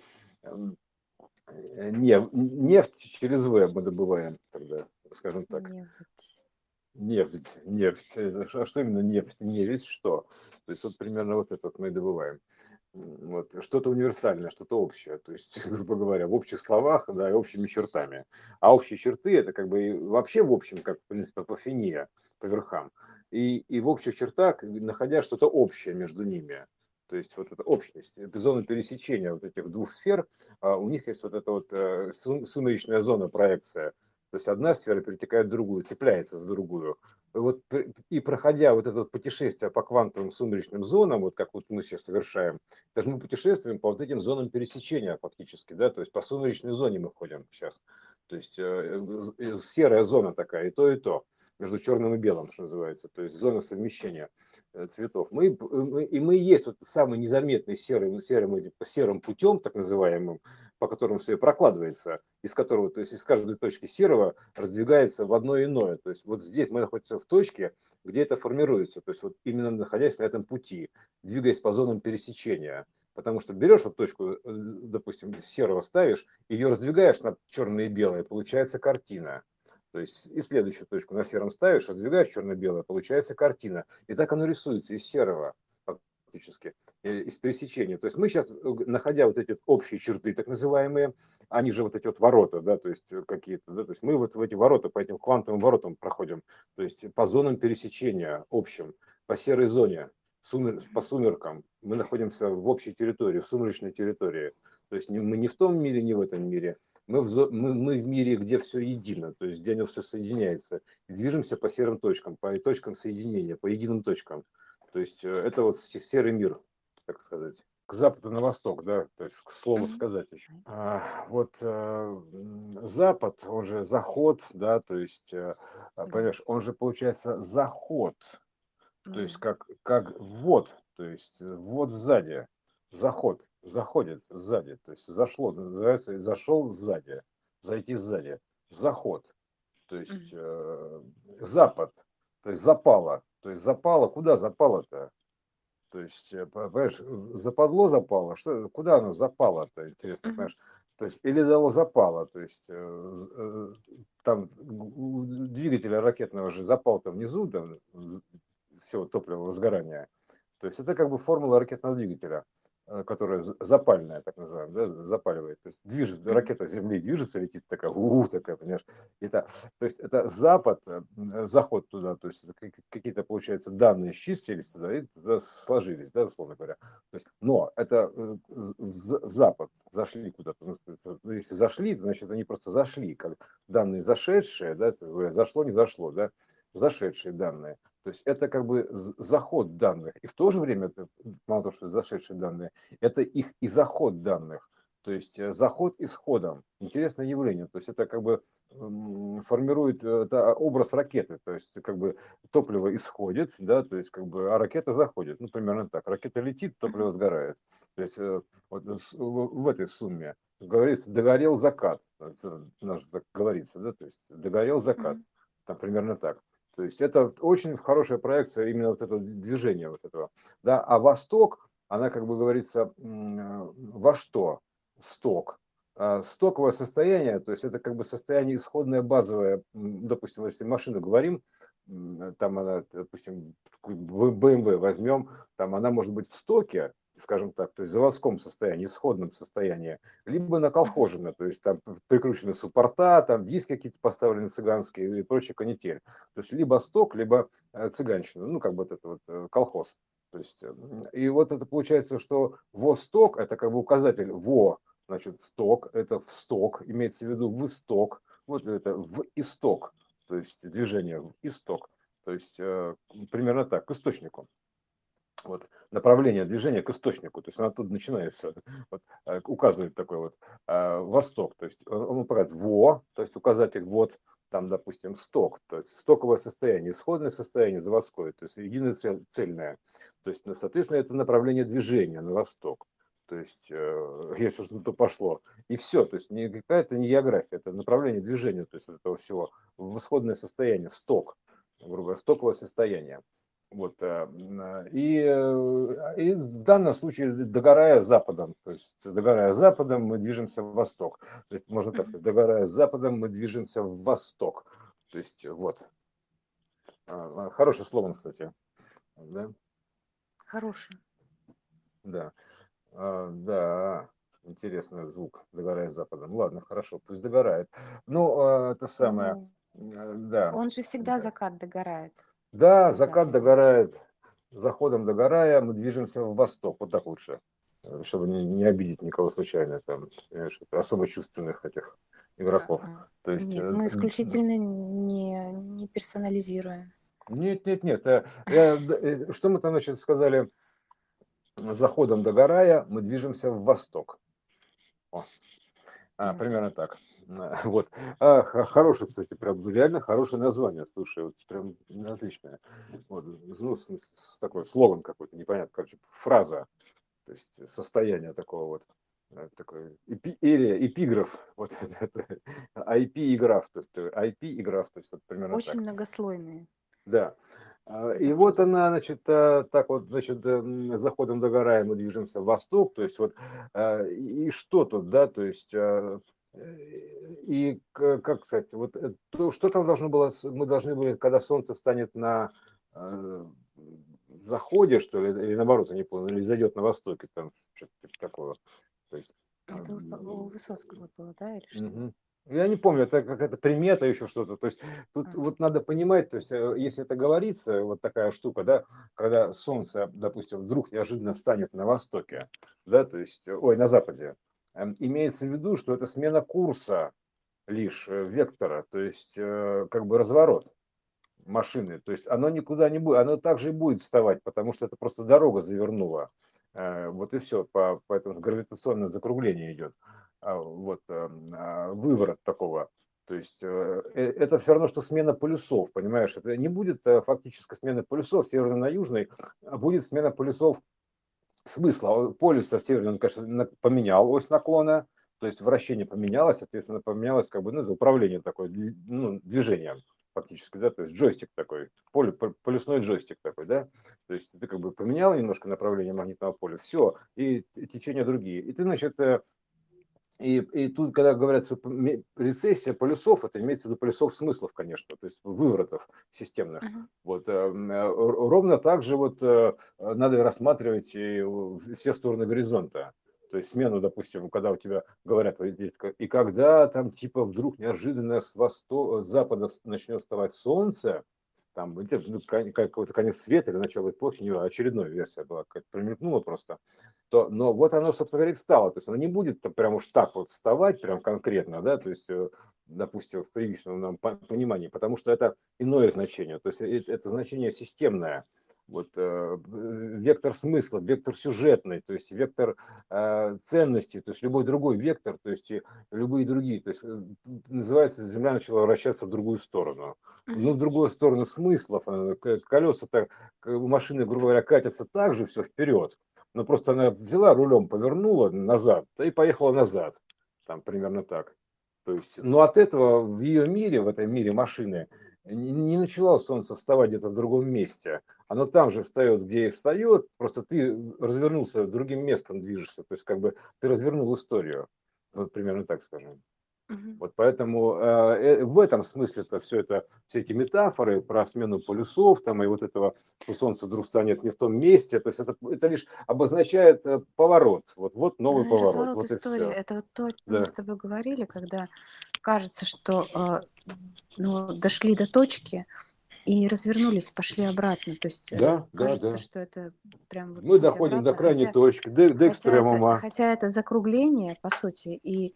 A: нефть через В мы добываем тогда, скажем так.
B: Нефть.
A: Нефть. А что именно нефть? Не весь что. То есть вот примерно вот это вот мы и добываем. Вот. Что-то универсальное, что-то общее. То есть, грубо говоря, в общих словах, да, и общими чертами. А общие черты это как бы и вообще в общем, как в принципе апофения по верхам. И в общих чертах, находя что-то общее между ними. То есть вот эта общность, это зона пересечения вот этих двух сфер, у них есть вот эта вот сумеречная зона проекция. То есть одна сфера перетекает в другую, цепляется за другую. Вот и проходя вот это вот путешествие по квантовым сумеречным зонам, вот как вот мы сейчас совершаем, даже мы путешествуем по вот этим зонам пересечения фактически, да, то есть по сумеречной зоне мы ходим сейчас. То есть серая зона такая, и то, между черным и белым, что называется, то есть зона совмещения цветов. Мы и есть вот самый незаметный серым путем, так называемым, по которому все и прокладывается, из которого, то есть из каждой точки серого раздвигается в одно иное. То есть вот здесь мы находимся в точке, где это формируется, то есть вот именно находясь на этом пути, двигаясь по зонам пересечения. Потому что берешь вот точку, допустим, серого ставишь, ее раздвигаешь на черное и белое, получается картина. То есть и следующую точку на сером ставишь, раздвигаешь черно-белое, получается картина. И так оно рисуется из серого фактически, из пересечения. То есть мы сейчас, находя вот эти общие черты, так называемые, они же вот эти вот ворота, да, то есть какие-то, да, то есть мы вот в эти ворота, по этим квантовым воротам проходим, то есть по зонам пересечения общим, по серой зоне, по сумеркам, мы находимся в общей территории, в сумеречной территории. То есть мы не в том мире, не в этом мире, мы в мире, где все едино, то есть где оно все соединяется, и движемся по серым точкам, по точкам соединения, по единым точкам. То есть это вот серый мир, так сказать, к западу на восток, да, то есть к слову сказать еще. Запад, он же заход, да, то есть, понимаешь, он же получается заход, то есть как ввод, то есть ввод сзади, заход, заходит сзади, то есть зашло, называется, зашел сзади, зайти сзади, заход, то есть запад, то есть запало, куда запало-то? То есть, понимаешь, западло запало, что, куда оно запало-то, интересно, понимаешь? То есть, или дало запало, то есть, там у двигателя ракетного же запал-то внизу, там, всего топлива возгорания. То есть, это как бы формула ракетного двигателя, которая запальная, так называемая, да, запаливает. То есть, движется, ракета с Земли движется, летит такая, такая, понимаешь? То есть, это запад, заход туда, то есть, это какие-то, получается, данные счистились туда и туда сложились, да, условно говоря. То есть, но это в запад зашли куда-то. Ну, если зашли, то, значит, они просто зашли, как данные зашедшие, да, зашло, не зашло, да, зашедшие данные. То есть это как бы заход данных. И в то же время, мало того, что зашедшие данные, это их и заход данных. То есть заход исходом. Интересное явление. То есть это как бы формирует это образ ракеты. То есть как бы топливо исходит, да, то есть как бы, а ракета заходит. Ну, примерно так. Ракета летит, топливо сгорает. То есть вот в этой сумме говорится, догорел закат. У нас же так говорится, да, то есть догорел закат. Там примерно так. То есть это очень хорошая проекция именно вот этого движения вот этого. Да? А Восток, она как бы говорится, во что? Сток. Стоковое состояние, то есть это как бы состояние исходное, базовое. Допустим, если машину говорим, там она, допустим, BMW возьмем, там она может быть в стоке, скажем так, то есть в заводском состоянии, исходном состоянии, либо наколхожено, то есть там прикручены суппорта, там диски какие-то поставлены цыганские и прочая канитель. То есть либо сток, либо цыганщина, ну как бы вот это вот колхоз. То есть, и вот это получается, что ВО-сток, это как бы указатель ВО, значит, сток, это в сток, имеется в виду в исток, вот это в исток, то есть движение в исток, то есть примерно так, к источнику. Вот, направление движения к источнику, то есть она тут начинается, вот, указывает такой вот восток, то есть он указывает во, то есть указатель вот, там, допустим, сток, то есть стоковое состояние, исходное состояние заводское, то есть единое цельное, то есть, соответственно, это направление движения на восток, то есть, если что-то пошло, и все, то есть не какая-то не география, это направление движения, то есть этого всего, в исходное состояние, сток, грубо говоря, стоковое состояние. Вот, и в данном случае, догорая западом, то есть догорая западом, мы движемся в восток. То есть, можно так сказать, догорая западом, мы движемся в восток. То есть вот. Хороший слоган, кстати. Да?
B: Хороший.
A: Да. Да. Интересный звук. Догорая западом. Ладно, хорошо, пусть догорает. Ну, это самое.
B: Ну,
A: Да.
B: он же всегда
A: Да.
B: закат догорает
A: Да,
B: на
A: закат
B: западе.
A: догорает, заходом догорая, мы движемся в восток, вот так лучше, чтобы не обидеть никого случайно, там, понимаешь, особо чувственных этих игроков. То есть,
B: Нет, мы исключительно не персонализируем.
A: нет, что мы там, значит, сказали, заходом догорая, мы движемся в восток. О, примерно так. Вот. Хорошее, кстати, прям реально хорошее название. Слушай, вот прям отличное. Вот, ну, такой слоган какой-то, непонятно, короче, фраза, то есть состояние такого вот, такой эпиграф, вот это, IP-играф, то есть IP-играф, то есть вот примерно
B: Очень
A: так.
B: многослойные
A: Да. И вот
B: заходы.
A: она, значит, так вот, значит, заходом догорая мы движемся в восток, то есть вот, и что тут, да, то есть, и, как сказать, вот, что там должно было, мы должны были, когда солнце встанет на заходе, что ли, или наоборот, я не помню, или зайдет на востоке, там, что-то типа такого. То есть,
B: Это у Высоцкого было, да, или что?
A: мгм. Я не помню, это какая-то примета, еще что-то. То есть тут
B: А,
A: вот надо понимать, то есть если это говорится, вот такая штука, да, когда солнце, допустим, вдруг неожиданно встанет на востоке, да, то есть, ой, на западе, имеется в виду, что это смена курса лишь вектора, то есть как бы разворот машины. То есть оно никуда не будет, оно также и будет вставать, потому что это просто дорога завернула. Вот и все, поэтому гравитационное закругление идет. Вот выворот такого. То есть это все равно, что смена полюсов, понимаешь? Это не будет фактически смены полюсов северный на южный, а будет смена полюсов смысла. Полюс северный, он, конечно, поменял ось наклона, то есть вращение поменялось, соответственно, поменялось как бы, ну, это управление такое, ну, движением фактически, да, то есть джойстик такой, полюсной джойстик такой, да, то есть ты как бы поменял немножко направление магнитного поля, все, и течения другие. И ты, значит, и тут, когда говорят, что рецессия полюсов, это имеется в виду полюсов смыслов, конечно, то есть выворотов системных. Вот, ровно так же вот надо рассматривать и все стороны горизонта. То есть смену, допустим, когда у тебя говорят, и когда там типа вдруг неожиданно с запада начнет вставать солнце, там какой-то конец света или начало эпохи, не знаю, очередная версия была, какая-то промелькнула просто, но вот оно, собственно говоря, встало. То есть оно не будет прям уж так вот вставать, прям конкретно, да, то есть, допустим, в привычном нам понимании, потому что это иное значение, то есть это значение системное. Вот вектор смысла, вектор сюжетный, то есть вектор ценностей, то есть любой другой вектор, то есть любые другие, то есть называется, Земля начала вращаться в другую сторону, ну, в другую сторону смыслов, колеса-то машины, грубо говоря, катятся также все вперед, но просто она взяла рулем, повернула назад, да и поехала назад, там примерно так. То есть, но от этого в ее мире, в этом мире машины, не начало солнце вставать где-то в другом месте. Оно там же встает, где и встает, просто ты развернулся, другим местом движешься, то есть как бы ты развернул историю. Вот примерно так скажем. Вот поэтому в этом смысле все эти метафоры про смену полюсов там и вот этого, что солнце вдруг станет не в том месте, то есть это лишь обозначает поворот, вот новый
B: Ну и
A: поворот,
B: разворот
A: вот и
B: истории —
A: все.
B: это вот то, о чём мы с
A: Да,
B: тобой говорили, когда кажется, что, ну, дошли до точки и развернулись, пошли обратно. То есть,
A: да, да,
B: кажется,
A: да.
B: что это прям вот
A: Мы
B: путь
A: доходим до
B: обратно,
A: крайней
B: хотя
A: точки, до экстремума.
B: хотя это закругление, по сути, и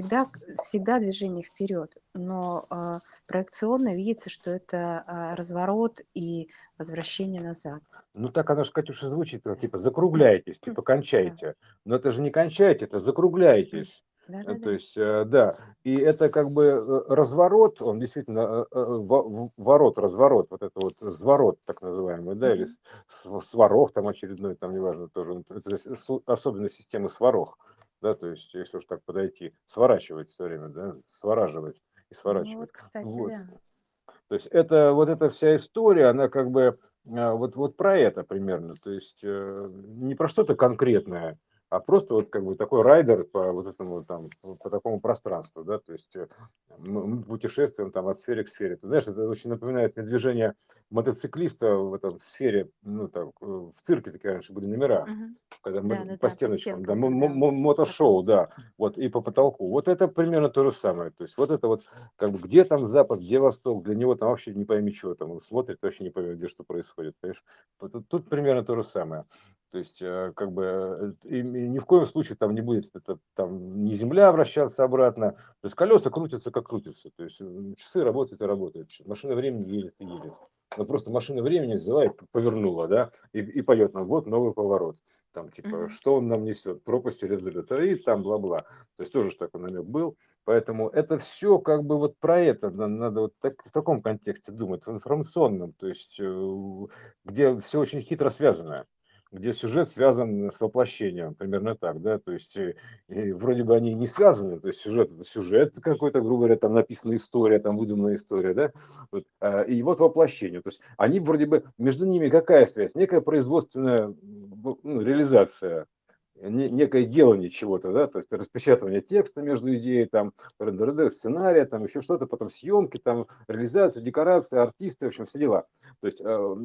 B: всегда движение вперед, но, проекционно видится, что это, разворот и возвращение назад.
A: Ну так оно же, Катюша, звучит, типа закругляйтесь, типа
B: Да.
A: кончайте. Но это же не кончайте, это
B: М.
A: закругляйтесь. То
B: Да-да-да.
A: есть, да, и это как бы разворот, он действительно ворот, разворот, вот это вот зворот так называемый, да, или
B: Мгм.
A: сварог там очередной, там неважно тоже, это особенность системы сварог, да, то есть если уж так подойти, сворачивать все время, да, свораживать и
B: Ну
A: сворачивать.
B: вот, кстати,
A: Вот.
B: да.
A: То есть это вот эта вся история, она как бы вот про это примерно. То есть не про что-то конкретное, а просто вот как бы такой райдер по вот этому там, по такому пространству, да, то есть мы путешествуем там от сферы к сфере. Ты знаешь, это очень напоминает мне движение мотоциклиста в этом сфере, ну так, в цирке такие раньше были номера,
B: Мгм.
A: когда мы по
B: Да-да-да, по
A: стеночкам, да,
B: стенкам, когда он
A: мотошоу,
B: катался.
A: да, вот и по потолку. Вот это примерно то же самое. То есть вот это вот как бы где там Запад, где Восток, для него там вообще не пойми чего там, он смотрит, вообще не поймет, где что происходит, понимаешь? Вот тут примерно то же самое. То есть, как бы, и ни в коем случае там не будет там не Земля вращаться обратно, то есть колеса крутятся, как крутятся, то есть часы работают и работают, машина времени едет и едет. Но просто машина времени взяла и повернула, да, и поет нам, вот новый поворот. Там, типа,
B: Мгм.
A: что он нам несет, пропасть или взлет, и там бла-бла. То есть тоже такой намек был. Поэтому это все как бы вот про это надо вот в таком контексте думать, в информационном, то есть где все очень хитро связано, где сюжет связан с воплощением, примерно так, да, то есть и вроде бы они не связаны, то есть сюжет это сюжет какой-то, грубо говоря, там написана история, там выдуманная история, да, вот, и вот воплощение, то есть они вроде бы, между ними какая связь? Некая производственная реализация, некое делание чего-то, да, то есть распечатывание текста между идеей, там, сценария, там, еще что-то, потом съемки, там, реализация, декорация, артисты, в общем, все дела. То есть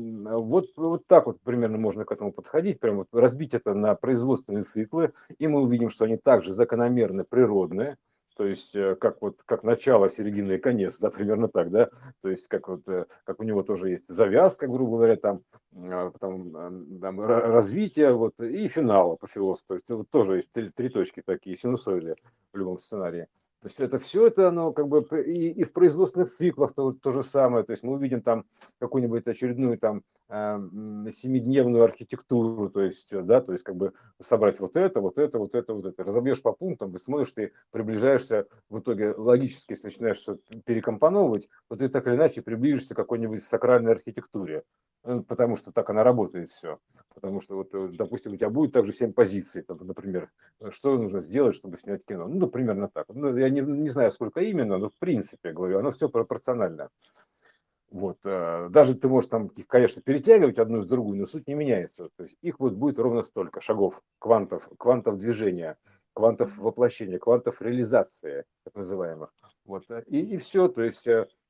A: вот так вот примерно можно к этому подходить, прям вот разбить это на производственные циклы, и мы увидим, что они также закономерны, природные, То есть как вот как начало, середина и конец, да, примерно так, да. То есть как вот как у него тоже есть завязка, грубо говоря, там потом там, развитие, вот и финал, апофеоз. То есть вот тоже есть три точки такие, синусоиды в любом сценарии. То есть это все это, оно как бы и в производственных циклах то же самое. То есть мы увидим там какую-нибудь очередную там семидневную архитектуру, то есть, да, то есть как бы собрать вот это, вот это, вот это, вот это. Разобьешь по пунктам, и смотришь, ты приближаешься в итоге логически, если начинаешь все перекомпоновывать, то ты так или иначе приближишься к какой-нибудь сакральной архитектуре, потому что так она работает все. Потому что, вот, допустим, у тебя будет также 7 позиций, там, например, что нужно сделать, чтобы снять кино. Ну, примерно так. Ну, я не знаю, сколько именно, но в принципе, я говорю, оно все пропорционально. Вот, даже ты можешь там их, конечно, перетягивать одну с другой, но суть не меняется. То есть их вот будет ровно столько шагов, квантов движения, квантов воплощения, квантов реализации, так называемых. Вот, и все. То есть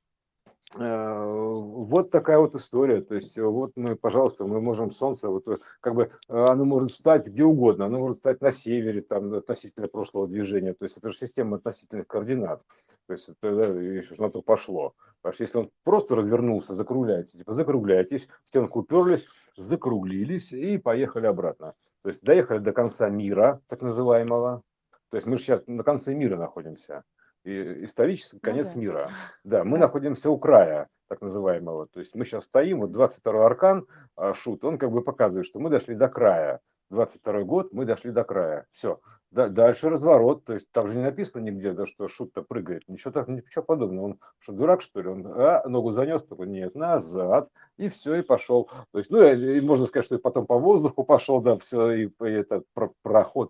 A: вот такая вот история. То есть вот мы, пожалуйста, мы можем Солнце, вот как бы оно может встать где угодно, оно может встать на севере, там, относительно прошлого движения. То есть это же система относительных координат. То есть это, да, еще на то пошло. Потому что если он просто развернулся, закругляйтесь, типа закругляйтесь, в стенку уперлись, закруглились и поехали обратно. То есть доехали до конца мира, так называемого. То есть мы же сейчас на конце мира находимся. И исторический
B: Ну
A: конец
B: да,
A: мира. Да, мы
B: да.
A: находимся у края, так называемого. То есть мы сейчас стоим, вот 22-й аркан, шут, он как бы показывает, что мы дошли до края. 22-й год, мы дошли до края. Все. Дальше разворот, то есть там же не написано нигде, да, что шут-то прыгает. Ничего, так, ничего подобного. Он что, дурак, что ли? Он ногу занес, такой, нет, назад. И все, и пошел. То есть, ну, и можно сказать, что и потом по воздуху пошел, да, все, и этот проход,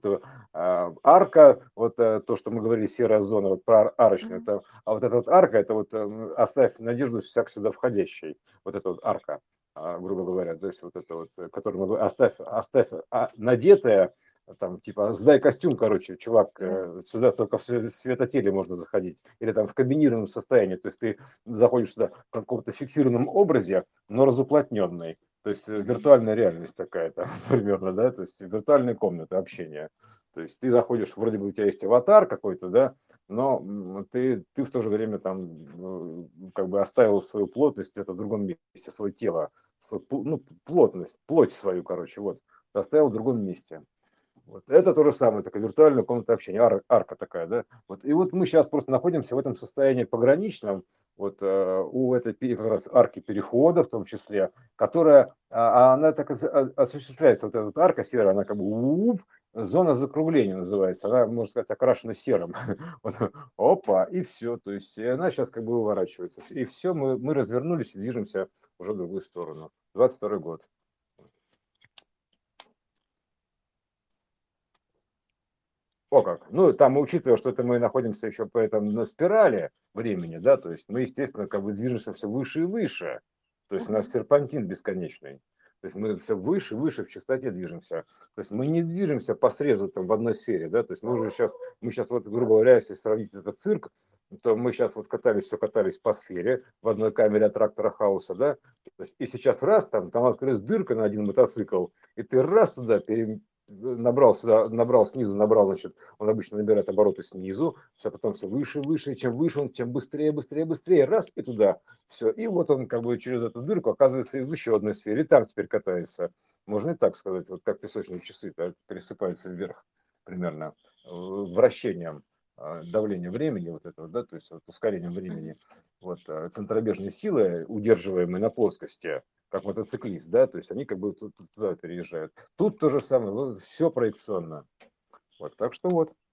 A: арка, вот то, что мы говорили, серая зона, вот про арочную,
B: Мгм.
A: это, а вот эта вот арка, это вот оставь надежду всяк сюда входящий, вот эта вот арка, грубо говоря, то есть вот это вот, которую мы оставь надетая, там, типа, сдай костюм, короче, чувак,
B: Да.
A: сюда только в светотеле можно заходить, или там в комбинированном состоянии, то есть ты заходишь сюда в каком-то фиксированном образе, но разуплотненный, то есть виртуальная реальность такая там примерно, да, то есть виртуальная комната общения. То есть ты заходишь, вроде бы у тебя есть аватар какой-то, да, но ты в то же время там как бы оставил свою плотность где-то в другом месте, свое тело, ну, плотность, плоть свою, короче, вот, оставил в другом месте. Вот. Это то же самое, такая виртуальная комната общения, арка такая, да. Вот. И вот мы сейчас просто находимся в этом состоянии пограничном, вот у этой как раз арки перехода в том числе, которая, она так осуществляется, вот эта вот арка серая, она как бы зона закругления называется, она, можно сказать, окрашена серым. Вот. Опа, и все, то есть и она сейчас как бы выворачивается. И все, мы развернулись и движемся уже в другую сторону. 22-й год. О как. Ну, там, учитывая, что это мы находимся еще по этому на спирали времени, да, то есть мы, естественно, как бы движемся все выше и выше. То есть у нас
B: Мгм.
A: серпантин бесконечный. То есть мы все выше и выше в частоте движемся. То есть мы не движемся по срезу там в одной сфере, да, то есть мы сейчас вот, грубо говоря, если сравнить этот цирк, то мы сейчас вот все катались по сфере в одной камере от трактора хаоса, да, то есть, и сейчас раз, там открылась дырка на один мотоцикл, и ты раз туда набрал сюда, набрал снизу, набрал, значит, он обычно набирает обороты снизу, все потом все выше, выше, и чем выше он, тем быстрее, быстрее, быстрее, раз, и туда, все. И вот он как бы через эту дырку оказывается в еще одной сфере, и там теперь катается. Можно и так сказать, вот как песочные часы, да, пересыпаются вверх примерно вращением давления времени, вот этого, да, то есть вот, ускорением
B: Мгм.
A: времени, вот, центробежные силы, удерживаемые на плоскости, как мотоциклист, да, то есть они как бы туда переезжают. Тут то же самое, все проекционно. Вот, так что вот.